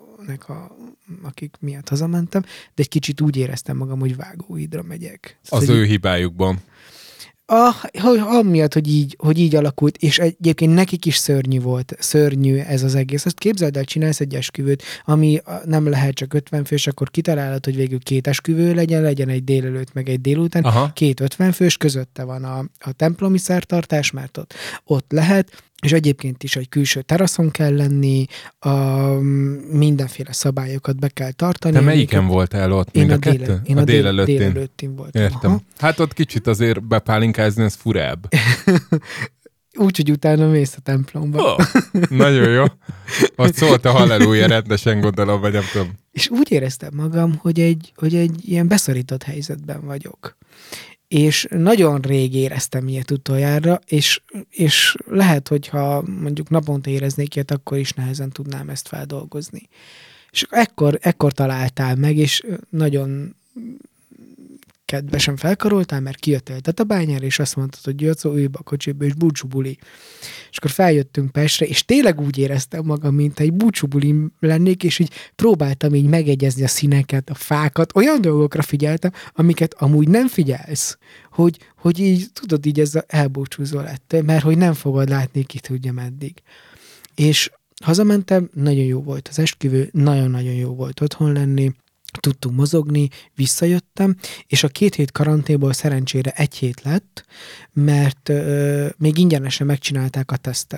Speaker 3: miatt hazamentem, de egy kicsit úgy éreztem magam, hogy Vágóhídra megyek.
Speaker 2: Az ő hibájukban.
Speaker 3: Amiatt, hogy így alakult, és egyébként nekik is szörnyű ez az egész. Azt képzeld el, csinálsz egy esküvőt, ami nem lehet csak 50 fős, akkor kitalálod, hogy végül 2 esküvő legyen egy délelőtt, meg egy délután. Aha. 2 50 fős, közötte van a templomi szertartás, mert ott lehet, és egyébként is egy külső teraszon kell lenni, mindenféle szabályokat be kell tartani.
Speaker 2: Te melyiken voltál ott?
Speaker 3: Én
Speaker 2: a kettő?
Speaker 3: Én a délelőttén voltam.
Speaker 2: Értem. Aha. Hát ott kicsit azért bepálinkázni, ez furább.
Speaker 3: Úgyhogy utána mész a templomba.
Speaker 2: Nagyon jó. Ott szólt a halleluja rendesen, gondolom, vagy nem tudom.
Speaker 3: És úgy éreztem magam, hogy egy ilyen beszorított helyzetben vagyok. És nagyon rég éreztem ilyet utoljára, és lehet, hogyha mondjuk naponta éreznék ilyet, akkor is nehezen tudnám ezt feldolgozni. És ekkor találtál meg, és nagyon kedvesen felkaroltál, mert kijöttél Tatabányára, és azt mondtad, hogy Jocó, ülj be a kocsiba, és búcsúbuli. És akkor feljöttünk Pestre, és tényleg úgy éreztem magam, mint egy búcsúbuli lennék, és így próbáltam így megegyezni a színeket, a fákat, olyan dolgokra figyeltem, amiket amúgy nem figyelsz, hogy így, tudod, így ez elbúcsúzó lett, mert hogy nem fogod látni, ki tudja meddig. És hazamentem, nagyon jó volt az esküvő, nagyon-nagyon jó volt otthon lenni, tudtunk mozogni, visszajöttem, és a 2 hét karanténból szerencsére 1 hét lett, mert még ingyenesen megcsinálták a tesztet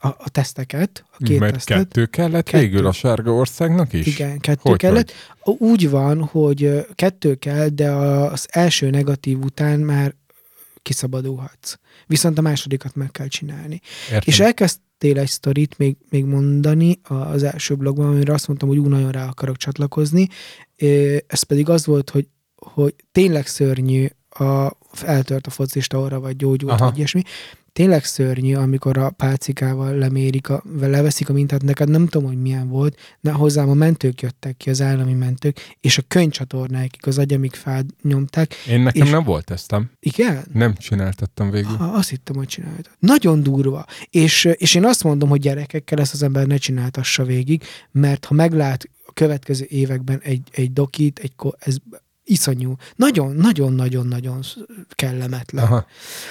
Speaker 3: a teszteket, a 2
Speaker 2: Mert
Speaker 3: tesztet.
Speaker 2: 2 kellett
Speaker 3: 2.
Speaker 2: végül a sárga országnak is?
Speaker 3: Igen, 2
Speaker 2: Hogy?
Speaker 3: kellett. Úgy van, hogy 2 kell, de az első negatív után már kiszabadulhatsz. Viszont a másodikat meg kell csinálni.
Speaker 2: Értem.
Speaker 3: És elkezdtél egy sztorit még mondani az első blogban, amire azt mondtam, hogy nagyon rá akarok csatlakozni. Ez pedig az volt, hogy tényleg szörnyű, eltört a focista orra, vagy gyógyult, vagy ilyesmi. Tényleg szörnyű, amikor a pálcikával leveszik a mintát, neked nem tudom, hogy milyen volt, de hozzám a mentők jöttek ki, az állami mentők, és a könycsatornákig az agyamig felnyomták.
Speaker 2: Én nekem nem volt tesztem.
Speaker 3: Igen?
Speaker 2: Nem csináltattam végül.
Speaker 3: Azt hittem, hogy csináltad. Nagyon durva. És én azt mondom, hogy gyerekekkel ezt az ember ne csináltassa végig, mert ha meglát a következő években egy dokit, ez iszonyú. Nagyon-nagyon-nagyon kellemetlen.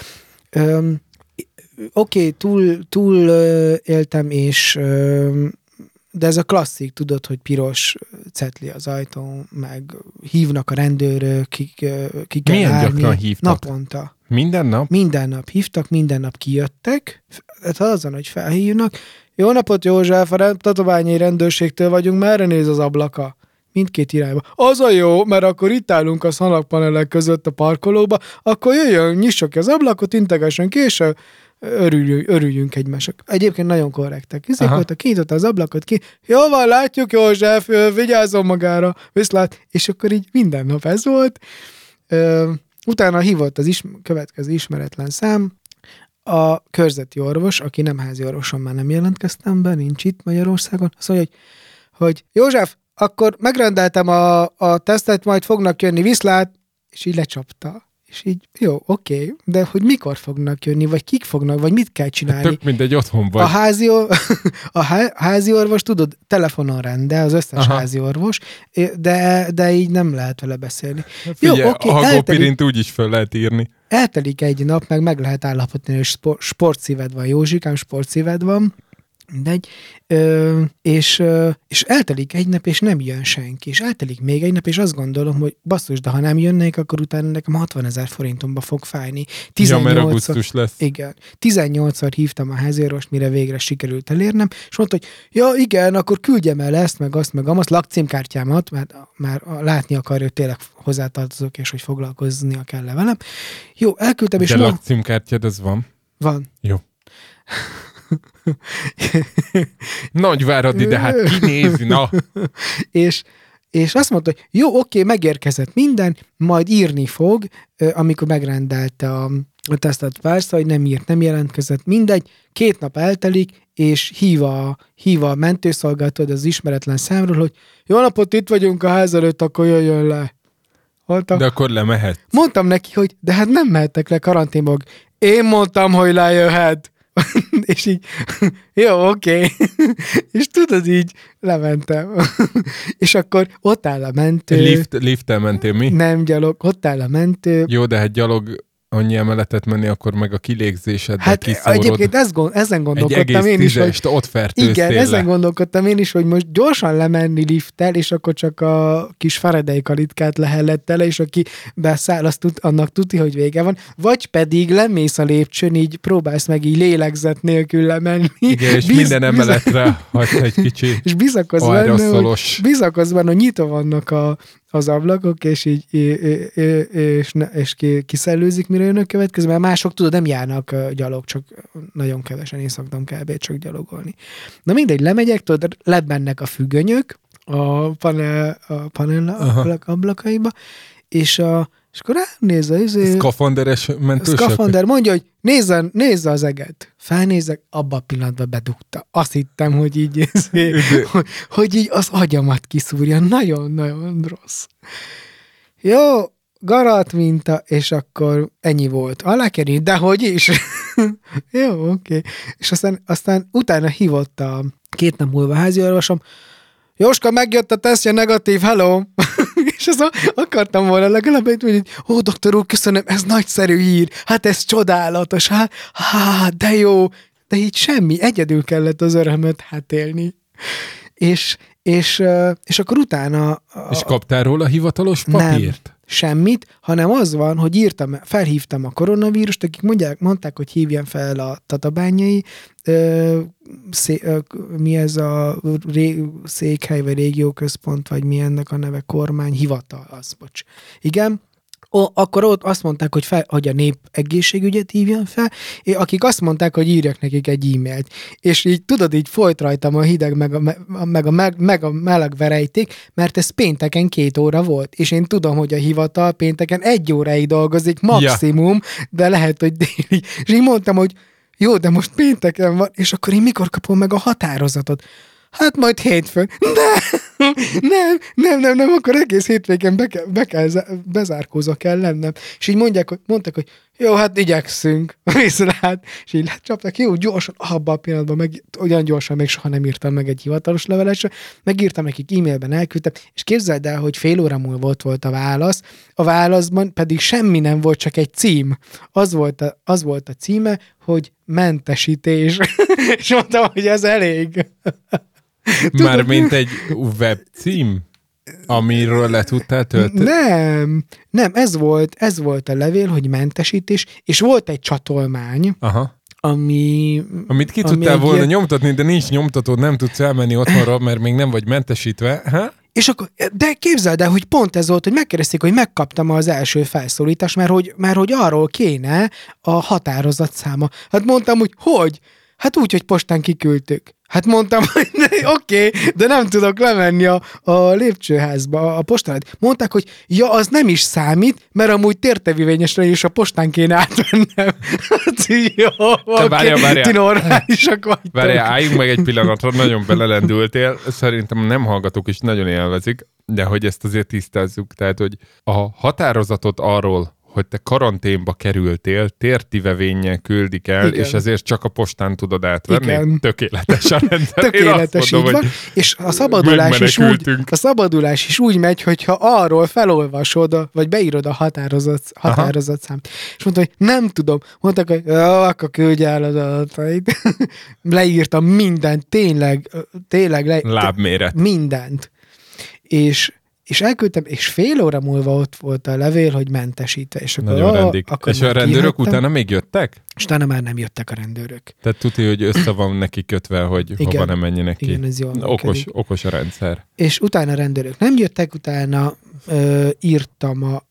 Speaker 3: Oké, túl éltem, és de ez a klasszik, tudod, hogy piros cetli az ajtón, meg hívnak a rendőrök, ki kell
Speaker 2: Milyen
Speaker 3: állni.
Speaker 2: gyakran hívtak?
Speaker 3: Naponta.
Speaker 2: Minden nap?
Speaker 3: Minden nap hívtak, minden nap kijöttek, hát azon, hogy felhívnak. Jó napot, József, a tatabányi rendőrségtől vagyunk, merre néz az ablaka? Mindkét irányba. Az a jó, mert akkor itt állunk a szalagpanelek között a parkolóba, akkor jöjjön, nyissuk ki az ablakot, integessen ki, és örüljünk egymások. Egyébként nagyon korrektek. Ezek voltak, kinyitotta az ablakot ki, jó van, látjuk, József, vigyázzon magára, viszlát, és akkor így minden nap ez volt. Utána hívott az következő ismeretlen szám, a körzeti orvos, aki nem házi orvoson, már nem jelentkeztem be, nincs itt Magyarországon, azt mondja, hogy József, akkor megrendeltem a tesztet, majd fognak jönni, viszlát, és így lecsapta. És így, jó, oké, de hogy mikor fognak jönni, vagy kik fognak, vagy mit kell csinálni?
Speaker 2: Tök mindegy, otthon vagy.
Speaker 3: A házi orvos, tudod, telefonon rendel, az összes házi orvos, de így nem lehet vele beszélni.
Speaker 2: Figyelj, jó, oké, a hagópirint úgy is föl lehet írni.
Speaker 3: Eltelik egy nap, meg lehet állapotni, hogy sportszíved van, Józsikám, sportszíved van, mindegy, és eltelik egy nap, és nem jön senki, és eltelik még egy nap, és azt gondolom, hogy basszus, de ha nem jönnék, akkor utána nekem 60 000 forintomba fog fájni.
Speaker 2: 18 lesz.
Speaker 3: Igen. 18-szor hívtam a házőrvost, mire végre sikerült elérnem, és mondta, hogy ja igen, akkor küldjem el ezt, meg azt, meg azt, lakcímkártyámat, mert már látni akarja, hogy tényleg hozzátartozok, és hogy foglalkoznia kell velem. Jó, elküldtem, és
Speaker 2: de lakcímkártyád, ez van?
Speaker 3: Van.
Speaker 2: Jó. Nagyváradi, de hát kinézi, na.
Speaker 3: És azt mondta, hogy jó, oké, megérkezett minden, majd írni fog, amikor megrendelte a tesztet persze, hogy nem írt, nem jelentkezett, mindegy, 2 nap eltelik, és hív a mentőszolgálatod az ismeretlen számról, hogy jó napot, itt vagyunk a ház előtt, akkor jöjjön le. Mondtam,
Speaker 2: de akkor lemehet.
Speaker 3: Mondtam neki, hogy de hát nem mehettek le karanténba. Én mondtam, hogy lejöhet. És így, jó, oké. És tudod, így lementem. És akkor ott áll a mentő.
Speaker 2: Lifttel mentél mi?
Speaker 3: Nem gyalog, ott áll a mentő.
Speaker 2: Jó, de hát gyalog annyi emeletet menni, akkor meg a kilégzéseddel
Speaker 3: hát
Speaker 2: kiszórod.
Speaker 3: Egyébként ezen gondolkodtam én is, hogy
Speaker 2: ott fertőztél
Speaker 3: igen, ezen gondolkodtam én is, hogy most gyorsan lemenni lifttel, és akkor csak a kis Faraday kalitkát lehellett tele, és aki beszáll, annak tuti, hogy vége van. Vagy pedig lemész a lépcsőn, így próbálsz meg így lélegzet nélkül lemenni.
Speaker 2: Igen, és minden emeletre hagysz egy kicsi
Speaker 3: és bizakodsz benne, hogy nyitva vannak az ablakok, és így és kiszellőzik, mire jönnek következő, mert mások, tudod, nem járnak gyalog, csak nagyon kevesen, én szoktam kb. Csak gyalogolni. Na mindegy, lemegyek, tudod, lebennek a függönyök a panel ablakaiba, és akkor ránéz a
Speaker 2: szkafanderes mentősök?
Speaker 3: Szkafander mondja, hogy nézze az eget. Felnézek, abban a pillanatban bedugta. Azt hittem, hogy így hogy így az agyamat kiszúrja. Nagyon-nagyon rossz. Jó, garat minta, és akkor ennyi volt. Alá kerül, de hogy is? Jó, oké. És aztán utána hívott a 2 nap múlva házi orvosom. Jóska, megjött a tesztje, negatív, hello! És akartam volna legalább hogy doktor úr, köszönöm, ez nagyszerű hír, hát ez csodálatos, de jó, de így semmi, egyedül kellett az örömöt élni. És akkor utána...
Speaker 2: És kaptál róla hivatalos papírt?
Speaker 3: Nem, semmit, hanem az van, hogy felhívtam a koronavírust, akik mondták, hogy hívjam fel a tatabányai, mi ez a székhely, vagy régióközpont, vagy mi ennek a neve, kormányhivatal, az, bocs. Igen. Akkor ott azt mondták, hogy a népegészségügyet hívjam fel, akik azt mondták, hogy írjak nekik egy e-mailt. És így tudod, így folyt rajtam a hideg, meg a meleg verejték, mert ez pénteken 2 óra volt. És én tudom, hogy a hivatal pénteken 1 óráig dolgozik maximum, de lehet, hogy délig. És így mondtam, hogy jó, de most pénteken van, és akkor én mikor kapom meg a határozatot? Hát majd hétfőn. Nem, akkor egész hétvégén bezárkózva kell lennem. És így mondták, hogy jó, hát igyekszünk. Viszlát. És így csaptak, jó, gyorsan, abban a pillanatban, olyan gyorsan még soha nem írtam meg egy hivatalos levelesre, megírtam nekik, e-mailben elküldtem, és képzeld el, hogy fél óra múlva ott volt a válasz, a válaszban pedig semmi nem volt, csak egy cím. Az volt a címe, hogy mentesítés. És mondtam, hogy ez elég.
Speaker 2: Mármint egy webcím, amiről le tudtál tölteni?
Speaker 3: Nem, ez volt a levél, hogy mentesítés, és volt egy csatolmány,
Speaker 2: aha.
Speaker 3: Amit
Speaker 2: ki tudtál volna nyomtatni, de nincs nyomtatód, nem tudsz elmenni otthonra, mert még nem vagy mentesítve. Ha?
Speaker 3: És akkor, de képzeld el, hogy pont ez volt, hogy megkérdezték, hogy megkaptam az első felszólítást, mert hogy arról kéne a határozatszáma. Hát mondtam, hogy? Hát úgy, hogy postán kiküldtük. Hát mondtam, hogy oké, de nem tudok lemenni a lépcsőházba, a postára. Mondták, hogy ja, az nem is számít, mert amúgy tértevivényesre is a postán kéne átvennem. Hát jó,
Speaker 2: várjál.
Speaker 3: Ti normálisak vagytok.
Speaker 2: Várjál, álljunk meg egy pillanatra, nagyon belelendültél. Szerintem nem hallgatók is nagyon élvezik, de hogy ezt azért tisztázzuk. Tehát, hogy a határozatot arról, hogy te karanténba kerültél, tértivevénnyel küldik el, igen. És ezért csak a postán tudod átvenni. Igen. Tökéletes a rendszer.
Speaker 3: Tökéletes, így van. És a szabadulás is úgy megy, hogyha arról felolvasod, vagy beírod a határozatszámot. És mondta, hogy nem tudom. Mondtak, hogy akkor küldj el az adatait. Leírtam mindent, tényleg
Speaker 2: lábméret.
Speaker 3: Mindent. És elküldtem, és fél óra múlva ott volt a levél, hogy mentesítve. És akkor,
Speaker 2: és a rendőrök utána még jöttek?
Speaker 3: És utána már nem jöttek a rendőrök.
Speaker 2: Tehát tudja, hogy össze van neki kötve, hogy igen, hova nem menjenek ki.
Speaker 3: Igen, ez jól
Speaker 2: okos a rendszer.
Speaker 3: És utána a rendőrök nem jöttek, utána írtam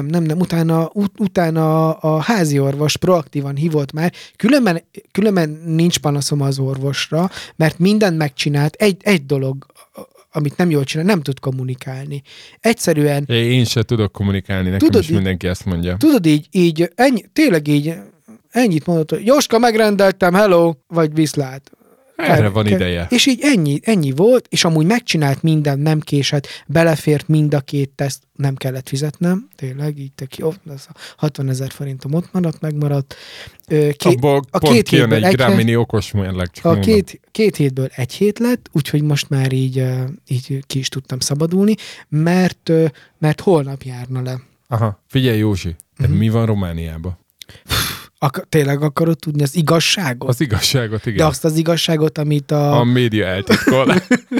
Speaker 3: utána a házi orvos proaktívan hívott már, különben nincs panaszom az orvosra, mert mindent megcsinált, egy dolog, amit nem jól csinál, nem tud kommunikálni. Egyszerűen...
Speaker 2: Én sem tudok kommunikálni, nekem tudod, is mindenki ezt mondja.
Speaker 3: Tudod, tényleg így ennyit mondott, hogy Jóska, megrendeltem, hello, vagy viszlát.
Speaker 2: Erre van ideje.
Speaker 3: És így ennyi volt, és amúgy megcsinált minden, nem késett, belefért mind a 2 teszt, nem kellett fizetnem, tényleg, így jó, az 60 000 forintom ott megmaradt.
Speaker 2: Abból pont kijön egy Gramini okos mérleg.
Speaker 3: A 2 hétből 1 hét lett, úgyhogy most már így ki is tudtam szabadulni, mert holnap járna le.
Speaker 2: Aha, figyelj Józsi, de mi van Romániában?
Speaker 3: Tényleg akarod tudni az igazságot?
Speaker 2: Az igazságot, igen.
Speaker 3: De azt az igazságot, amit
Speaker 2: a média eltitkol.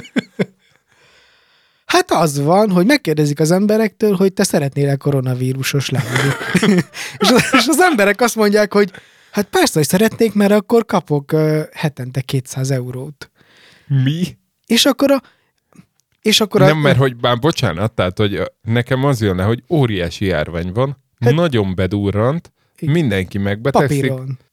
Speaker 3: Hát az van, hogy megkérdezik az emberektől, hogy te szeretnél-e koronavírusos lenni. és az emberek azt mondják, hogy hát persze, hogy szeretnék, mert akkor kapok hetente 200 eurót.
Speaker 2: Mi?
Speaker 3: És akkor
Speaker 2: nem, mert hogy bár bocsánat, tehát hogy nekem az jön le, hogy óriási járvány van, hát, nagyon bedurrant, mindenki megbetegszik.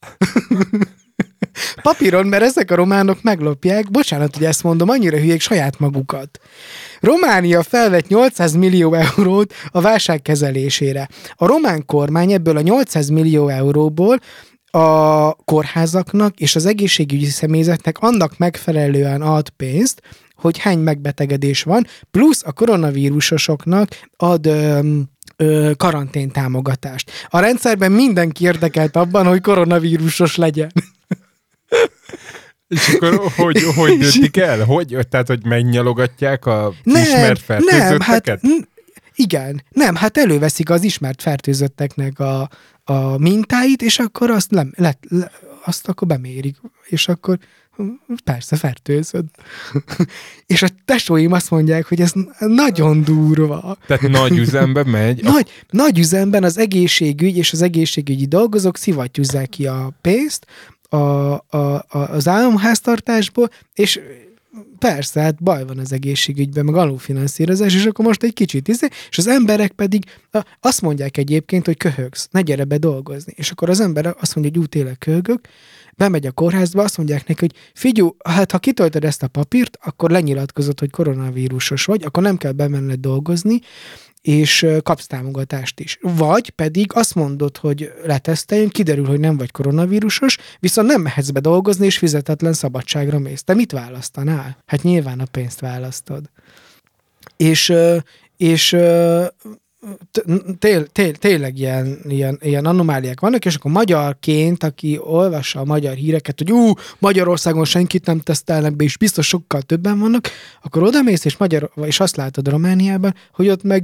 Speaker 3: Papíron, mert ezek a románok meglopják, bocsánat, hogy ezt mondom, annyira hülyék saját magukat. Románia felvett 800 millió eurót a válság kezelésére. A román kormány ebből a 800 millió euróból a kórházaknak és az egészségügyi személyzetnek annak megfelelően ad pénzt, hogy hány megbetegedés van, plusz a koronavírusosoknak ad karantén támogatást. A rendszerben mindenki érdekelt abban, hogy koronavírusos legyen.
Speaker 2: És akkor hogy döntik el? Tehát, hogy megnyalogatják a ismert fertőzötteket?
Speaker 3: Hát előveszik az ismert fertőzötteknek a mintáit, és akkor azt akkor bemérik. És akkor Persze, fertőzöd. És a tesóim azt mondják, hogy ez nagyon durva.
Speaker 2: Tehát nagy üzembe megy.
Speaker 3: Nagy üzemben az egészségügy és az egészségügyi dolgozók szivattyúzzák ki a pénzt az államháztartásból, és persze, hát baj van az egészségügyben, meg alulfinanszírozás, és akkor most egy kicsit és az emberek pedig azt mondják egyébként, hogy köhögsz, ne gyere be dolgozni. És akkor az ember azt mondja, hogy tényleg köhögök, bemegy a kórházba, azt mondják neki, hogy figyelj, hát ha kitöltöd ezt a papírt, akkor lenyilatkozod, hogy koronavírusos vagy, akkor nem kell bemenned dolgozni, és kapsz támogatást is. Vagy pedig azt mondod, hogy leteszteljünk, kiderül, hogy nem vagy koronavírusos, viszont nem mehetsz be dolgozni, és fizetetlen szabadságra mész. Te mit választanál? Hát nyilván a pénzt választod. És tényleg ilyen anomáliák vannak, és akkor magyarként, aki olvassa a magyar híreket, hogy Magyarországon senkit nem tesztelnek be, és biztos sokkal többen vannak, akkor odamész, és azt látod Romániában, hogy ott meg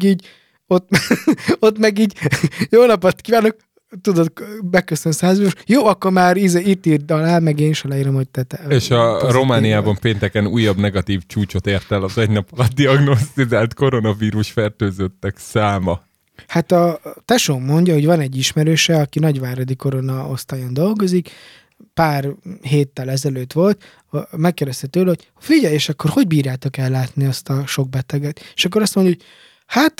Speaker 3: így jó napot kívánok, tudod, beköszön 100 eurós, jó, akkor már itt írd alá, meg én is aláírom, hogy te
Speaker 2: és a Romániában pénteken újabb negatív csúcsot ért el az egy nap alatt diagnosztizált koronavírus fertőzöttek száma.
Speaker 3: Hát a tesóm mondja, hogy van egy ismerőse, aki nagyváradi korona osztályon dolgozik, pár héttel ezelőtt volt, megkérdezte tőle, hogy figyelj, és akkor hogy bírjátok ellátni azt a sok beteget? És akkor azt mondja, hogy hát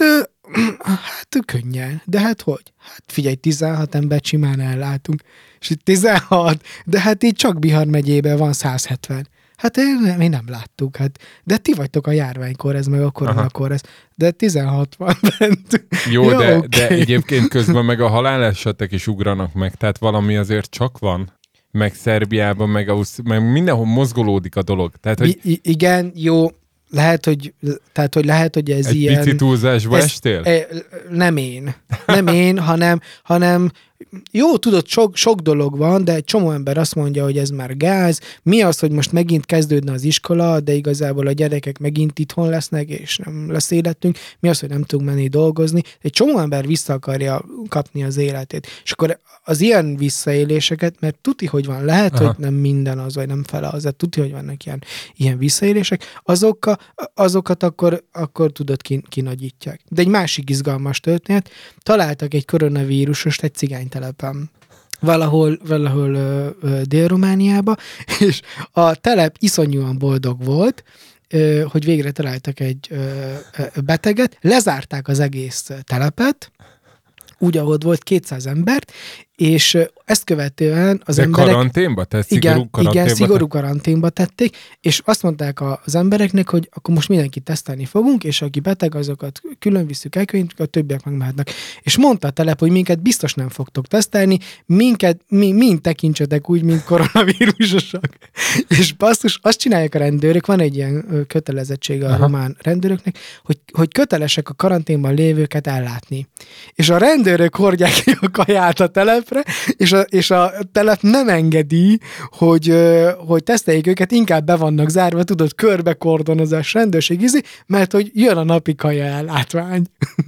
Speaker 3: könnyen, de hát hogy? Hát figyelj, 16 embert simán ellátunk, és itt 16, de hát így csak Bihar megyében van 170. Hát mi nem láttuk, hát. De ti vagytok a járványkor, ez meg a koronakor, ez. De 16 van bent.
Speaker 2: Jó, de egyébként közben meg a halálesetek is ugranak meg, tehát valami azért csak van. Meg Szerbiában, meg mindenhol mozgolódik a dolog. Tehát, hogy
Speaker 3: igen, jó, lehet, hogy ez
Speaker 2: egy
Speaker 3: ilyen...
Speaker 2: Egy pici túlzásba estél?
Speaker 3: Nem én, hanem jó, tudod, sok dolog van, de egy csomó ember azt mondja, hogy ez már gáz. Mi az, hogy most megint kezdődne az iskola, de igazából a gyerekek megint itthon lesznek, és nem lesz életünk. Mi az, hogy nem tudunk menni dolgozni. Egy csomó ember vissza akarja kapni az életét. És akkor az ilyen visszaéléseket, mert tuti, hogy van, lehet, hogy nem minden az, vagy nem fele az, de tuti, hogy vannak ilyen visszaélések, azokat akkor tudod, kinagyítják. De egy másik izgalmas történet, találtak egy koronavírusost egy cigánytelepen. Valahol Dél-Romániába, és a telep iszonyúan boldog volt, hogy végre találtak egy beteget, lezárták az egész telepet, úgy, ahogy volt 200 embert, és ezt követően az emberek...
Speaker 2: karanténba? Tehát
Speaker 3: szigorú karanténba tették, és azt mondták az embereknek, hogy akkor most mindenkit tesztelni fogunk, és aki beteg, azokat külön visszük, elkülönítjük, a többiek megmehetnek. És mondta a telep, hogy minket biztos nem fogtok tesztelni, mind tekintsetek úgy, mint koronavírusosak. És basszus, azt csinálják a rendőrök, van egy ilyen kötelezettsége a román rendőröknek, hogy kötelesek a karanténban lévőket ellátni. És a rendőrök hordják ki a kaját a telep, és a telep nem engedi, hogy teszteljék őket, inkább be vannak zárva, tudod, körbe kordonozás, rendőrség mert hogy jön a napi kaja ellátvány.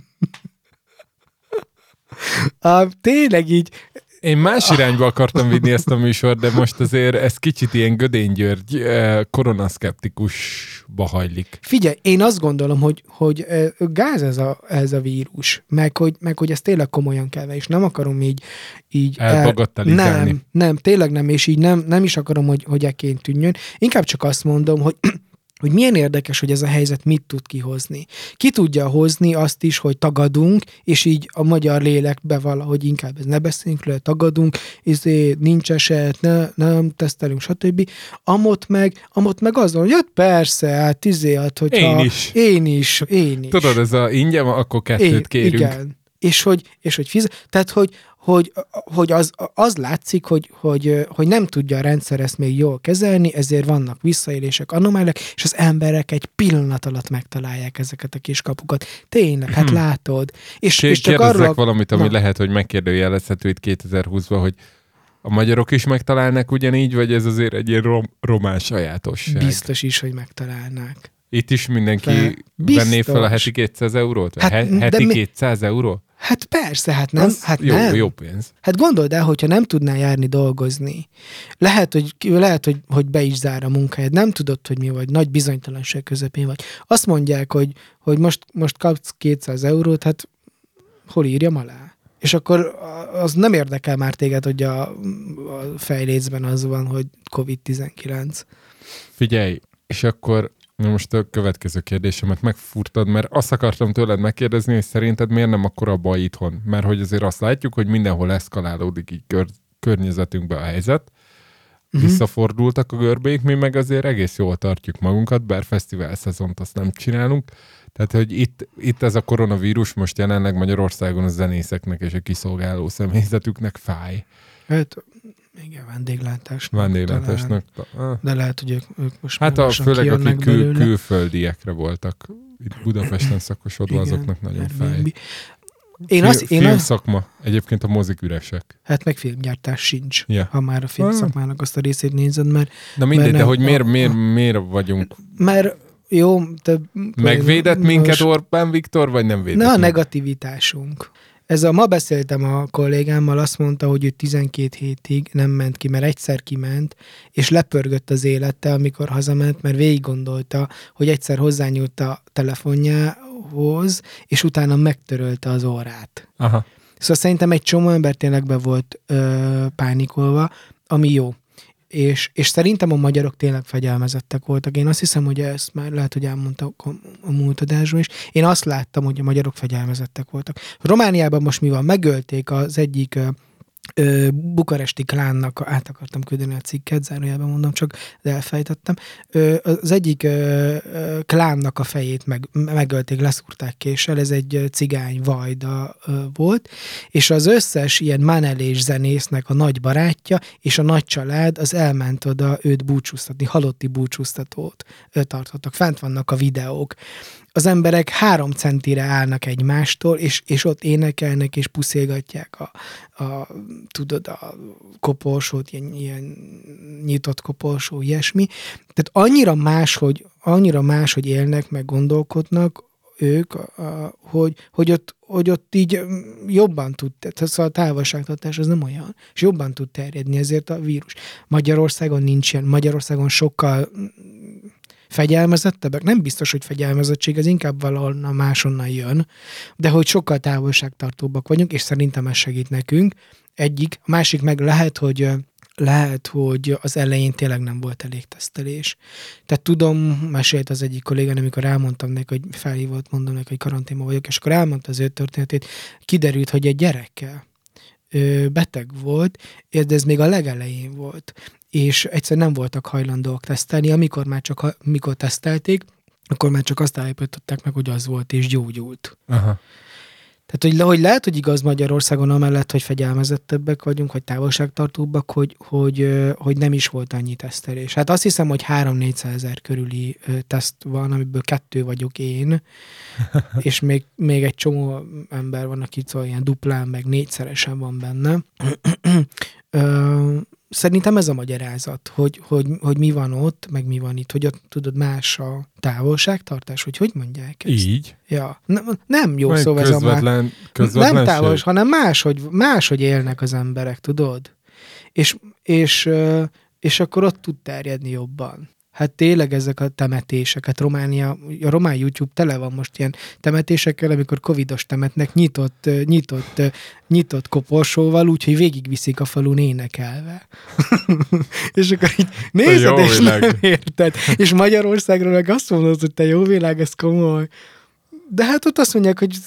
Speaker 3: Tényleg így.
Speaker 2: Én más irányba akartam vinni ezt a műsort, de most azért ez kicsit ilyen Gödény György koronaszkeptikusba hajlik.
Speaker 3: Figyelj, én azt gondolom, hogy gáz ez a vírus, meg hogy ezt tényleg komolyan kell, és nem akarom így
Speaker 2: elbagatelizálni.
Speaker 3: Nem, tényleg nem, és így nem is akarom, hogy ekként tűnjön. Inkább csak azt mondom, hogy milyen érdekes, hogy ez a helyzet mit tud kihozni. Ki tudja hozni azt is, hogy tagadunk, és így a magyar lélekbe valahogy inkább ne beszéljünk le, tagadunk, nincs eset, nem tesztelünk, stb. Amott meg azon, hogy persze, hát hogyha... Én is.
Speaker 2: Tudod, ez a ingyen, akkor kettőt kérünk.
Speaker 3: Igen. És hogy fizet, tehát hogy az látszik, hogy nem tudja a rendszer ezt még jól kezelni, ezért vannak visszaélések, anomáliák, és az emberek egy pillanat alatt megtalálják ezeket a kis kapukat. Tényleg, hát látod. És csak arról...
Speaker 2: valamit, ami lehet, hogy megkérdőjelezhető itt 2020-ban, hogy a magyarok is megtalálnak ugyanígy, vagy ez azért egy ilyen román sajátosság?
Speaker 3: Biztos is, hogy megtalálnák.
Speaker 2: Itt is mindenki venné fel a heti 200 eurót?
Speaker 3: Hát,
Speaker 2: heti 200 euró?
Speaker 3: Hát persze, hát nem.
Speaker 2: Az
Speaker 3: Hát
Speaker 2: jó,
Speaker 3: nem.
Speaker 2: jó pénz.
Speaker 3: Hát gondold el, hogyha nem tudnál járni dolgozni, lehet, hogy be is zár a munkáját, nem tudod, hogy mi vagy, nagy bizonytalanság közepén vagy. Azt mondják, hogy most kapsz 200 eurót, hát hol írjam alá? És akkor az nem érdekel már téged, hogy a fejlécben az van, hogy COVID-19.
Speaker 2: Figyelj, és akkor most a következő kérdésemet megfurtad, mert azt akartam tőled megkérdezni, hogy szerinted miért nem akkora a baj itthon? Mert hogy azért azt látjuk, hogy mindenhol eszkalálódik így környezetünkbe a helyzet, visszafordultak a görbék, mi meg azért egész jól tartjuk magunkat, bár fesztivál szezont azt nem csinálunk. Tehát, hogy itt ez a koronavírus most jelenleg Magyarországon a zenészeknek és a kiszolgáló személyzetüknek fáj.
Speaker 3: Hát, igen, vendéglátásnak.
Speaker 2: Vendéglátásnak.
Speaker 3: De lehet, hogy ők most
Speaker 2: Hát főleg akik külföldiekre voltak itt Budapesten szakosodva, azoknak nagyon fáj. Filmszakma. Egyébként a mozik üresek.
Speaker 3: Hát meg filmgyártás sincs,
Speaker 2: ha
Speaker 3: már a filmszakmának azt a részét nézed, mert...
Speaker 2: Na mindegy, de hogy miért vagyunk...
Speaker 3: Mert jó...
Speaker 2: Megvédett minket Orbán Viktor, vagy nem védett?
Speaker 3: Na, a negativitásunk. Ma beszéltem a kollégámmal, azt mondta, hogy ő 12 hétig nem ment ki, mert egyszer kiment, és lepörgött az élete, amikor hazament, mert végig gondolta, hogy egyszer hozzányúlt a telefonjához, és utána megtörölte az orrát.
Speaker 2: Aha.
Speaker 3: Szóval szerintem egy csomó ember tényleg be volt pánikolva, ami jó. És szerintem a magyarok tényleg fegyelmezettek voltak. Én azt hiszem, hogy ezt már lehet, hogy elmondtak a múlt adásban is. Én azt láttam, hogy a magyarok fegyelmezettek voltak. Romániában most mi van? Megölték az egyik bukaresti klánnak, át akartam küldeni a cikket, zárójelben mondom, csak elfejtettem. Az egyik klánnak a fejét megölték, leszúrták késsel, ez egy cigány vajda volt, és az összes ilyen manelés zenésznek a nagy barátja és a nagy család az elment oda őt búcsúztatni, halotti búcsúztatót tartottak. Fent vannak a videók. Az emberek 3 centire állnak egymástól, és ott énekelnek, és puszilgatják tudod, a koporsót, ilyen nyitott koporsó, ilyesmi. Tehát annyira más, hogy élnek, meg gondolkodnak ők, hogy ott így jobban tud, tehát a távolságtartás az nem olyan, és jobban tud terjedni ezért a vírus. Magyarországon nincs ilyen, Magyarországon sokkal fegyelmezettebbek, nem biztos, hogy fegyelmezettség, ez inkább valahol másonnan jön, de hogy sokkal távolságtartóbbak vagyunk, és szerintem ez segít nekünk. Egyik, a másik meg lehet, hogy az elején tényleg nem volt elég tesztelés. Tehát tudom, mesélt az egyik kollégán, amikor elmondtam neki, hogy felhívott, mondom neki, hogy karanténban vagyok, és akkor elmondta az ő történetét, kiderült, hogy egy gyerekkel beteg volt, de ez még a legelején volt, és egyszer nem voltak hajlandóak tesztelni, amikor tesztelték, akkor már csak azt állapították meg, hogy az volt, és gyógyult.
Speaker 2: Aha.
Speaker 3: Tehát, hogy lehet, hogy igaz Magyarországon amellett, hogy fegyelmezettebbek vagyunk, hogy távolságtartóbbak, hogy nem is volt annyi tesztelés. Hát azt hiszem, hogy 300-400 ezer körüli teszt van, amiből 2 vagyok én, és még egy csomó ember van, aki szóval ilyen duplán, meg 4-szeresen van benne. Szerintem ez a magyarázat, hogy mi van ott, meg mi van itt, hogy ott tudod más a távolságtartás, hogy mondják ezt?
Speaker 2: Így?
Speaker 3: Ja. Nem jó szó ez a már. Nem távol, hanem máshogy élnek az emberek, tudod? És akkor ott tud terjedni jobban. Hát tényleg ezek a temetések, a román YouTube tele van most ilyen temetésekkel, amikor covidos temetnek nyitott koporsóval, úgyhogy végigviszik a falun énekelve. És akkor így nézed, és nem érted. És Magyarországról meg azt mondod, hogy te jó világ, ez komoly. De hát ott azt mondják, hogy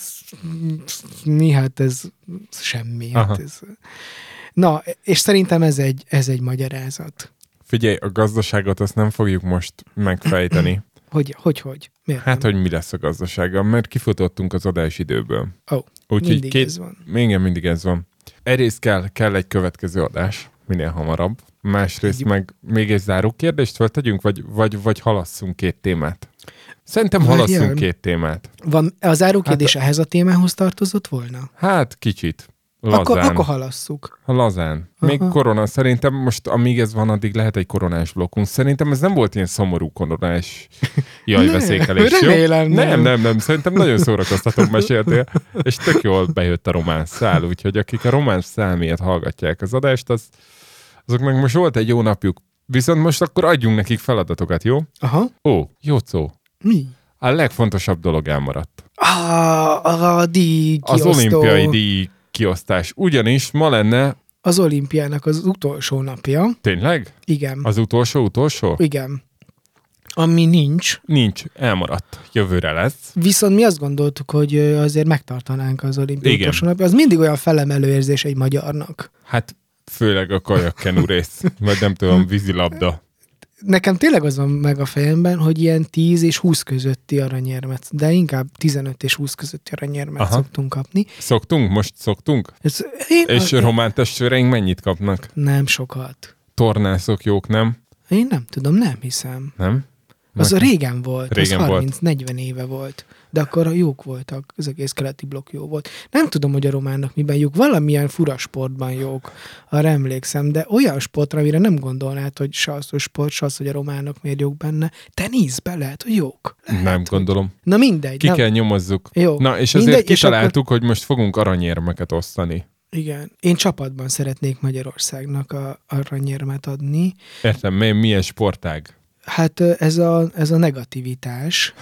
Speaker 3: ez semmi. Hát ez... Na, és szerintem ez egy magyarázat.
Speaker 2: Figyelj, a gazdaságot azt nem fogjuk most megfejteni.
Speaker 3: Hogy? Miért
Speaker 2: hát,
Speaker 3: nem?
Speaker 2: hogy mi lesz a gazdasággal, mert kifutottunk az adásidőből.
Speaker 3: Mindig ez van.
Speaker 2: Igen, mindig ez van. Egyrészt kell egy következő adás, minél hamarabb. Másrészt meg még egy záró kérdést feltegyünk, vagy halasszunk 2 témát? Szerintem halasszunk 2 témát.
Speaker 3: A záró kérdés ehhez a témához tartozott volna?
Speaker 2: Hát kicsit. Lazán.
Speaker 3: Akkor halasszuk.
Speaker 2: Lazán. Még korona. Szerintem most, amíg ez van, addig lehet egy koronás blokkunk. Szerintem ez nem volt ilyen szomorú koronás jajveszékelés, jó?
Speaker 3: Remélem,
Speaker 2: Nem. Szerintem nagyon szórakoztató meséltél, és tök jól bejött a román szál, úgyhogy akik a román szál miatt hallgatják az adást, azoknak most volt egy jó napjuk. Viszont most akkor adjunk nekik feladatokat, jó?
Speaker 3: Aha.
Speaker 2: Ó, Jócó.
Speaker 3: Mi?
Speaker 2: A legfontosabb dolog elmaradt.
Speaker 3: A díj
Speaker 2: Az
Speaker 3: kiosztó.
Speaker 2: olimpiai díj kiosztás. Ugyanis ma lenne...
Speaker 3: Az olimpiának az utolsó napja.
Speaker 2: Tényleg?
Speaker 3: Igen.
Speaker 2: Az utolsó?
Speaker 3: Igen. Ami nincs.
Speaker 2: Nincs, elmaradt. Jövőre lesz.
Speaker 3: Viszont mi azt gondoltuk, hogy azért megtartanánk az olimpiai
Speaker 2: Igen.
Speaker 3: utolsó napja. Az mindig olyan felemelő érzés egy magyarnak.
Speaker 2: Hát főleg a kajakkenu rész, vagy nem tudom, vízilabda.
Speaker 3: Nekem tényleg az van meg a fejemben, hogy ilyen 10 és 20 közötti aranyérmet, de inkább 15 és 20 közötti aranyérmet szoktunk kapni.
Speaker 2: Most szoktunk?
Speaker 3: És
Speaker 2: Román testvéreink mennyit kapnak?
Speaker 3: Nem sokat.
Speaker 2: Tornászok jók, nem?
Speaker 3: Én nem tudom, nem hiszem.
Speaker 2: Nem?
Speaker 3: Az régen volt,
Speaker 2: Régen
Speaker 3: az 30-40 éve volt. De akkor a jók voltak, az egész keleti blokk jó volt. Nem tudom, hogy a románok miben jók, valamilyen fura sportban jók, arra emlékszem, de olyan sportra, amire nem gondolnád, hogy se az, hogy sport, se az, hogy a románok miért jók benne. Teniszben lehet, hogy jók. Lehet,
Speaker 2: Nem gondolom.
Speaker 3: Na mindegy.
Speaker 2: Ki kell nyomozzuk.
Speaker 3: Jó.
Speaker 2: Na, és
Speaker 3: Mindegy,
Speaker 2: azért
Speaker 3: és
Speaker 2: kitaláltuk, hogy most fogunk aranyérmeket osztani.
Speaker 3: Igen. Én csapatban szeretnék Magyarországnak aranyérmet adni.
Speaker 2: Értem, milyen sportág?
Speaker 3: Hát ez a negativitás.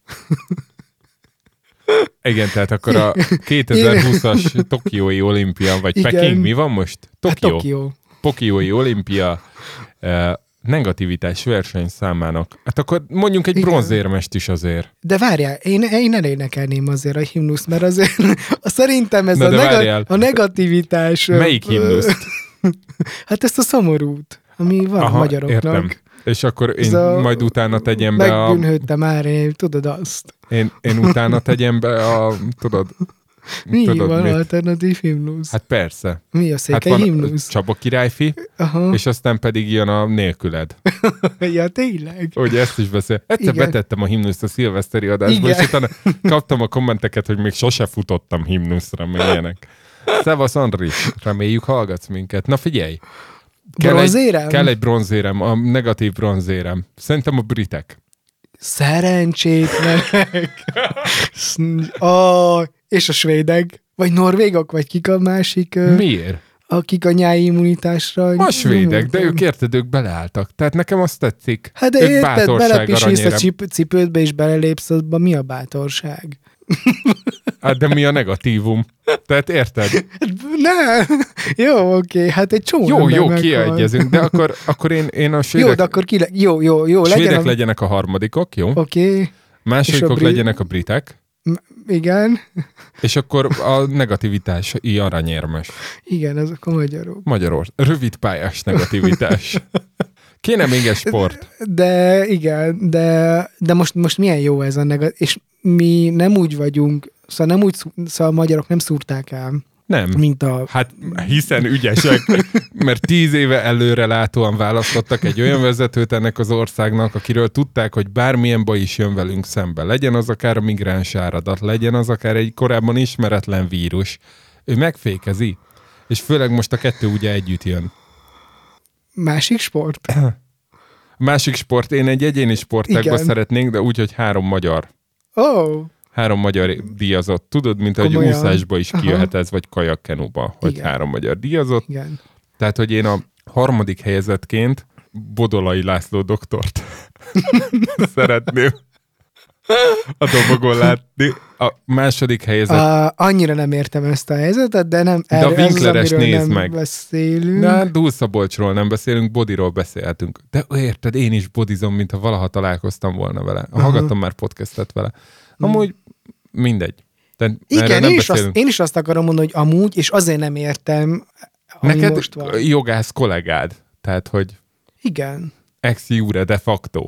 Speaker 2: Igen, tehát akkor a 2020-as Tokiói olimpia, vagy
Speaker 3: Igen.
Speaker 2: Peking, mi van most?
Speaker 3: Tokió.
Speaker 2: Tokiói olimpia negativitás versenyszámának. Hát akkor mondjunk egy
Speaker 3: Igen.
Speaker 2: bronzérmest is azért.
Speaker 3: De várjál, én elénekelném azért a himnuszt, mert azért szerintem ez a negativitás...
Speaker 2: Melyik himnuszt?
Speaker 3: Hát ezt a szomorút, ami van a magyaroknak.
Speaker 2: Értem. És akkor én majd utána tegyem be
Speaker 3: megbűnhődtem már, tudod azt.
Speaker 2: Én utána tegyem be tudod...
Speaker 3: Mi van alternatív himnusz?
Speaker 2: Hát persze.
Speaker 3: Mi a székely himnusz?
Speaker 2: Csaba királyfi, és aztán pedig jön a nélküled.
Speaker 3: Ja, tényleg?
Speaker 2: Ugye ezt is beszél. Egyszer betettem a himnuszt a szilveszteri adásba, és utána kaptam a kommenteket, hogy még sose futottam himnuszra, meg ilyenek. Szevasz Andris, reméljük hallgatsz minket. Na figyelj! Kell egy bronzérem, a negatív bronzérem. Szerintem a britek.
Speaker 3: Szerencsétlenek! És a svédek? Vagy norvégok? Vagy kik a másik?
Speaker 2: Miért?
Speaker 3: Akik a nyári immunitásra...
Speaker 2: A svédek, de ők beleálltak. Tehát nekem azt tetszik.
Speaker 3: Hát de érted, belepisísz a cipődbe és belelépsz, abban mi a bátorság?
Speaker 2: Hát de mi a negatívum? Tehát érted?
Speaker 3: Nem. Jó, oké. Hát egy csomó
Speaker 2: Jó, kiegyezünk, de akkor én a svédek...
Speaker 3: Jó, de akkor jó.
Speaker 2: Svédek legyenek a harmadikok, jó?
Speaker 3: Oké.
Speaker 2: Másodikok legyenek a britek.
Speaker 3: Igen.
Speaker 2: És akkor a negativitási aranyérmes.
Speaker 3: Igen, azok a magyarok.
Speaker 2: Rövid pályás negativitás. Kéne még egy sport.
Speaker 3: De igen, de most milyen jó ez a negatív, és mi nem úgy vagyunk, szóval a magyarok nem szúrták el.
Speaker 2: Nem.
Speaker 3: Mint a...
Speaker 2: Hát hiszen ügyesek, mert 10 éve előre látóan választottak egy olyan vezetőt ennek az országnak, akiről tudták, hogy bármilyen baj is jön velünk szembe. Legyen az akár a migráns áradat, legyen az akár egy korábban ismeretlen vírus. Ő megfékezi. És főleg most a kettő ugye együtt jön.
Speaker 3: Másik sport?
Speaker 2: Másik sport, én egy egyéni sportágban szeretnénk, de úgy, hogy 3 magyar. 3 magyar díjazott. Tudod, mint ahogy úszásba is kijöhet ez, vagy kajakkenúba, hogy 3 magyar díjazott.
Speaker 3: Igen.
Speaker 2: Tehát, hogy én a 3. helyezettként Bodolai László doktort szeretném a dobogon látni. A 2. helyezett...
Speaker 3: Annyira nem értem ezt a helyzetet, de nem...
Speaker 2: De a Winkleres nézd meg.
Speaker 3: Beszélünk.
Speaker 2: Na, Dúlszabolcsról nem beszélünk, Bodiról beszélhetünk. De érted, én is bodizom, mintha valaha találkoztam volna vele. Hallgattam már podcastet vele. Amúgy mindegy.
Speaker 3: Igen, én is azt akarom mondani, hogy amúgy, és azért nem értem, ami
Speaker 2: neked
Speaker 3: most van.
Speaker 2: Jogász kollégád. Tehát, hogy...
Speaker 3: Igen.
Speaker 2: Ex jure de facto.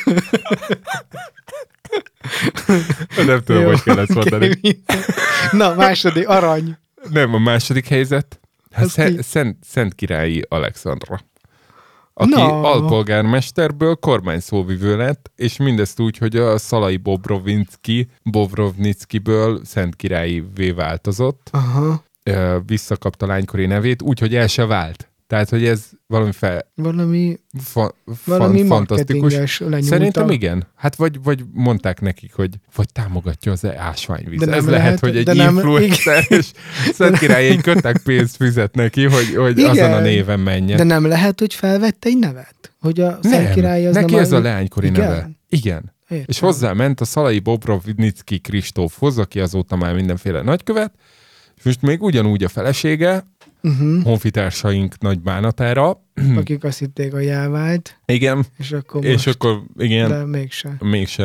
Speaker 2: Nem tudom, hogy kell ezt mondani.
Speaker 3: Na, második, arany.
Speaker 2: Nem, a 2. helyzet. Szent Királyi Alexandra. Aki alpolgármesterből kormányszóvivő lett, és mindezt úgy, hogy a Szalai Bobrovnickiből Szent Királyivé változott.
Speaker 3: Aha.
Speaker 2: visszakapta lánykori nevét, úgyhogy el se vált. Tehát, hogy ez valami
Speaker 3: valami
Speaker 2: fantasztikus.
Speaker 3: marketinges lenyúlta.
Speaker 2: Szerintem igen. Hát vagy mondták nekik, hogy vagy támogatja az ásványvíz.
Speaker 3: De nem
Speaker 2: ez
Speaker 3: lehet,
Speaker 2: lehet, hogy egy
Speaker 3: de nem-
Speaker 2: influencer, és Szent Király egy kötek pénzt fizet neki, hogy
Speaker 3: Igen.
Speaker 2: azon a néven menjen.
Speaker 3: De nem lehet, hogy felvette egy nevet? Hogy a Szent
Speaker 2: Nem,
Speaker 3: Király az
Speaker 2: neki
Speaker 3: nem
Speaker 2: ez a leánykori
Speaker 3: Igen?
Speaker 2: neve. Igen.
Speaker 3: Értem.
Speaker 2: És hozzáment a Szalai Bobrovnicki Kristófhoz, aki azóta már mindenféle nagykövet, és most még ugyanúgy a felesége, honfitársaink nagy bánatára.
Speaker 3: Akik azt hitték, hogy elvált,
Speaker 2: Igen.
Speaker 3: és akkor
Speaker 2: És
Speaker 3: most,
Speaker 2: akkor, igen,
Speaker 3: de mégse.
Speaker 2: mégse.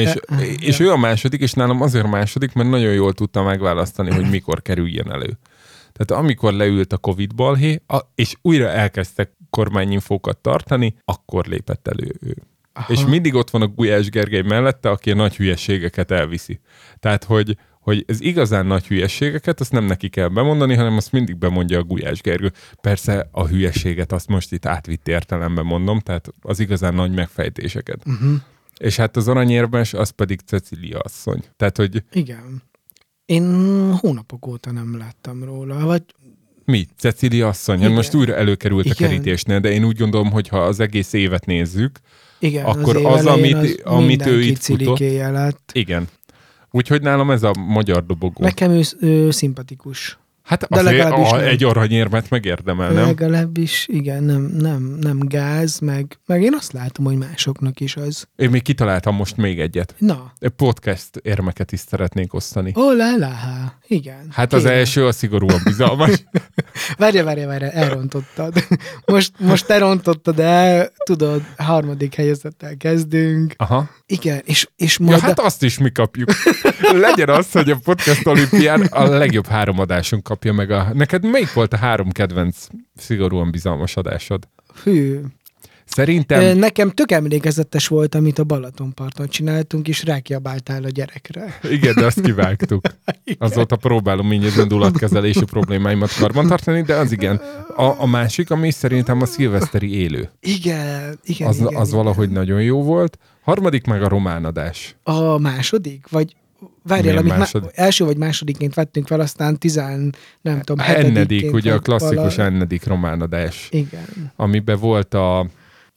Speaker 2: És ő a második, és nálam azért második, mert nagyon jól tudta megválasztani, hogy mikor kerüljen elő. Tehát amikor leült a Covid balhé, és újra elkezdtek kormányinfókat tartani, akkor lépett elő ő. Aha. És mindig ott van a Gulyás Gergely mellette, aki a nagy hülyeségeket elviszi. Tehát, hogy ez igazán nagy hülyeségeket, azt nem neki kell bemondani, hanem azt mindig bemondja a Gulyás Gergő. Persze a hülyeséget azt most itt átvitt értelemben mondom, tehát az igazán nagy megfejtéseket. És hát az aranyérmes, az pedig Cecília asszony. Tehát, hogy
Speaker 3: Igen. Én hónapok óta nem láttam róla, vagy
Speaker 2: mi? Cecília asszony? Hát most újra előkerült a
Speaker 3: Igen.
Speaker 2: kerítésnél, de én úgy gondolom, hogy ha az egész évet nézzük,
Speaker 3: igen,
Speaker 2: akkor
Speaker 3: év
Speaker 2: az,
Speaker 3: elején
Speaker 2: amit ő
Speaker 3: mindenki
Speaker 2: itt futott.
Speaker 3: cilikéje lett.
Speaker 2: Igen. Úgyhogy nálam ez a magyar dobogó.
Speaker 3: Nekem ő szimpatikus.
Speaker 2: Hát
Speaker 3: de
Speaker 2: azért
Speaker 3: legalábbis nem.
Speaker 2: egy aranyérmet megérdemel, nem?
Speaker 3: Legalábbis, igen, nem gáz, meg én azt látom, hogy másoknak is az.
Speaker 2: Én még kitaláltam most még egyet.
Speaker 3: Na.
Speaker 2: Podcast érmeket is szeretnék osztani.
Speaker 3: Igen.
Speaker 2: Hát az
Speaker 3: Kérem.
Speaker 2: első a szigorúan bizalmas.
Speaker 3: Várj, elrontottad. Most elrontottad el, tudod, 3. helyezettel kezdünk.
Speaker 2: Aha.
Speaker 3: Igen, és
Speaker 2: Ja,
Speaker 3: majd...
Speaker 2: hát azt is mi kapjuk. Legyen az, hogy a Podcast Olimpián a legjobb 3 adásunk kapja meg a... Neked melyik volt a 3 kedvenc szigorúan bizalmas adásod?
Speaker 3: Hű.
Speaker 2: Szerintem...
Speaker 3: Nekem tök emlékezetes volt, amit a Balatonparton csináltunk, és rákiabáltál a gyerekre.
Speaker 2: Igen, de azt kivágtuk. Azóta próbálom így az indulatkezelési problémáimat karbantartani, de az igen. A másik, ami szerintem a szilveszteri élő.
Speaker 3: Igen.
Speaker 2: Az valahogy nagyon jó volt. 3. meg a román adás.
Speaker 3: A második? Vagy várjál,
Speaker 2: Milyen
Speaker 3: amit első vagy másodikként vettünk fel, aztán nem tudom,
Speaker 2: Ennedik, ugye a klasszikus
Speaker 3: vala...
Speaker 2: ennedik román adás.
Speaker 3: Igen.
Speaker 2: Amiben volt a...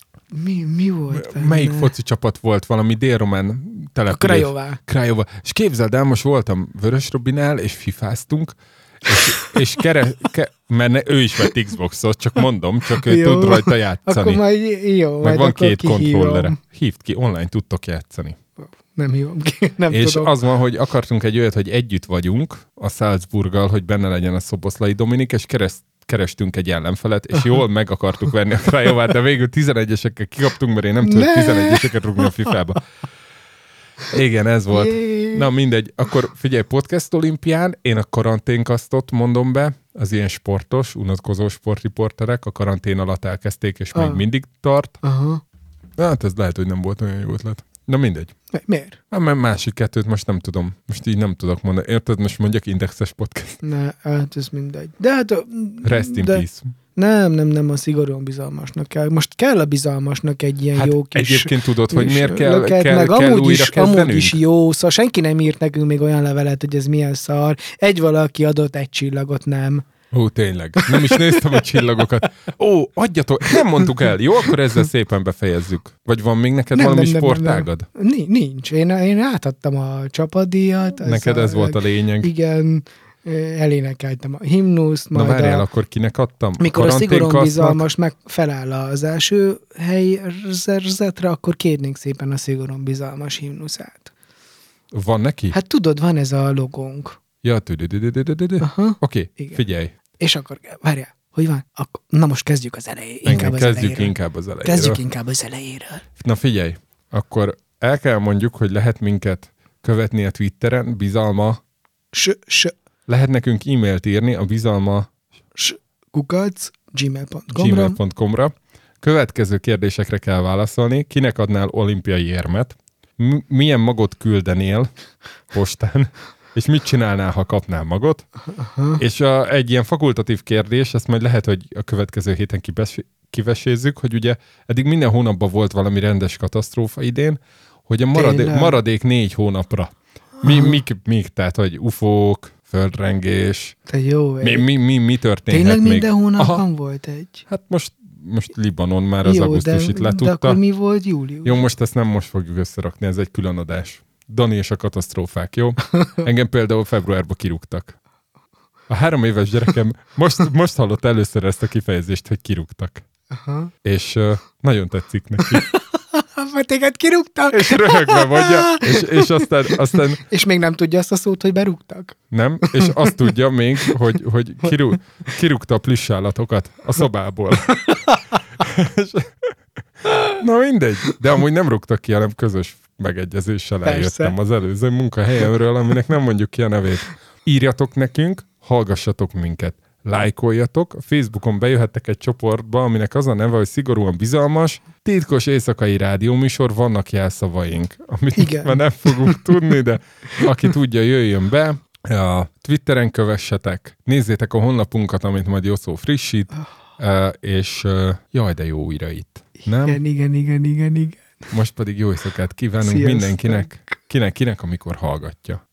Speaker 3: Mi volt benne?
Speaker 2: Melyik foci csapat volt? Valami délromán település. Craiova. És képzeld el, most voltam Vörös Robinál, és fifáztunk, és mert ő is vett Xboxot, csak mondom, csak ő tud rajta játszani.
Speaker 3: Akkor majd jó.
Speaker 2: Meg van 2
Speaker 3: kihívom.
Speaker 2: kontrollere. Hívd ki, online tudtok játszani.
Speaker 3: Nem hívom ki, nem
Speaker 2: és
Speaker 3: tudom.
Speaker 2: az van, hogy akartunk egy olyat, hogy együtt vagyunk a Salzburggal, hogy benne legyen a Szoboszlai Dominik, és kerestünk egy ellenfelet, és jól meg akartuk venni a Craiovát, de végül 11-esekkel kikaptunk, mert én nem tudok 11-eseket rúgni a FIFA-ba. Igen, ez volt. Na mindegy, akkor figyelj, Podcast Olimpián én a karanténkasztot mondom be, az ilyen sportos, unatkozó sportriporterek a karantén alatt elkezdték, és még mindig tart.
Speaker 3: Aha.
Speaker 2: Hát ez lehet, hogy nem volt olyan jó ötlet. Na mindegy.
Speaker 3: Miért?
Speaker 2: Hát mert másik kettőt most nem tudom. Most így nem tudok mondani. Érted? Most mondjak indexes podcast.
Speaker 3: Ne, hát ez mindegy. De hát...
Speaker 2: Rest in peace.
Speaker 3: Nem, a szigorúan bizalmasnak kell. Most kell a bizalmasnak egy ilyen jó kis...
Speaker 2: Egyébként tudod, hogy miért kell
Speaker 3: amúgy
Speaker 2: kezdenünk?
Speaker 3: Amúgy is jó, szóval senki nem írt nekünk még olyan levelet, hogy ez milyen szar. Egy valaki adott 1 csillagot, nem.
Speaker 2: Ó, tényleg. Nem is néztem a csillagokat. Ó, adjatok. Nem mondtuk el. Jó, akkor ezzel szépen befejezzük. Vagy van még neked valami sportágad?
Speaker 3: Nincs. Én átadtam a csapatdíjat.
Speaker 2: Neked ez volt a lényeg.
Speaker 3: Igen. Elénekeltem a himnuszt.
Speaker 2: Na várjál, akkor kinek adtam?
Speaker 3: Mikor a szigorúan bizalmas meg feláll az első helyzetre, akkor kérnénk szépen a szigorúan bizalmas himnuszát.
Speaker 2: Van neki?
Speaker 3: Hát tudod, van ez a logónk.
Speaker 2: Ja, Oké, figyelj.
Speaker 3: És akkor, várjál, hogy van? Na most kezdjük az elején.
Speaker 2: Kezdjük inkább az elejéről. Na figyelj, akkor el kell mondjuk, hogy lehet minket követni a Twitteren, bizalma. Lehet nekünk e-mailt írni a bizalma
Speaker 3: gmail.com-ra.
Speaker 2: Következő kérdésekre kell válaszolni. Kinek adnál olimpiai érmet? Milyen magot küldenél postán? És mit csinálnál, ha kapnál magot? És egy ilyen fakultatív kérdés, ezt majd lehet, hogy a következő héten kivesézzük, hogy ugye eddig minden hónapban volt valami rendes katasztrófa idén, hogy a maradék 4 hónapra. Mik, tehát, hogy ufók, földrengés.
Speaker 3: Te jó vagy.
Speaker 2: Mi történhet
Speaker 3: Tényleg
Speaker 2: még?
Speaker 3: minden hónapban volt egy?
Speaker 2: Hát most Libanon már az augusztusit letudta.
Speaker 3: De akkor mi volt július?
Speaker 2: Jó, most ezt nem most fogjuk összerakni, ez egy külön adás. Dani és a katasztrófák, jó? Engem például februárban kirúgtak. A 3 éves gyerekem most hallott először ezt a kifejezést, hogy kirúgtak.
Speaker 3: Aha.
Speaker 2: És nagyon tetszik neki.
Speaker 3: Mert téged kirúgtak?
Speaker 2: És röhögve mondja, és aztán...
Speaker 3: És még nem tudja azt a szót, hogy berúgtak?
Speaker 2: Nem, és azt tudja még, hogy kirúgta a plüssállatokat a szobából. Na mindegy, de amúgy nem rúgtak ki, hanem közös megegyezéssel eljöttem az előző munkahelyemről, aminek nem mondjuk ki a nevét. Írjatok nekünk, hallgassatok minket, lájkoljatok, a Facebookon bejöhettek egy csoportba, aminek az a neve, hogy szigorúan bizalmas, titkos éjszakai rádióműsor, vannak jelszavaink, amit már nem fogunk tudni, de aki tudja, jöjjön be. A Twitteren kövessetek, nézzétek a honlapunkat, amit majd Jocó frissít, és jaj, de jó újra itt. Nem?
Speaker 3: Igen.
Speaker 2: Most pedig jó éjszakát kívánunk mindenkinek, kinek, amikor hallgatja.